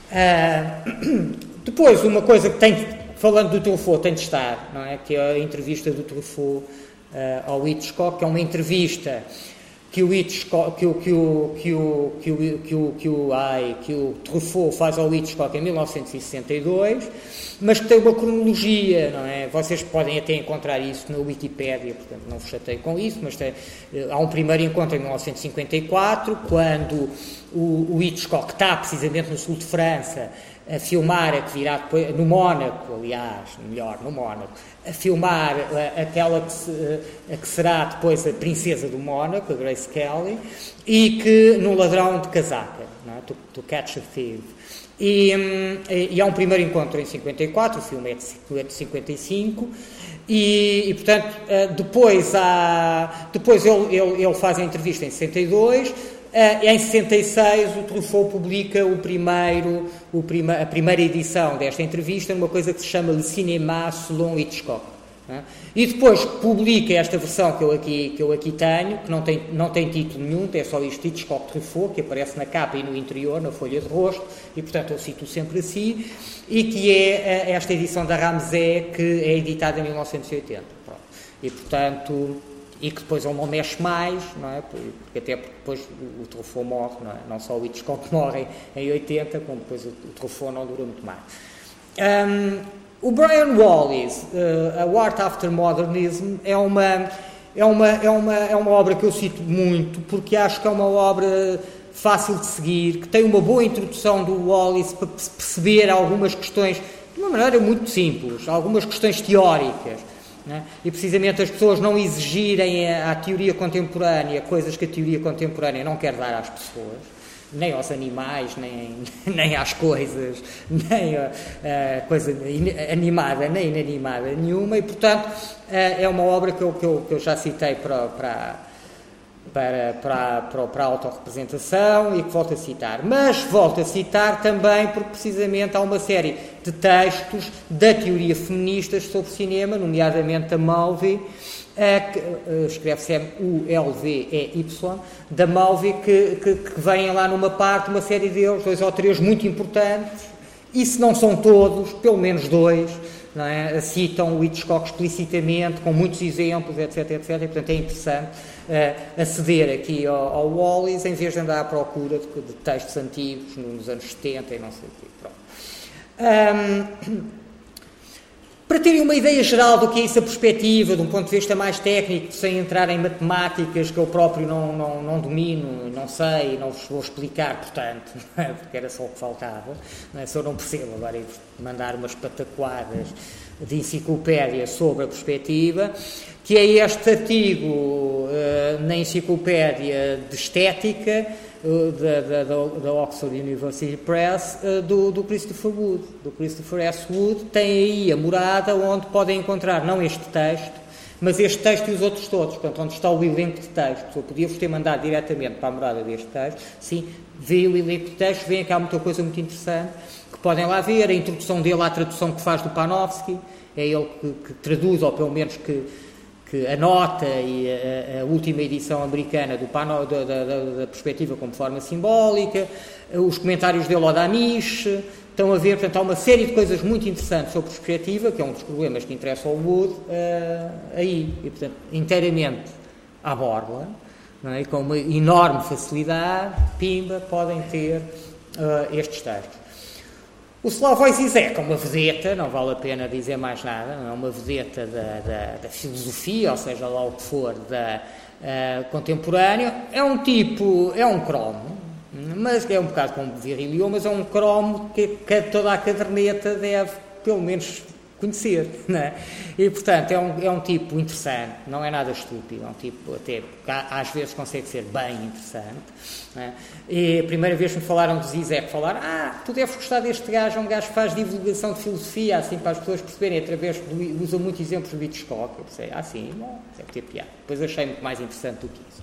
Ah, depois, uma coisa que tem, falando do Truffaut, tem de estar, não é? Que é a entrevista do Truffaut Uh, ao Hitchcock, que é uma entrevista que o Hitchcock, que o que o que o que o que o que o, ai, que o Truffaut faz ao Hitchcock em mil novecentos e sessenta e dois, mas que tem uma cronologia, não é? Vocês podem até encontrar isso na Wikipédia, portanto não vos chateio com isso, mas tem, uh, há um primeiro encontro em mil novecentos e cinquenta e quatro, quando o, o Hitchcock está precisamente no sul de França a filmar, a que virá depois, no Mónaco, aliás, melhor, no Mónaco, a filmar a, aquela que, se, a que será depois a princesa do Mónaco, a Grace Kelly, e que no Ladrão de Casaca, não é? to, to Catch a Thief. E, e há um primeiro encontro em cinquenta e quatro, o filme é de, é de cinquenta e cinco, e, e portanto, depois, há, depois ele, ele, ele faz a entrevista em sessenta e dois. Uh, em sessenta e seis, o Truffaut publica o primeiro, o prima, a primeira edição desta entrevista, numa coisa que se chama Le Cinéma selon Hitchcock. Né? E depois publica esta versão que eu aqui, que eu aqui tenho, que não tem, não tem título nenhum, é só isto, Hitchcock Truffaut, que aparece na capa e no interior, na folha de rosto, e portanto eu cito sempre assim, e que é uh, esta edição da Ramsay, que é editada em mil novecentos e oitenta. Pronto. E portanto... e que depois ele não mexe mais, não é? Porque até porque depois o, o Truffaut morre, não é? Não só o Hitchcock morre em oitenta, como depois o, o Truffaut não dura muito mais. Um, o Brian Wallis, uh, A Art After Modernism, é uma, é, uma, é, uma, é uma obra que eu cito muito, porque acho que é uma obra fácil de seguir, que tem uma boa introdução do Wallis para perceber algumas questões, de uma maneira muito simples, algumas questões teóricas. Né? E precisamente as pessoas não exigirem à teoria contemporânea coisas que a teoria contemporânea não quer dar às pessoas, nem aos animais, nem, nem às coisas, nem a, a coisa animada, nem inanimada nenhuma, e portanto é uma obra que eu, que eu, que eu já citei para, para, para, para, para, para a autorrepresentação e que volto a citar, mas volto a citar também porque precisamente há uma série de textos da teoria feminista sobre cinema, nomeadamente da Mulvey, que uh, escreve-se M U L V E Y, da Mulvey, que, que, que vêm lá numa parte, uma série deles, dois ou três muito importantes, e se não são todos, pelo menos dois, não é? Citam o Hitchcock explicitamente, com muitos exemplos, etc, etc, e portanto é interessante uh, aceder aqui ao, ao Wallis, em vez de andar à procura de, de textos antigos, nos anos setenta e não sei o quê. Pronto. Um, para terem uma ideia geral do que é isso, a perspectiva, de um ponto de vista mais técnico, sem entrar em matemáticas que eu próprio não, não, não domino, não sei, não vos vou explicar, portanto, porque era só o que faltava, não é? Se eu não percebo, agora ia mandar umas pataquadas de enciclopédia sobre a perspectiva, que é este artigo uh, na enciclopédia de estética, Da, da, da Oxford University Press, uh, do, do Christopher Wood, do Christopher S. Wood, tem aí a morada onde podem encontrar, não este texto, mas este texto e os outros todos, portanto, onde está o elenco de textos. Eu podia-vos ter mandado diretamente para a morada deste texto, sim, vê o elenco de textos, veem que há muita coisa muito interessante, que podem lá ver, a introdução dele à tradução que faz do Panofsky, é ele que, que traduz, ou pelo menos que que anota e a, a última edição americana do pano, da, da, da perspectiva como forma simbólica, os comentários dele ao Danish, estão a ver, portanto, há uma série de coisas muito interessantes sobre perspectiva, que é um dos problemas que interessa ao Wood, uh, aí, e portanto, inteiramente à borla, não é? Com uma enorme facilidade, pimba, podem ter uh, estes textos. O Slavoj Zizek é uma vedeta, não vale a pena dizer mais nada, não é uma vedeta da, da, da filosofia, ou seja, lá o que for, da uh, contemporânea. É um tipo, é um cromo, mas é um bocado como Virilio, mas é um cromo que, que toda a caderneta deve, pelo menos conhecer, não é? E, portanto, é um, é um tipo interessante, não é nada estúpido, é um tipo até, às vezes consegue ser bem interessante, não é? E a primeira vez que me falaram de Zizek, falaram, ah, tu deves gostar deste gajo, é um gajo que faz divulgação de filosofia, assim, para as pessoas perceberem, através de, usa muitos exemplos do Hitchcock. Eu pensei, ah, sim, bom, deve ter piada. Depois achei muito mais interessante do que isso.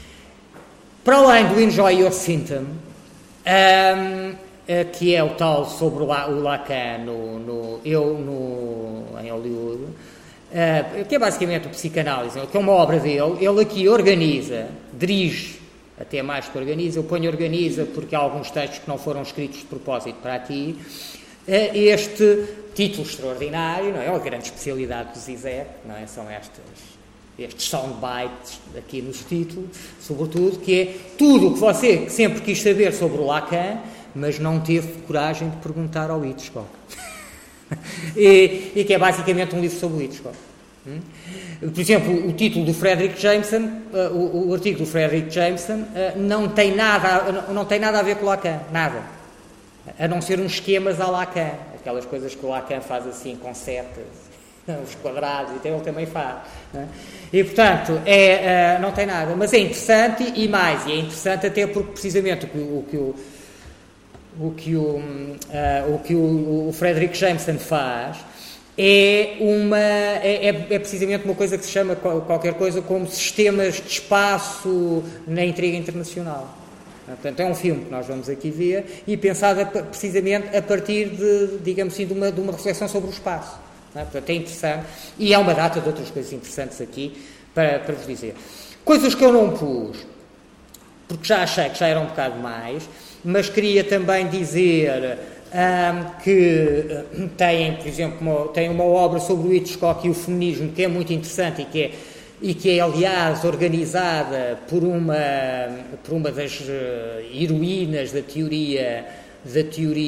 Para além do Enjoy Your Symptom, um, que é o tal sobre o Lacan, no, no, eu no, em Hollywood, uh, que é basicamente o psicanálise, que é uma obra dele. Ele aqui organiza, dirige, até mais que organiza, eu ponho organiza porque há alguns textos que não foram escritos de propósito para ti, uh, este título extraordinário, não é? É uma grande especialidade do Zizek, não é? São estas, estes soundbites aqui nos títulos, sobretudo, que é tudo o que você sempre quis saber sobre o Lacan, mas não teve coragem de perguntar ao Hitchcock. e, e que é basicamente um livro sobre o Hitchcock. Hum? Por exemplo, o título do Fredric Jameson, uh, o, o artigo do Fredric Jameson, uh, não, tem nada, não tem nada a ver com o Lacan, nada. A não ser uns esquemas à Lacan, aquelas coisas que o Lacan faz assim, com setas, os quadrados, e ele também faz. Né? E, portanto, é, uh, não tem nada. Mas é interessante e mais, e é interessante até porque, precisamente, o que o... Que o O que o, uh, o, que o, o Fredric Jameson faz é, uma, é, é precisamente uma coisa que se chama qualquer coisa como sistemas de espaço na intriga internacional. Portanto, é um filme que nós vamos aqui ver e pensado precisamente a partir de, digamos assim, de uma, de uma reflexão sobre o espaço. Não é? Portanto, é interessante e há uma data de outras coisas interessantes aqui para, para vos dizer. Coisas que eu não pus, porque já achei que já era um bocado mais, mas queria também dizer um, que tem, por exemplo, uma, tem uma obra sobre o Hitchcock e o feminismo que é muito interessante e que é, e que é aliás, organizada por uma, por uma das heroínas da teoria, da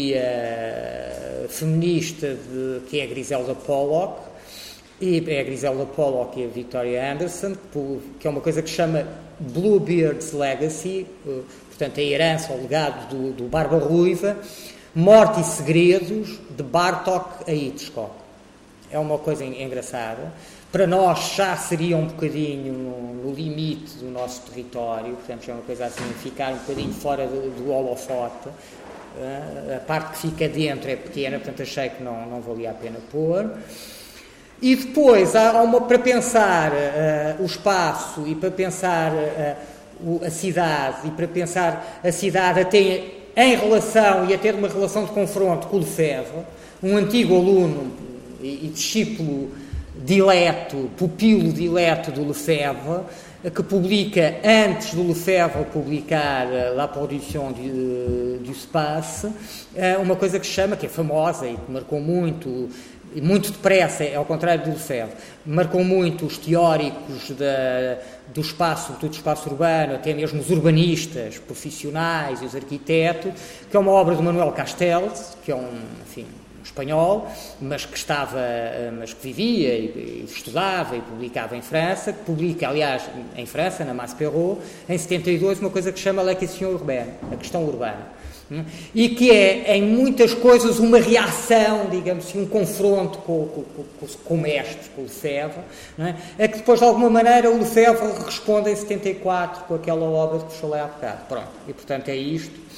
teoria feminista, de, que é a Griselda Pollock, e é a Griselda Pollock e a Victoria Anderson, que é uma coisa que se chama Bluebeard's Legacy, portanto, a herança, o legado do, do Barba Ruiva, Morte e Segredos, de Bartók a Hitchcock. É uma coisa engraçada. Para nós já seria um bocadinho no, no limite do nosso território, portanto, é uma coisa assim, ficar um bocadinho fora do, do holofote. Uh, a parte que fica dentro é pequena, portanto, achei que não, não valia a pena pôr. E depois, há uma, para pensar uh, o espaço e para pensar... Uh, a cidade, e para pensar a cidade até em relação e a ter uma relação de confronto com o Lefebvre, um antigo aluno e, e discípulo dileto, pupilo dileto do Lefebvre, que publica, antes do Lefebvre publicar La Production du, du Espace, uma coisa que se chama, que é famosa e que marcou muito, e muito depressa, é ao contrário do Lefebvre, marcou muito os teóricos da, do espaço, sobretudo do espaço urbano, até mesmo os urbanistas profissionais e os arquitetos, que é uma obra de Manuel Castells, que é um, enfim, um espanhol, mas que estava, mas que vivia e, e estudava e publicava em França, que publica, aliás, em França, na Masse Perrault, em setenta e dois, uma coisa que se chama La Question Urbaine, a questão urbana. E que é, em muitas coisas, uma reação, digamos assim, um confronto com, com, com, com o mestre, com o Lefebvre, não é? É que depois, de alguma maneira, o Lefebvre responde em setenta e quatro com aquela obra de que falei há bocado. Pronto, e portanto é isto.